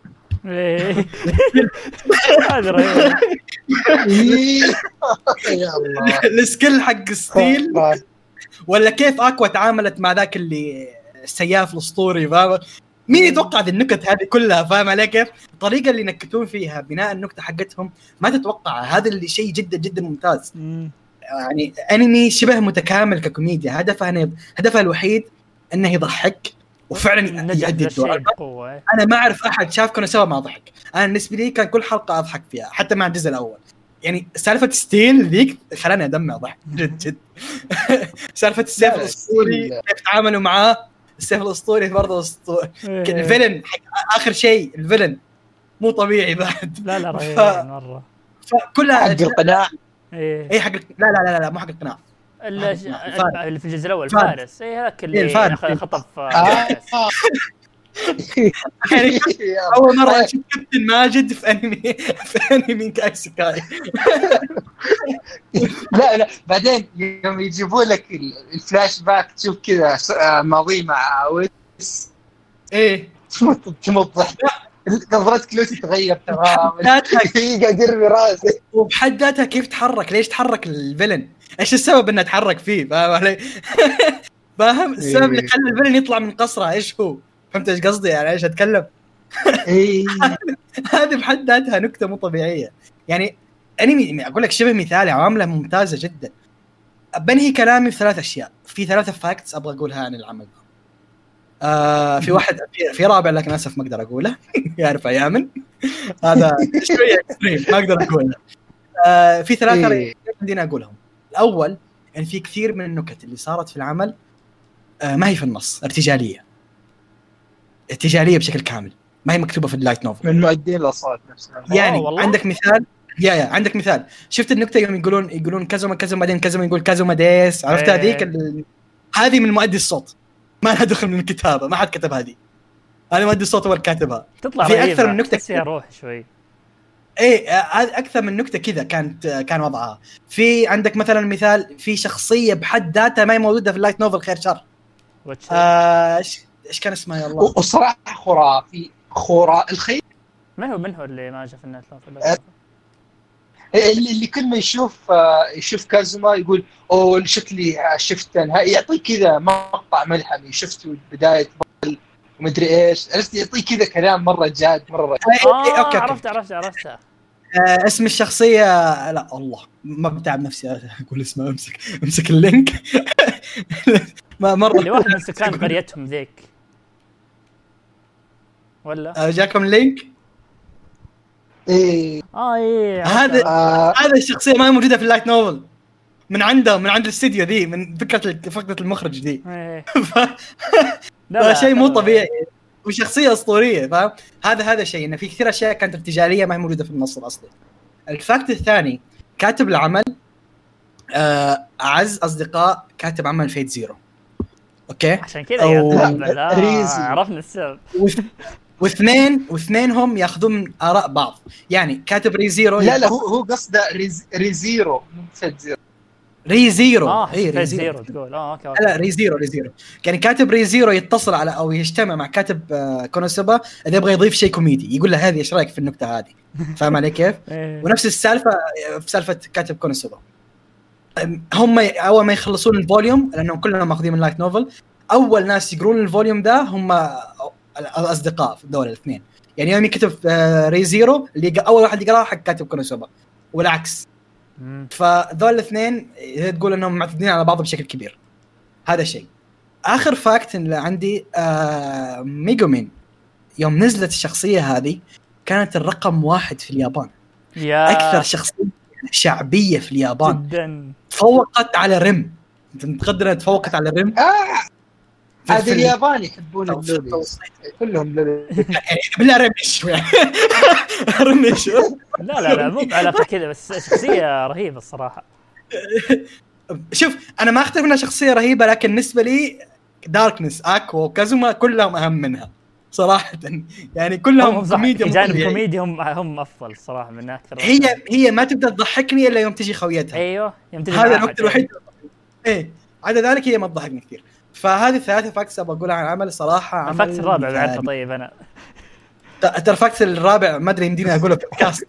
B: هذا رهيب.
C: يا الله السكيل حق ستيل ولا كيف اكوا تعاملت مع ذاك اللي السياف الاسطوري، فاهم؟ مين يتوقع ذي النكت هذه كلها؟ فاهم علي كيف؟ الطريقه اللي ينكتون فيها بناء النكته حقتهم ما تتوقع. هذا اللي شيء جدا جدا ممتاز. يعني انمي شبه متكامل ككوميديا، هدفها الوحيد انه يضحك وفعلا يؤدي الدور. انا ما اعرف احد شاف كونوسوا ما ضحك. انا بالنسبه لي كان كل حلقه اضحك فيها حتى مع الجزء الاول. يعني سالفه ستيل ذيك خلاني ادمع ضحك جد جد. سالفه السيف الاسطوري كيف تعاملوا معاه، السيف الاسطوري برضه اسطوري. الفيلن اخر شيء الفيلن مو طبيعي بعد.
B: لا رهيب مره.
C: فكلها
A: حق القناع.
C: اي حق لا مو حق القناع.
B: اللي في الجزء الاول فارس. اي هذاك اللي خطف
C: اول مره شفت كابتن ماجد في انمي كايسكاي.
A: لا بعدين يوم يجيبوا لك الفلاش باك تشوف كذا ماضي مع ويس
C: ايه
A: تمضح نظرتك لو تتغير تماما. قاعد يرمي راسه
C: وبحد ذاتها كيف تحرك، ليش تحرك الفيلن، ايش السبب انه تحرك فيه، فاهم علي؟ فاهم السبب اللي خلى الفيلن يطلع من قصره ايش هو؟ فهمت ايش قصدي يعني ايش اتكلم؟ هذه بحد ذاتها نكته مو طبيعيه. يعني انمي اقول لك شبه مثالي، عوامله ممتازه جدا. بنهي كلامي في 3 أشياء، في 3 فاكتس ابغى اقولها عن العمل. في واحد في رابع لكن اسف ما اقدر اقوله. يعرف ايامن هذا شويه اكستريم ما اقدر اقوله. في 3 عندنا اقولهم. الاول يعني في كثير من النكت اللي صارت في العمل ما هي في النص، ارتجاليه بشكل كامل، ما هي مكتوبه في اللايت نوفل
A: من مؤدين الاصوات نفسها.
C: يعني عندك مثال عندك مثال، شفت النكته يوم يقولون كازوما بعدين كازوما يقول كازوما ديس، عرفت هذيك هذه من مؤدي الصوت، ما لها دخل من الكتابه، ما حد كتب هذه، انا مؤدي الصوت هو اللي كاتبها.
B: تطلع
C: في اكثر من نكته
B: فيها روح شوي.
C: ايه اكثر من نكته كذا كان وضعها. في عندك مثلا مثال في شخصيه بحد ذاتها ما هي موجوده في اللايت نوفل خير شر. ايش كان اسمها يا الله؟
A: وصراحه خرافي الخير.
B: من هو اللي ما شاف النت
A: اللي كل ما يشوف كازوما يقول اوه شكلي شفت يعطيك كذا مقطع ملحمي شفته بدايه ومدري ايش، عرفت يعطيك كذا كلام مره جاد مره.
B: اوكي عرفتها.
C: اسم الشخصيه لا الله ما بتعب نفسي اقول اسمه. امسك اللينك. ما مره
B: اللي واحد من سكان قريتهم ذيك ولا
C: جاكم اللينك.
A: ايه
C: هذا الشخصيه ما هي موجوده في اللايت نوفل، من عند الاستديو ذي، من فكره المخرج ذي. لا شيء مو طبيعي وشخصيه اسطوريه، فاهم؟ هذا شيء انه في كثير اشياء كانت ارتجاليه ما هي موجوده في النص الاصلي. الفاكت الثاني كاتب العمل اعز اصدقاء كاتب عمل فيت زيرو. اوكي
B: عشان كذا عرفنا السبب.
C: واثنين هم ياخذون اراء بعض، يعني كاتب ريزيرو.
A: لا هو قصده ريزيرو مو فيت زيرو.
C: ريزيرو
B: ريزيرو تقول اوكي
C: لا ريزيرو يعني كاتب ريزيرو يتصل على او يجتمع مع كاتب كونوسوبا اذا يبغى يضيف شيء كوميدي، يقول له هذه ايش رايك في النكته هذه؟ فاهم علي كيف؟ ونفس السالفه في سالفه كاتب كونوسوبا. هم اول ما يخلصون الفوليوم لانهم كلهم ماخذين من لايت نوفل، اول ناس يقرون الفوليوم ده هم الاصدقاء في الدوله الاثنين. يعني يوم يكتب ريزيرو اللي اول واحد يقراه حق كاتب كونوسوبا والعكس. فذول الاثنين تقول انهم معتمدين على بعض بشكل كبير. هذا شيء. اخر فاكت اللي عندي ميجومين يوم نزلت الشخصيه هذه كانت الرقم 1 في اليابان. اكثر شخصيه شعبيه في اليابان
B: جدا.
C: تفوقت على ريم. انت متقدر تفوقت على ريم.
A: هذا اليابان يحبون اللولي كلهم لولي.
C: بالله رمش رمش.
B: لا مو بعلاقه كذا، بس شخصيه رهيبه الصراحه.
C: شوف انا ما اختلف انها شخصيه رهيبه، لكن بالنسبه لي داركنس اكوا وكازوما كلهم اهم منها صراحه. يعني كلهم كوميديا،
B: جانب كوميديا هم افضل صراحه من اكثر.
C: هي ما تبدا تضحكني الا يوم تجي خويتها.
B: ايوه يوم تجي.
C: هذا الوقت الوحيد. ايه عدا ذلك هي ما تضحكني كثير. فهذه 3 فاكس بقولها عن العمل صراحه. عمل
B: الفاكس الرابع بعرفه. طيب انا
C: ترى الفاكس الرابع ما ادري يمديني اقوله في البودكاست.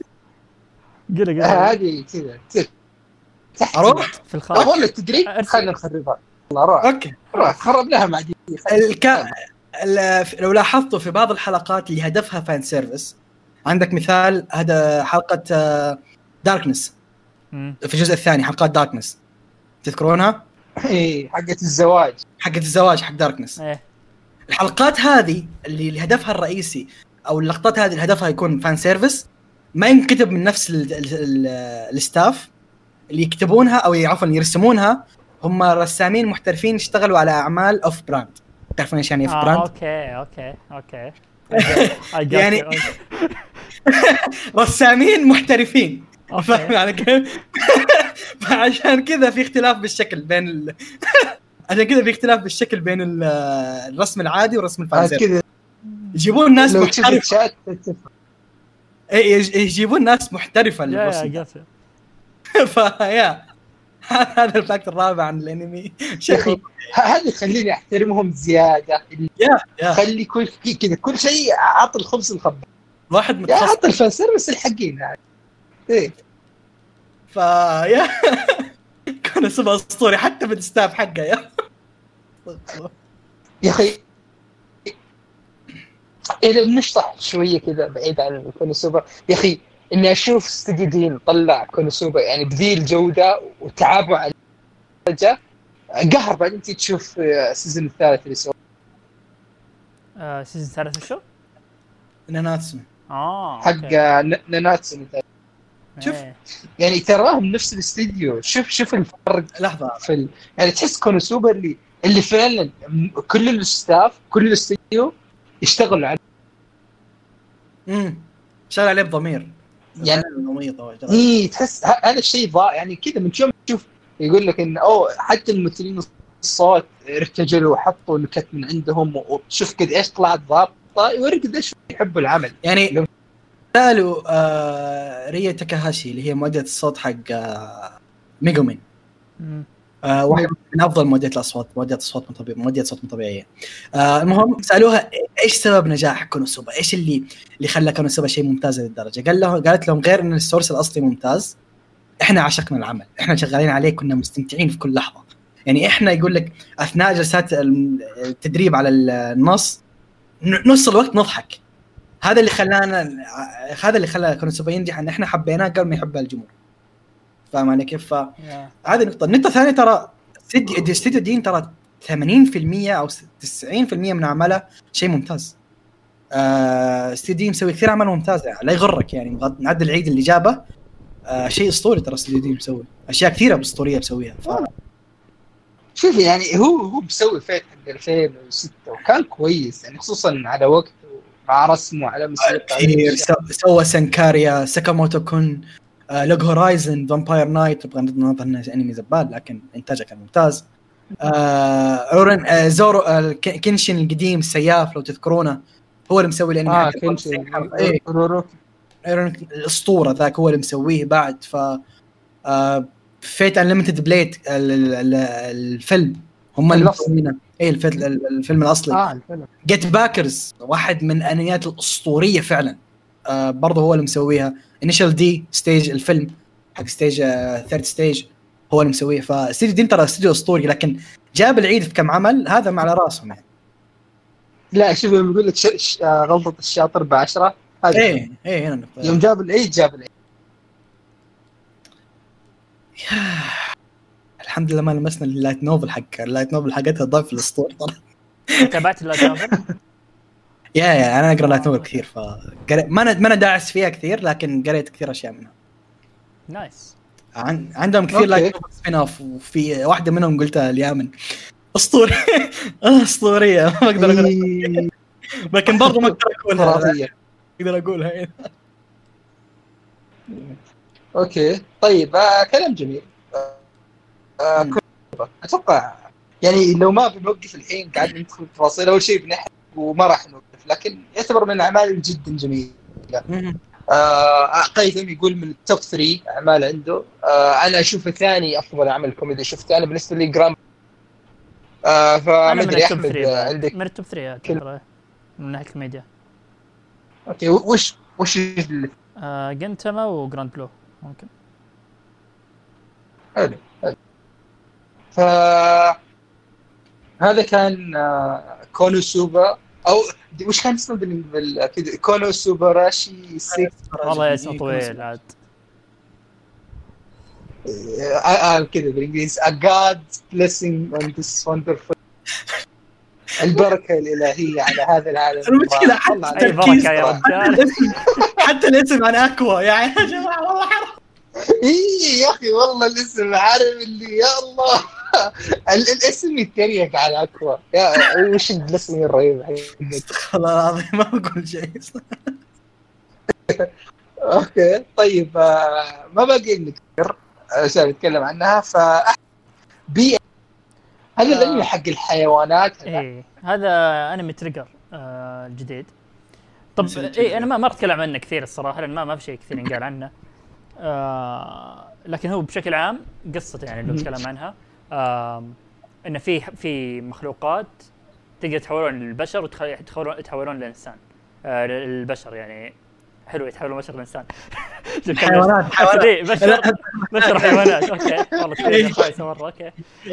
A: هذه كذا اروح
B: في الخارج
A: والله تدري خلينا نخربها. روح
C: اوكي
A: روح خربناها مع دي.
C: لو لاحظتوا في بعض الحلقات اللي هدفها فان سيرفيس، عندك مثال هذا حلقة داركنس في الجزء الثاني، حلقات داركنس تذكرونها؟
A: ايه حقة الزواج
C: حق داركنس.
B: ايه
C: الحلقات هذه اللي هدفها الرئيسي او اللقطات هذه اللي هدفها يكون فان سيرفيس ما ينكتب من نفس الستاف اللي يكتبونها او عفوا يرسمونها، هم رسامين محترفين اشتغلوا على اعمال اوف براند. تعرفون ايش يعني اوف براند؟
B: اوكي
C: يعني رسامين محترفين، فاهم على كيف؟ فعشان كذا في اختلاف بالشكل بين عشان كذا في اختلاف بالشكل بين الرسم العادي والرسم الفانسي.
A: كذا
C: يجيبون ناس
A: لو
C: محترفة، يجيبون ناس محترفة للرسم. فيا هذا الفاكت الرابع عن الانمي.
A: شيء هذا يخليني احترمهم زياده. خلي كل شيء عطل الخبز الخبز،
C: واحد متخصص
A: عطل الفان سيرفيس الحقين يعني. ايه
C: فيا كان سبب اسطوري حتى بالستاف حقه
A: يا اخي. إذا بنشطح شويه كذا بعيد عن كونوسوبا يا اخي، اني اشوف استوديو دين طلع كونوسوبا يعني بذي الجوده وتعبوا على الرجاء قهر. بعدين انت تشوف السيزون الثالث اللي سوى
B: سيزون الثالث شو؟
C: ناناتسو
A: حق ناناتسو. شوف يعني تراهم نفس الاستديو. شوف الفرق
C: لحظه
A: يعني تحس كونوسوبا اللي فعلا كل الستاف كل الاستديو يشتغلوا على
C: شغل عليه بضمير
A: يعني تحس هذا الشيء ضاع يعني كذا من يوم تشوف يقول لك ان حتى الممثلين الصوت ارتجلوا وحطوا نكت من عندهم وشوف قد ايش طلعت ضابطه يوريك قد ايش يحبوا العمل.
C: يعني قالوا ريا تاكاهاشي اللي هي مؤدية الصوت حق ميجومين، واحد من افضل مؤدية الاصوات، مؤدية صوت مو طبيعيه. المهم سالوها ايش سبب نجاح كونوسوبا، ايش اللي خلى كونوسوبا شيء ممتاز للدرجه. قالت لهم غير ان السورس الاصلي ممتاز، احنا عشقنا العمل، احنا شغالين عليه، كنا مستمتعين في كل لحظه. يعني احنا يقول لك اثناء جلسات التدريب على النص نص الوقت نضحك. هذا اللي خلى كونوسوبا ينجح، ان احنا حبيناه قبل ما يحبها الجمهور. فاهم علي كيف؟ هذه النقطه الثانيه ترى استديو دين ترى 80% او 90% من اعماله شيء ممتاز. استديو دين مسوي كثير اعمال ممتازه، لا يغرك يعني نعد العيد اللي جابه شيء اسطوري. ترى استديو دين مسوي اشياء كثيره اسطوريه مسويها.
A: شوف يعني هو مسوي فيت حق 2006 وكان كويس يعني، خصوصا على وقت مع رسمه على موسيقى.
C: سوى سانكاريا، ساكاموتو كون، لوج هورايزن، فامباير نايت. بغض النظر انه انمي زبال لكن انتاجه كان ممتاز. اورن زورو كينشين القديم السياف لو تذكرونه، هو اللي مسوي الانمي.
A: كينشين
C: الاسطوره ذاك هو اللي مسويه بعد. ف فيت انليمتد بليد الفيلم هم اللي مسوينه. الفيلم الاصلي. جيت باكرز واحد من انميات الاسطوريه فعلا، برضه هو اللي مسويها. انيشال دي ستيج الفيلم حق ستيج ثيرد ستيج هو اللي مسويه. فاستديو دين ترى استديو اسطوري، لكن جاب العيد في كم عمل هذا ما على راسهم يعني.
A: لا شوف بيقول لك غلطه الشاطر ب10 هذا.
C: ايه هنا
A: يوم جاب العيد
C: الحمد لله ما لمسنا اللايت نوفل حقتها ضعف الاسطوري.
B: تابعت اللايت نوفل؟
C: يا انا اقرا لايت نوفل كثير، ما انا داعس فيها كثير لكن قريت كثير اشياء منها.
B: نايس.
C: عندهم كثير لايت نوفل سبين اوف، وفي واحده منهم قلتها اليامن اسطوري. اسطوريه ما اقدر اقولها لكن برضو ما اقدر اقولها.
A: اوكي طيب كلام جميل. اتوقع يعني لو ما بنوقف الحين قاعد ندخل في تفاصيل، اول شيء بنحكي وما راح نوقف، لكن يعتبر من الاعمال جدا جميله. قيثم يقول من التوب 3 اعمال عنده. انا اشوفه ثاني افضل عمل كوميدي شفته انا بالنسبه لي جرام. فما ادري احمد عندك
B: من التوب 3 من ناحيه الكوميديا.
A: اوكي وش
B: جنتاما وجراند بلو ممكن.
A: حلو. هذا كان كونوسوبا او وش كان اسمه كذا كونوسوباراشي 6.
B: والله اسمه طويل عاد.
A: كذا بالانجليزي a God's blessing on this wonderful. البركة الإلهية على هذا العالم.
C: المشكلة حتى
B: أي بركة يا رجال.
C: حتى الاسم عن أكوا يعني يا جماعة والله حرام.
A: إيه يا أخي والله الاسم عارف اللي يا الله الاسم يتريق على أكوا يا وش الاسم الرهيب.
C: استغفر الله العظيم ما بقول شيء.
A: أوكي طيب ما باقي نكثر عشان نتكلم عنها. بي هذا الانمي حق الحيوانات
B: ايه هذا انمي تريجر الجديد. طب ايه انا ما اتكلم عنه كثير الصراحه لان ما في شيء كثير ينقال عنه. لكن هو بشكل عام قصته يعني اللي بتكلم عنها ان في مخلوقات تقدر تحولون للبشر وتحولون للانسان. البشر يعني حلو يتحولون بشر للانسان.
C: حيوانات
B: بشر حيوانات. اوكي والله كويس مره. اوكي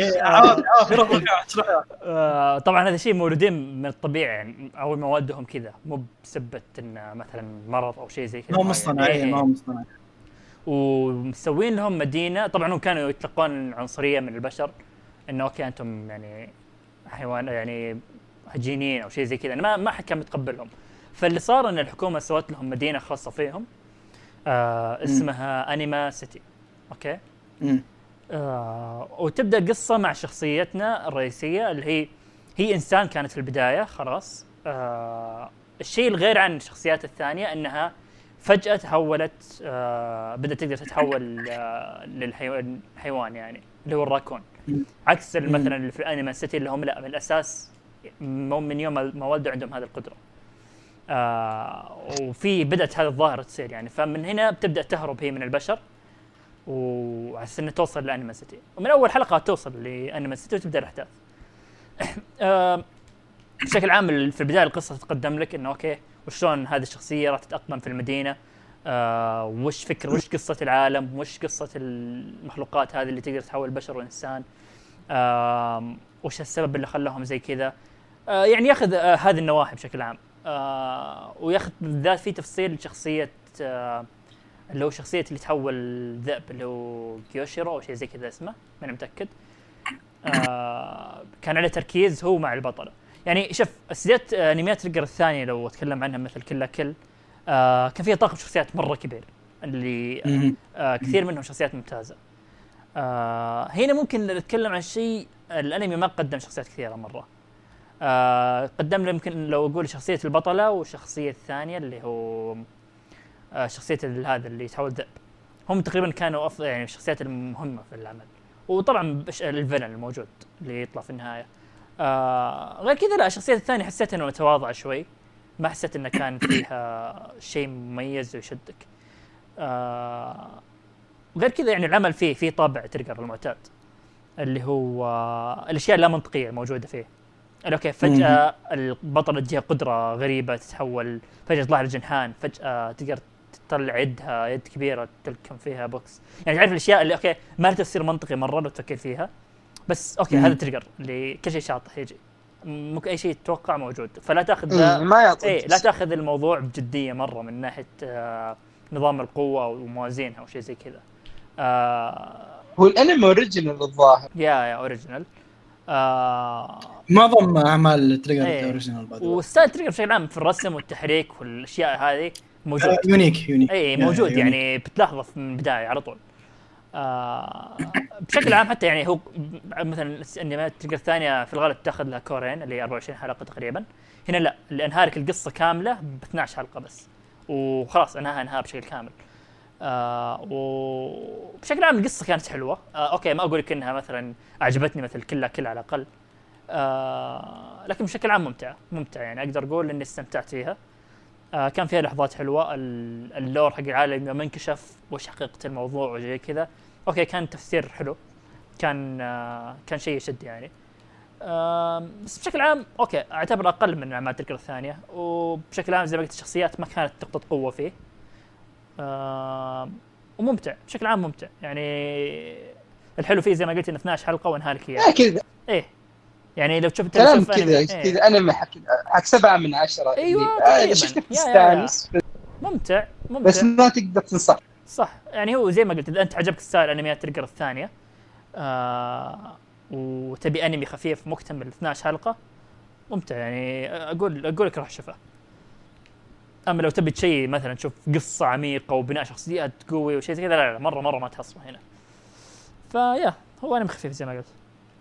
B: طبعا هذا شيء مولودين من الطبيعه يعني او موادهم كذا مو بسبه ان مثلا مرض او شيء زي كذا.
C: ما مصطنعين ما مصطنعين.
B: ومسوين لهم مدينه. طبعا هم كانوا يتلقون عنصريه من البشر انه اوكي انتم يعني حيوان يعني هجينين او شيء زي كذا. انا ما حد كان متقبلهم. فاللي صار ان الحكومه سوت لهم مدينه خاصه فيهم اسمها انيما سيتي. اوكي وتبدا القصه مع شخصيتنا الرئيسيه اللي هي انسان كانت في البدايه خلاص. الشيء الغير عن الشخصيات الثانيه انها فجاه تحولت بدات تقدر تتحول للحيوان يعني اللي هو الراكون. عكس مثلا اللي في الانيما سيتي اللي هم لا من الاساس من يوم ما ولدوا عندهم هذه القدره. وفي بدأت هذه الظاهرة تصير يعني. فمن هنا بتبدأ تهرب هي من البشر وعلى أنها توصل لأنيما سيتي. ومن أول حلقة توصل لأنيما سيتي وتبدأ الأحداث. بشكل عام في البداية القصة تقدم لك إنه أوكي وشلون هذه الشخصية راح تتأقلم في المدينة. وش قصة العالم وش قصة المخلوقات هذه اللي تقدر تحول البشر وإنسان. وش السبب اللي خلاهم زي كذا. يعني يأخذ هذه النواحي بشكل عام. وياخذ بالذات في تفصيل شخصية اللي هو شخصية اللي تحول ذئب اللي هو كيوشيرو أو شيء زي كذا اسمه ماني متأكد. كان عليه تركيز هو مع البطلة. يعني شوف السيدات انميات تريجر الثانية لو أتكلم عنها مثل كل كان فيها طاقم شخصيات مرة كبير اللي كثير منهم شخصيات ممتازة. هنا ممكن نتكلم عن شيء الأنمي ما قدم شخصيات كثيرة مرة. قدم لي يمكن لو أقول شخصية البطلة وشخصية الثانية اللي هو شخصية هذا اللي يتحول ذئب. هم تقريبا كانوا أفضل يعني الشخصيات المهمة في العمل. وطبعا الفيلن الموجود اللي يطلع في النهاية. غير كذا لا الشخصية الثانية حسيت إنه متواضعة شوي. ما حسيت إنه كان فيها شيء مميز ويشدك. غير كذا يعني العمل فيه طابع تريجر المعتاد اللي هو الأشياء لا منطقية موجودة فيه. اوكي فجأة البطلة تجيها قدرة غريبة تتحول فجأة يطلع لها جنحان فجأة تقدر تطلع يد كبيرة تلكم فيها بوكس. يعني تعرف الأشياء اللي اوكي ما لها تفسير منطقي مرة لو تفكر فيها. بس اوكي هذا تريجر اللي كل شيء شاطح يجي ممكن اي شيء تتوقع موجود. فلا تاخذ لا تاخذ الموضوع بجدية مرة من ناحية نظام القوة وموازينها وشيء زي كذا.
A: هو الانمي اوريجينال الظاهر.
B: يا اوريجينال.
C: معظم اعمال تريجر اوريجينال بعد.
B: وستايل تريجر بشكل عام في الرسم والتحريك والاشياء هذه موجود.
C: يونيك
B: اي موجود يعني بتلاحظه من البدايه على طول. بشكل عام حتى يعني هو مثلا الانميات تريجر الثانيه في الغالب تاخذ لها كورين اللي 24 حلقه تقريبا. هنا لا اللي انهارك القصه كامله ب 12 حلقه بس وخلاص انهاها بشكل كامل. وبشكل عام القصة كانت حلوة. أوكي ما أقول لك إنها مثلا أعجبتني مثل كلها على الأقل. لكن بشكل عام ممتع يعني أقدر أقول إني استمتعت فيها. كان فيها لحظات حلوة. اللور حق العالم يوم انكشف وش حقيقة الموضوع وزي كذا. أوكي كان تفسير حلو. كان شيء يشد يعني. بس بشكل عام أوكي أعتبر أقل من أعمال تريجر الثانية. وبشكل عام زي ما قلت الشخصيات ما كانت نقطة قوة فيه. وممتع بشكل عام ممتع يعني. الحلو فيه زي ما قلت إنه 12 حلقة وانهالك إياه.
A: كذا
B: إيه يعني لو شفت
A: كلام كذا أنا حق 7 من 10.
B: ايوه
A: إذا شفتك تستانس
B: ممتع
A: بس ما تقدر تنصح.
B: صح، يعني هو زي ما قلت اذا انت عجبك ستايل انميات تريجر الثانيه وتبي انمي خفيف مكتمل 12 حلقه ممتع، يعني اقول لك راح شوفه. اما لو تبي شيء مثلا تشوف قصه عميقه وبناء شخصيات قوي وشيء زي كذا لا مره ما تحصله هنا. فيا هو انمي خفيف زي ما قلت.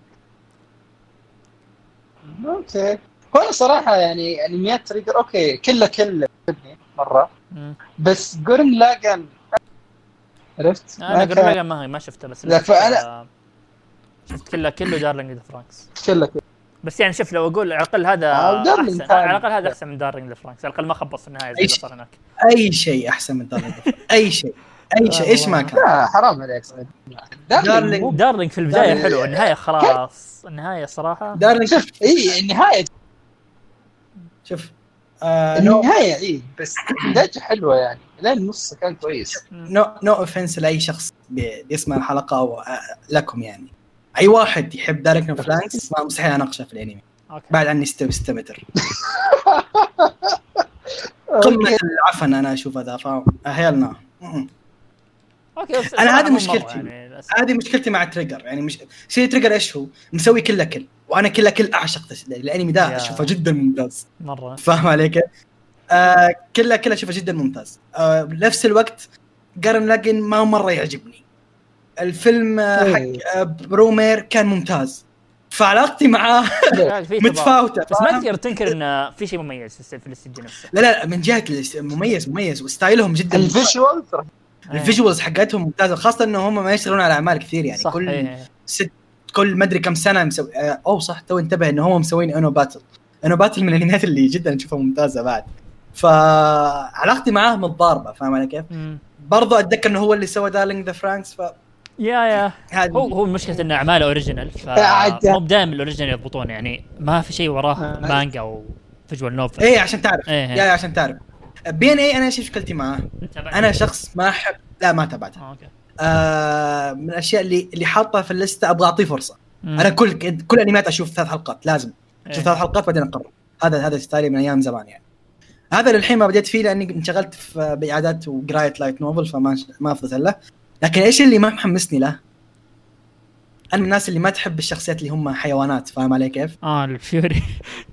A: اوكي، هو صراحه يعني انميات تريجر اوكي كله مره بس جورن لاغان عرفت.
B: انا جورن لاغان ما شفته بس
A: لا فانا
B: شفت كله دارلينج ذا فرانكس
A: كله
B: بس يعني شوف لو اقول على الاقل هذا احسن على الاقل هذا احسن من دارلينج ذا فرانكس، على الاقل ما خبص النهايه زي اللي صار هناك.
C: اي شيء احسن من دارلينج اي شيء ايش ما كان.
A: لا حرام عليك
B: دارلينج في البدايه حلو، النهايه خلاص النهايه صراحه
C: دارلينج
A: شوف النهايه
C: شوف
A: النهايه بس بدايته حلوه يعني لين النص كان كويس.
C: نو اوفنس لاي شخص بيسمع الحلقه او لكم، يعني اي واحد يحب دارلينج ذا فرانكس ما مستحيل اناقشه في الانمي بعد عني استمتر. قمه العفن انا اشوف هذا فهيلنا
B: اوكي.
C: انا هذه مشكلتي يعني هذه مشكلتي مع تريجر. يعني مش شيء تريجر ايش هو مسوي كل وانا كل اعشق الانمي ده اشوفه جدا ممتاز
B: مره.
C: فاهم عليك؟ كله اشوفه جدا ممتاز. بنفس الوقت جارن لاجن ما مره يعجبني الفيلم حق برومير كان ممتاز فعلاقتي معاه متفاوته
B: بس ما تقدر تنكر ان في شيء مميز في السجن نفسه.
C: لا من جهه مميز وستايلهم جدا الفيجوالز حقتهم ممتازه خاصه انه هم ما يشتغلون على اعمال كثير يعني كل ما ادري كم سنه مسوي صح تو انتبه انه هم مسوين انو باتل من الانميات اللي جدا نشوفها ممتازه بعد. فعلاقتي معاه متضاربه فاهم علي كيف؟ برضو اتذكر انه هو اللي سوى دارلينج ذا فرانكس
B: يا هو المشكله ان اعماله اوريجينال مو دائما الاوريجينال يضبطون يعني ما في شيء وراه مانجا او فيجوال نوفل.
C: عشان تعرف يا عشان تعرف بين انا ايش مشكلتي معاه. انا شخص ما احب ما تابعتها من الاشياء اللي حاطها في الليسته ابغى اعطيه فرصه. انا كل انميات اشوف 3 حلقات لازم اشوف 3 حلقات بعدين اقرر. هذا ستايلي من ايام زمان يعني. هذا للحين ما بديت فيه لاني انشغلت في باعادات وقرايه لايت نوفل فما فضلت له. لكن ايش اللي ما محمسني له انا من الناس اللي ما تحب الشخصيات اللي هم حيوانات فاهم علي كيف؟
B: الفيوري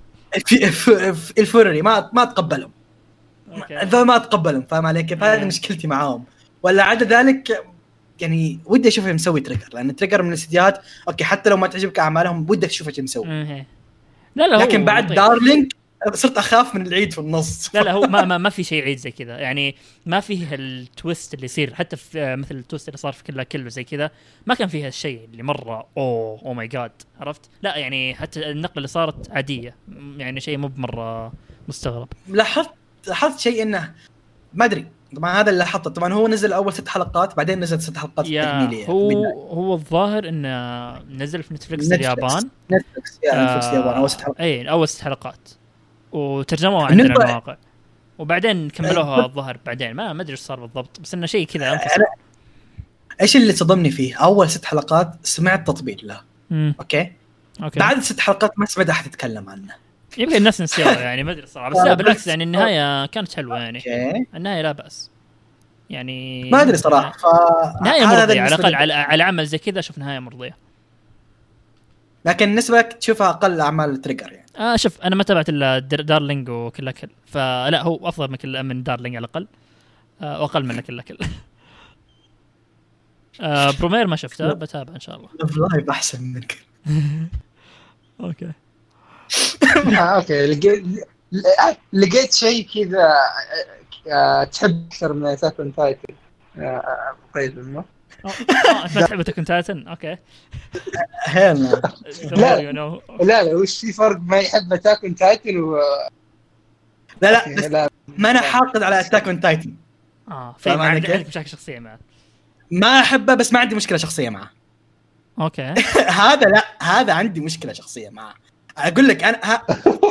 C: الفوري ما اتقبلهم ما اتقبلهم فاهم علي كيف؟ هذه مشكلتي معاهم. ولا عدا ذلك يعني ودي اشوفه مسوي تريجر لان تريجر من الاستديوهات اوكي حتى لو ما تعجبك اعمالهم ودك تشوفه ايش مسوي.
B: لا
C: لكن بعد دارلينج صرت اخاف من العيد في النص.
B: لا هو ما في شيء عيد زي كذا يعني ما فيه التويست اللي يصير حتى في مثل التويست اللي صار في كله زي كذا ما كان فيها الشيء اللي مره او ماي جاد عرفت. لا يعني حتى النقله اللي صارت عاديه يعني شيء مو بمره مستغرب.
C: لاحظت شيء انه ما ادري طبعا هذا اللي لاحظته. طبعا هو نزل اول 6 حلقات بعدين نزل 6 حلقات تكميليه.
B: هو الظاهر انه نزل في نتفلكس اليابان.
C: نتفلكس اليابان
B: اول 6 حلقات وترجموها عندنا المواقع وبعدين كملوها الظهر بعدين ما ادري ايش صار بالضبط بس انه شيء كذا انفصل.
C: ايش اللي صدمني فيه اول 6 حلقات سمعت تطبيل له اوكي بعد 6 حلقات ما سمعت احد يتكلم عنه.
B: يمكن الناس نسيوها يعني ما ادري صراحه بس لا بالعكس يعني النهايه كانت حلوه يعني النهايه لا باس يعني
C: ما ادري صراحه
B: نهايه مرضيه على الاقل على عمل زي كذا شوف نهايه مرضيه.
C: لكن نسبك تشوفها اقل اعمال تريجر يعني.
B: شوف انا ما تابعت الا دارلينج وكل فلا هو افضل من دارلينج على الاقل واقل من كل برومير ما شفته بتابع ان شاء الله.
C: لايف احسن منك.
B: اوكي
A: لقيت شيء كذا تحب اكثر من أتاك أون تايتن قيد منه.
B: ما تحب أتاك أون تايتن اوكي
C: هلا
A: لا وش في فرق ما يحب أتاك أون تايتن
C: لا ما انا حاقد على أتاك أون تايتن
B: في عندك مشاكل شخصيه معه.
C: ما احبه بس ما عندي مشكله شخصيه معه.
B: اوكي
C: هذا عندي مشكله شخصيه معه. اقول لك انا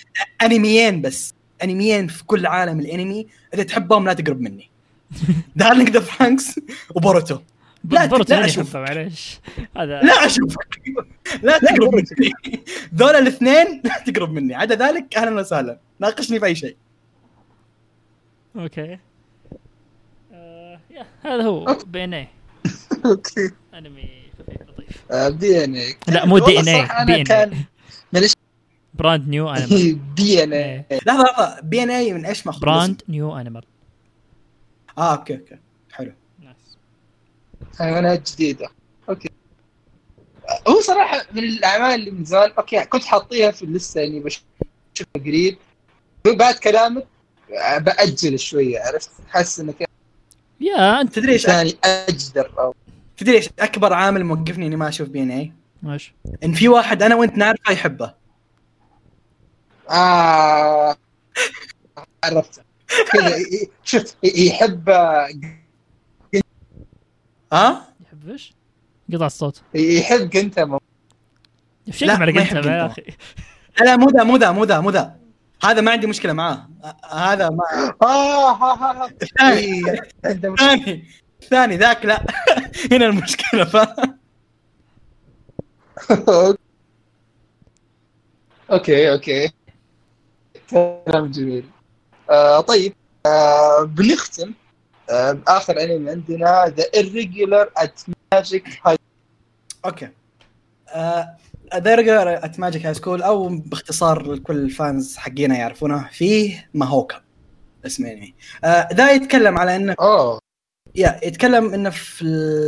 C: انميين في كل عالم الانمي اذا تحبهم لا تقرب مني. دارلينج ذا فرانكس وبوروتو
B: بورتو
C: لا
B: ماني
C: أشوف.
B: احبه معليش هذا.
C: لا اشوف. لا تقرب مني. ذول الاثنين لا تقرب مني، عدا ذلك اهلا وسهلا، ناقشني في اي شيء.
B: اوكي هذا هو بي ان اي.
A: اوكي
B: انمي خفيف لطيف.
A: دي ان اي.
B: لا مو دي ان اي،
A: انا
B: بي ان
A: كان
B: اي
A: معلش
B: براند نيو انيمال.
A: دي ان اي.
C: لحظه بي ان اي من ايش ماخذ؟
B: براند نيو انيمال.
C: اوكي حلو.
B: نايس.
A: حيوانات جديده. اوكي هو صراحه من الاعمال اللي من زمان اوكي كنت حاطيها في اللسته اني بشوفها قريب، بعد كلامك باجل شويه، عرفت حاسس انك
B: يا انت
C: تدري ايش
A: ثاني اجدر او
C: تدري ايش اكبر عامل موقفني اني ما اشوف بي ان اي؟
B: ماشي.
C: ان في واحد انا وانت نعرفه يحبه.
A: عرفت كذا شوف يحب
B: يحب ايش؟ قطع الصوت.
A: يحب جنتاما.
B: شيء
C: لا،
B: مع
C: ما يحب
B: جنتاما يا
C: جنتاما.
B: اخي.
C: لا مو ذا هذا ما عندي مشكله معاه. هذا ما ثاني ذاك لا. هنا المشكله
A: اوكي كلام جميل. طيب بنختم باخر انمي عندنا ذا irregular at magic high.
C: اوكي ذا irregular at magic high school، او باختصار لكل الفانز حقينا يعرفونه فيه ماهوكا اسمه يعني. ذا يتكلم على انه يتكلم انه في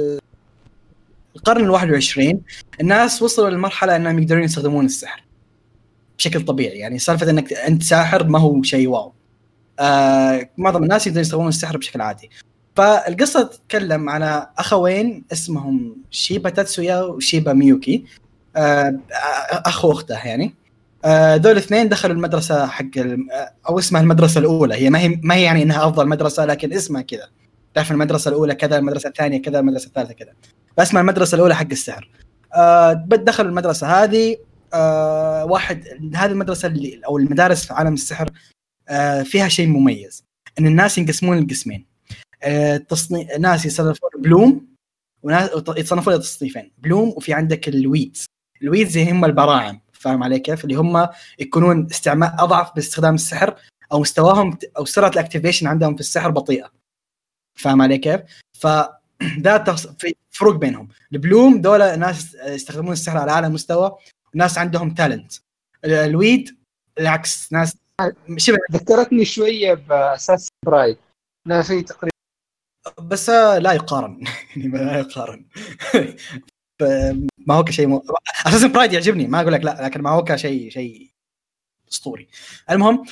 C: القرن ال21 الناس وصلوا للمرحله انهم يقدرون يستخدمون السحر بشكل طبيعي. يعني سالفه انك انت ساحر ما هو شيء واو. معظم الناس يقدرون يستخدمون السحر بشكل عادي. فالقصه تتكلم على اخوين اسمهم شيبا تاتسويا وشيبا ميوكي، اخو واخته يعني. دول الاثنين دخلوا المدرسه حق او اسمها المدرسه الاولى. هي ما هي يعني انها افضل مدرسه، لكن اسمها كذا. تعرف المدرسه الاولى كذا، المدرسه الثانيه كذا، المدرسه الثالثه كذا، فاسمها المدرسه الاولى حق السحر. دخلوا المدرسه هذه. واحد هذه المدرسه اللي او المدارس في عالم السحر فيها شيء مميز، ان الناس ينقسمون لقسمين. ناس يصنفون بلوم وناس يتصنفون لتصنيفين، بلوم وفي عندك الويدز. الويدز هم البراعم، فاهم علي كيف؟ اللي هم يكونون استعمال اضعف باستخدام السحر، او مستواهم او سرعه الاكتيفيشن عندهم في السحر بطيئه، فاهم علي كيف؟ فده في فروق بينهم. البلوم دول ناس يستخدمون السحر على اعلى مستوى، وناس عندهم تالنت. الويد العكس، ناس شبه
A: ذكرتني شويه باساس برايد، لا في تقريبا
C: بس لا يقارن. يعني لا يقارن. ما هو كشيء اساسا برايد يعجبني، ما اقول لك لا، لكن ما هو كشيء اسطوري. المهم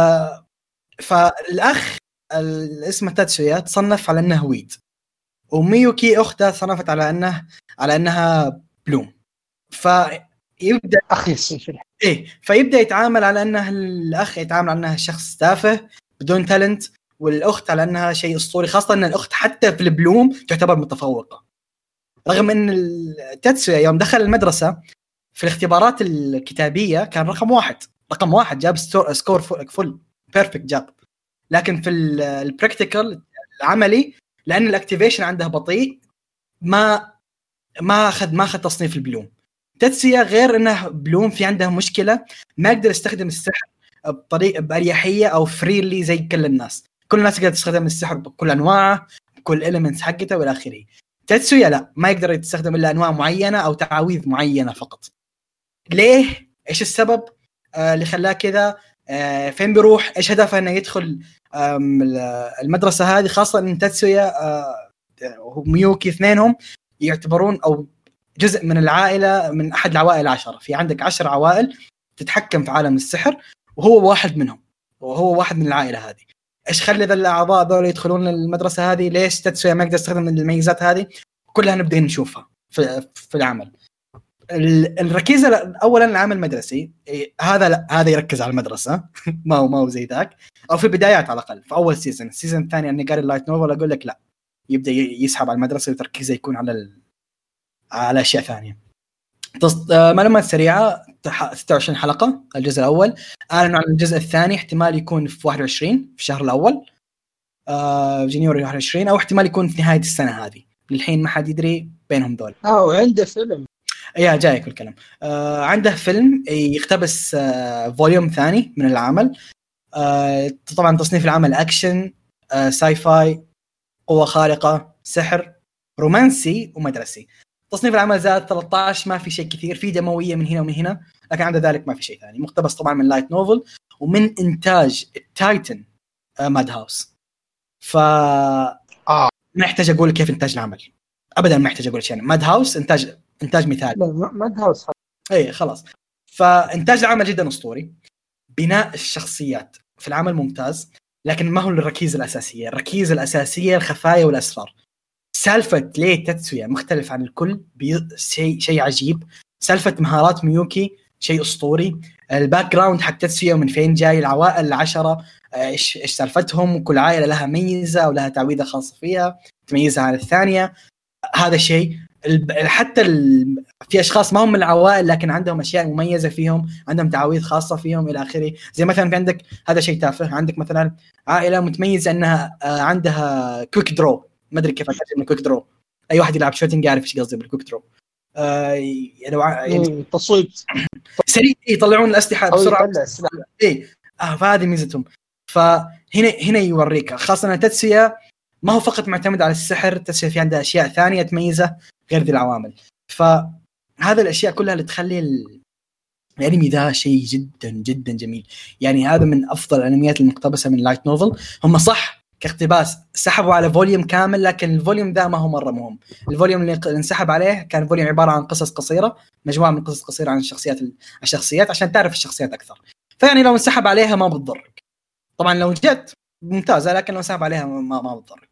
C: فالاخ اسمه تاتسويا تصنف على انه ويد، وميوكي اخته صنفت على انها بلوم. فيبدا
A: اخي
C: فيبدا يتعامل على انه الاخ يتعامل على انه شخص تافه بدون تالنت، والاخت على انها شيء اسطوري، خاصه ان الاخت حتى في البلوم تعتبر متفوقه. رغم ان تاتسويا يوم دخل المدرسه في الاختبارات الكتابيه كان رقم واحد جاب سكور فل بيرفكت جاب، لكن في البراكتيكال العملي لان الاكتيفيشن عنده بطيء ما اخذ تصنيف البلوم. تاتسويا غير انه بلوم في عنده مشكله، ما يقدر يستخدم السحر باريحيه او فريلي زي كل الناس. كل الناس تقدر تستخدم السحر بكل انواعه، بكل اليمنتس حقته والى اخره. تاتسويا لا، ما يقدر يستخدم الا انواع معينه او تعاويذ معينه فقط. ليه؟ ايش السبب اللي خلاه كذا؟ فين بيروح؟ ايش هدفه انه يدخل المدرسه هذه؟ خاصه ان تاتسويا وميوكي اثنينهم يعتبرون او جزء من العائله، من احد العوائل 10. في عندك 10 عوائل تتحكم في عالم السحر، وهو واحد منهم، وهو واحد من العائله هذه. ايش خلى ذا الاعضاء ذول يدخلون المدرسه هذه؟ ليش تاتسويا ما يقدر يستخدم الميزات هذه؟ كلها نبدا نشوفها في العمل. الركيزه اولا العمل المدرسي، هذا يركز على المدرسه. ما هو زي ذاك، او في البدايات على الاقل في اول السيزون الثاني اني قاري اللايت نوفل اقول لك لا، يبدا يسحب على المدرسه وتركيزه يكون على اشياء ثانيه. معلومات سريعه، 26 حلقه الجزء الاول. اعلنوا عن الجزء الثاني احتمال يكون في 21 في الشهر الاول، جنيوري 21، او احتمال يكون في نهايه السنه هذه، للحين ما حد يدري بينهم دول.
A: وعنده فيلم
C: جايك الكلام. عنده فيلم يقتبس فوليوم ثاني من العمل. طبعا تصنيف العمل أكشن، ساي فاي، قوة خارقة، سحر، رومانسي ومدرسي. تصنيف العمل زاد 13، ما في شيء كثير، في دموية من هنا ومن هنا، لكن عند ذلك ما في شيء ثاني. مقتبس طبعا من لايت نوفل ومن إنتاج التايتن ماد هاوس. ما يحتاج أقول كيف إنتاج العمل، أبدا ما يحتاج أقول شيء. ماد هاوس إنتاج مثالي.
A: ماد هاوس
C: خلاص. فإنتاج العمل جدا أسطوري. بناء الشخصيات في العمل ممتاز، لكن ما هو الركيزة الأساسية. الركيزة الأساسية الخفايا والأسرار. سالفة ليه تاتسويا مختلف عن الكل شيء عجيب. سالفة مهارات ميوكي شيء أسطوري. الباك جراوند حق تاتسويا ومن فين جاي، العوائل 10 إيش سالفتهم، وكل عائلة لها ميزة ولها تعويذة خاصة فيها تميزها عن الثانية. هذا شيء. حتى في أشخاص ما هم من العوائل لكن عندهم أشياء مميزة فيهم، عندهم تعاويذ خاصة فيهم إلى آخره. زي مثلا في عندك هذا شيء تافه، عندك مثلا عائلة متميزة أنها عندها كويك درو. ما أدري كيف أترجم من كويك درو، أي واحد يلعب شوتينج يعرف إيش قصدي بالكويك درو. يعني
A: تصويب
C: سريع، يطلعون الأسلحة بسرعة. فهذه ميزتهم. فهنا يوريك خاصة أن تاتسويا ما هو فقط معتمد على السحر، تاتسويا في عنده أشياء ثانية تميزه غير ذي العوامل. فهذا الأشياء كلها اللي تخلي الأنمي ذا شيء جدا جدا جميل. يعني هذا من أفضل الأنميات المقتبسة من لايت نوفل. هم صح كاقتباس سحبوا على فوليوم كامل، لكن الفوليوم ذا ما هو مرة مهم. الفوليوم اللي انسحب عليه كان فوليوم عبارة عن قصص قصيرة، مجموعة من قصص قصيرة عن الشخصيات عشان تعرف الشخصيات أكثر. فيعني لو انسحب عليها ما بتضرك. طبعا لو جت ممتازة، لكن لو انسحب عليها ما بتضرك.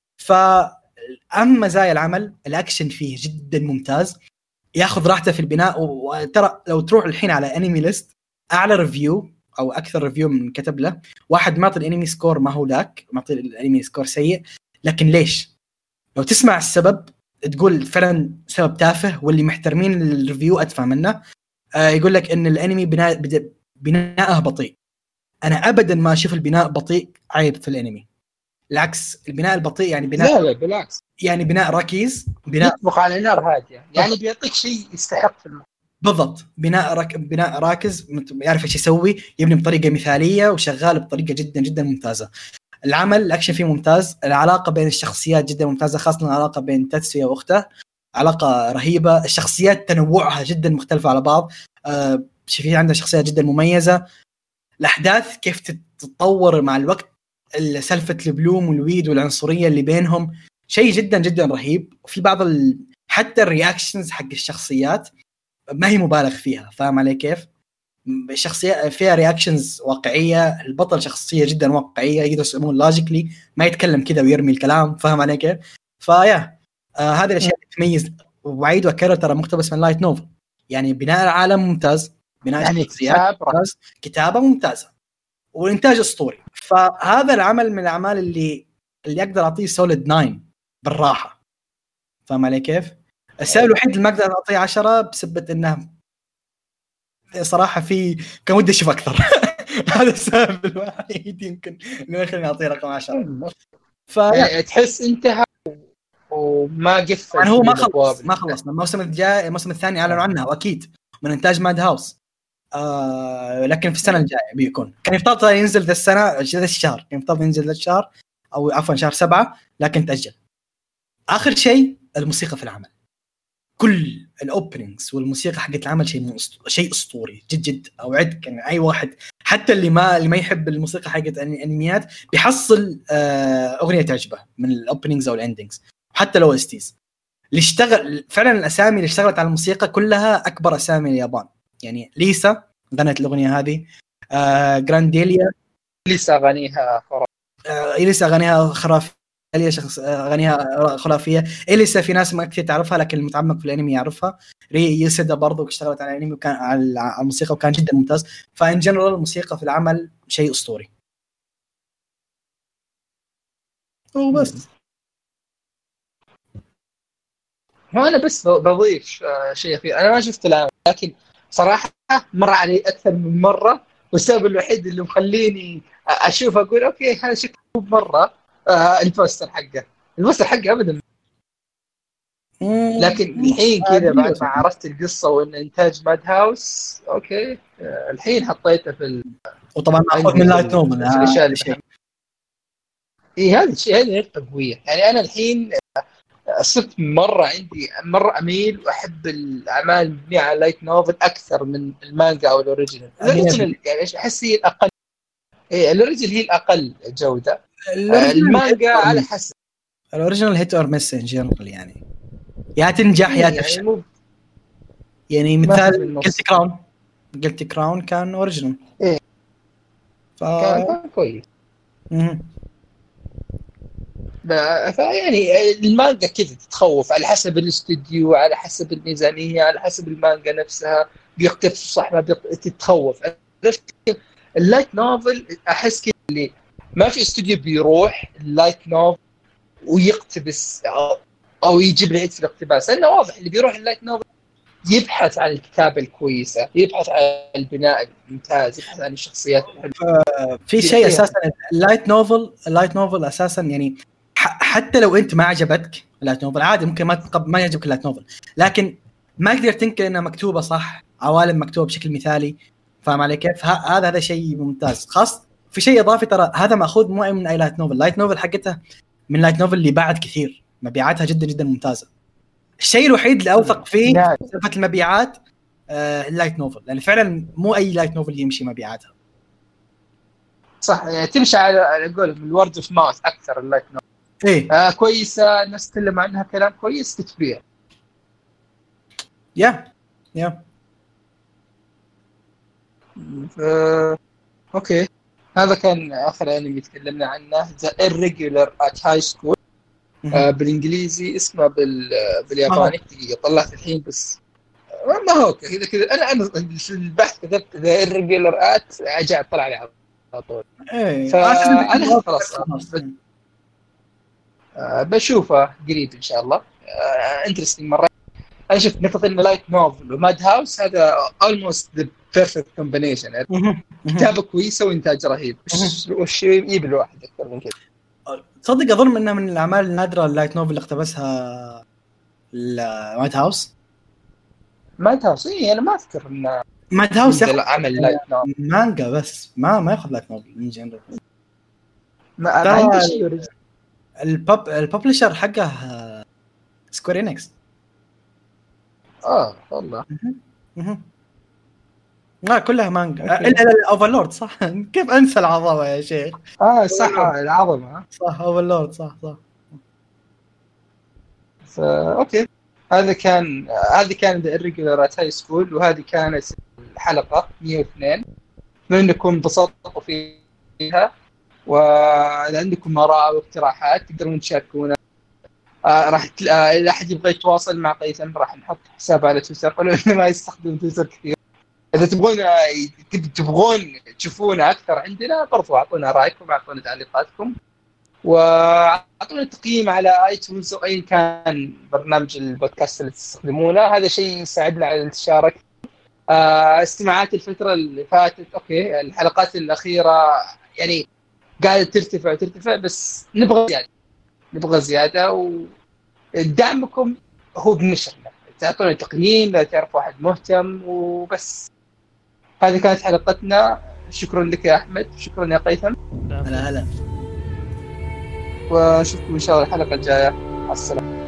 C: فأما مزايا العمل، الأكشن فيه جدا ممتاز، ياخذ راحته في البناء. وترى لو تروح الحين على انمي ليست، اعلى ريفيو او اكثر ريفيو من كتب له واحد معطي الانمي سكور ما هو ذاك، معطي الانمي سكور سيء. لكن ليش؟ لو تسمع السبب تقول فعلا سبب تافه، واللي محترمين الريفيو ادفع منه. يقول لك ان الانمي بناءه بطيء. انا ابدا ما اشوف البناء بطيء عيب في الانمي، العكس. البناء البطيء يعني بناء،
A: لا بالعكس،
C: يعني بناء ركيز، بناء
A: يطبخ على نار هاديه، يعني بيعطيك شيء يستحق في
C: بالضبط. بناء راكز، يعرف ايش يسوي، يبني بطريقه مثاليه وشغال بطريقه جدا جدا ممتازه. العمل الاكشن فيه ممتاز، العلاقه بين الشخصيات جدا ممتازه، خاصه العلاقه بين تاتسويا واخته علاقه رهيبه. الشخصيات تنوعها جدا مختلفه على بعض. في عندها شخصيات جدا مميزه. الاحداث كيف تتطور مع الوقت، سالفه البلوم والويد والعنصريه اللي بينهم شيء جدا جدا رهيب. وفي بعض حتى الرياكشنز حق الشخصيات ما هي مبالغ فيها، فاهم علي كيف؟ الشخصية فيها رياكشنز واقعية، البطل شخصية جدا واقعية، يقدر يسمون لوجيكلي، ما يتكلم كذا ويرمي الكلام، فاهم علي كيف؟ فيا هذه الأشياء اللي تميز. وعيد وكرر ترى مقتبس من لايت نوفل. يعني بناء العالم ممتاز، بناء
A: يعني
C: الشخصيات ممتاز، كتابة ممتازة، والإنتاج أسطوري. فهذا العمل من الأعمال اللي أقدر أعطيه سوليد 9 بالراحة، فاهم علي كيف؟ السبب الوحيد اللي ما أقدر أعطيه 10 بسبب إنه صراحة كان ودي أشوف أكثر. هذا السبب الوحيد يمكن اللي يخليني أعطيه رقم 10.
A: يعني تحس انتهى وما قفل.
C: يعني هو ما خلصنا. الموسم الجاي، الموسم الثاني أعلنوا عنه وأكيد من إنتاج ماد هاوس. لكن في السنة الجاية بيكون، كان يفترض ينزل ذا السنة ذا الشهر، كان يفترض ينزل ذا الشهر أو عفوا شهر 7، لكن تأجل. آخر شيء الموسيقى في العمل، كل الأوبنينجز والموسيقى حقت العمل شيء أسطوري جد جد. أوعدك إن أي واحد حتى اللي ما يحب الموسيقى حقت الأنميات بيحصل أغنية تعجبه من الأوبنينجز أو الأندينجز، حتى لو استيز. اللي اشتغل فعلا، الأسامي اللي اشتغلت على الموسيقى كلها أكبر أسامي اليابان. يعني ليسا غنت الأغنية هذه، جرانديليا
A: ليسا أغانيها
C: خرافية، إليا شخص أغانيها خرافية. إليسا في ناس ما كثير تعرفها، لكن المتعمق في الأنمي يعرفها. يوسيدا برضو اشتغلت على الأنمي وكان على الموسيقى وكان جدا ممتاز. فإن جنرال الموسيقى في العمل شيء أسطوري. وبس.
A: هو أنا بس بضيف شيء فيه. أنا ما شفت العمل، لكن صراحة مر علي أكثر من مرة، والسبب الوحيد اللي مخليني أشوف أقول أوكي هذا شكله مرة البوستر حقه أبدا لكن الحين كذا بعد ما عرفت القصة وإن إنتاج ماد هاوس أوكي الحين حطيته في
C: وطبعا ماخذ من لايت نوفل
A: هذا الشيء. إيه هذا الشيء هذه نقطة قوية. يعني أنا الحين صرت مرة عندي مرة أميل وأحب الأعمال المبنية على لايت نوفل أكثر من المانجا أو الأوريجينال. الأوريجينال يعني أحس هي الأقل. إيه الأوريجينال هي الأقل جودة. المانجا على حسب.
C: الأوريجينال هيت أور ميس إن جنرال يعني يا تنجح يا تفشل. يعني مثال قلت كراون كان أوريجينال.
A: إيه كان كويس. فيعني المانجا كذا تتخوف على حسب الاستوديو على حسب الميزانية على حسب المانجا نفسها بيقتبس صح ما تتخوف. اللايت نوفل أحس كذا اللي ما في استوديو بيروح اللايت نوفل ويقتبس أو يجيب العيد في الاقتباس لأنه واضح اللي بيروح اللايت نوفل يبحث عن الكتابة الكويسة يبحث عن البناء الممتاز يبحث عن الشخصيات
C: في شيء أساسا اللايت نوفل أساسا يعني حتى لو أنت ما عجبتك اللايت نوفل عادي ممكن ما يعجبك اللايت نوفل لكن ما تقدر تنكر إنها مكتوبة صح عوالم مكتوبة بشكل مثالي فاهم علي كيف هذا شيء ممتاز خاص في شيء إضافي ترى هذا مأخوذ مو من أي لايت نوفل لايت نوفل حقتها من لايت نوفل اللي بعد كثير مبيعاتها جدا جدا ممتازة. الشيء الوحيد اللي أوثق فيه سالفة المبيعات اللايت نوفل لأن فعلا مو أي لايت نوفل يمشي مبيعاتها
A: صح يعني تمشي على أقول الورد اوف ماوث أكثر اللايت نوفل
C: إيه
A: كويسة الناس تتكلم عنها كلام كويس تتبيع
C: يا
A: أوكي هذا كان آخر أنمي تكلمنا عنه The Irregular at High School بالإنجليزي اسمه بالياباني طلعت الحين بس ما هو كذا أنا في البحث كتبت The Irregular at أجي أطلع عليه على طول فأنا خلاص بشوفه قريب إن شاء الله interesting مرة. أنا شفت نقطة إن لايت نوفل وماد هاوس هذا almost the perfect combination كتابة كويسة وإنتاج رهيب وش يجيب الواحد أكثر من كده.
C: تصدق أظن إنها من الأعمال النادرة اللايت نوفل اللي اقتبسها ماد هاوس إيه أنا ما أذكر إن ماد هاوس
A: عمل لايت نوفل
C: مانجا بس ما يأخذ لايت نوفل من جنرال
A: ما عنده شيء
C: الببلشر حقه سكوير إنكس
A: والله
C: لا كلها مانجا إلا أوفرلورد صح كيف أنسى العظمة يا شيخ
A: صح العظمة
C: صح أوفرلورد صح
A: أوكي هذه كان The Irregular at High School وهذه كانت الحلقة 102 منكم انبسطوا فيها وإذا عندكم آراء واقتراحات تقدرون تشاركونا راح إذا أحد يبغى يتواصل مع قيثم راح نحط حساب على تويتر ولو إنه ما يستخدم تويتر كثير. إذا تبغون تشوفونا أكثر عندنا برضو أعطونا رأيكم أعطونا تعليقاتكم وأعطونا تقييم على آيتونز أو أي كان برنامج البودكاست اللي تستخدمونه هذا شيء يساعدنا على الانتشار. استماعات الفترة اللي فاتت أوكي الحلقات الأخيرة يعني قاعدة ترتفع بس نبغى زيادة ودعمكم هو بنشرنا تعطونا تقييم لا تعرف واحد مهتم وبس. هذه كانت حلقتنا شكرا لك يا أحمد شكرا يا قيثم
C: هلا
A: وشوفكم إن شاء الله الحلقة الجاية. السلام.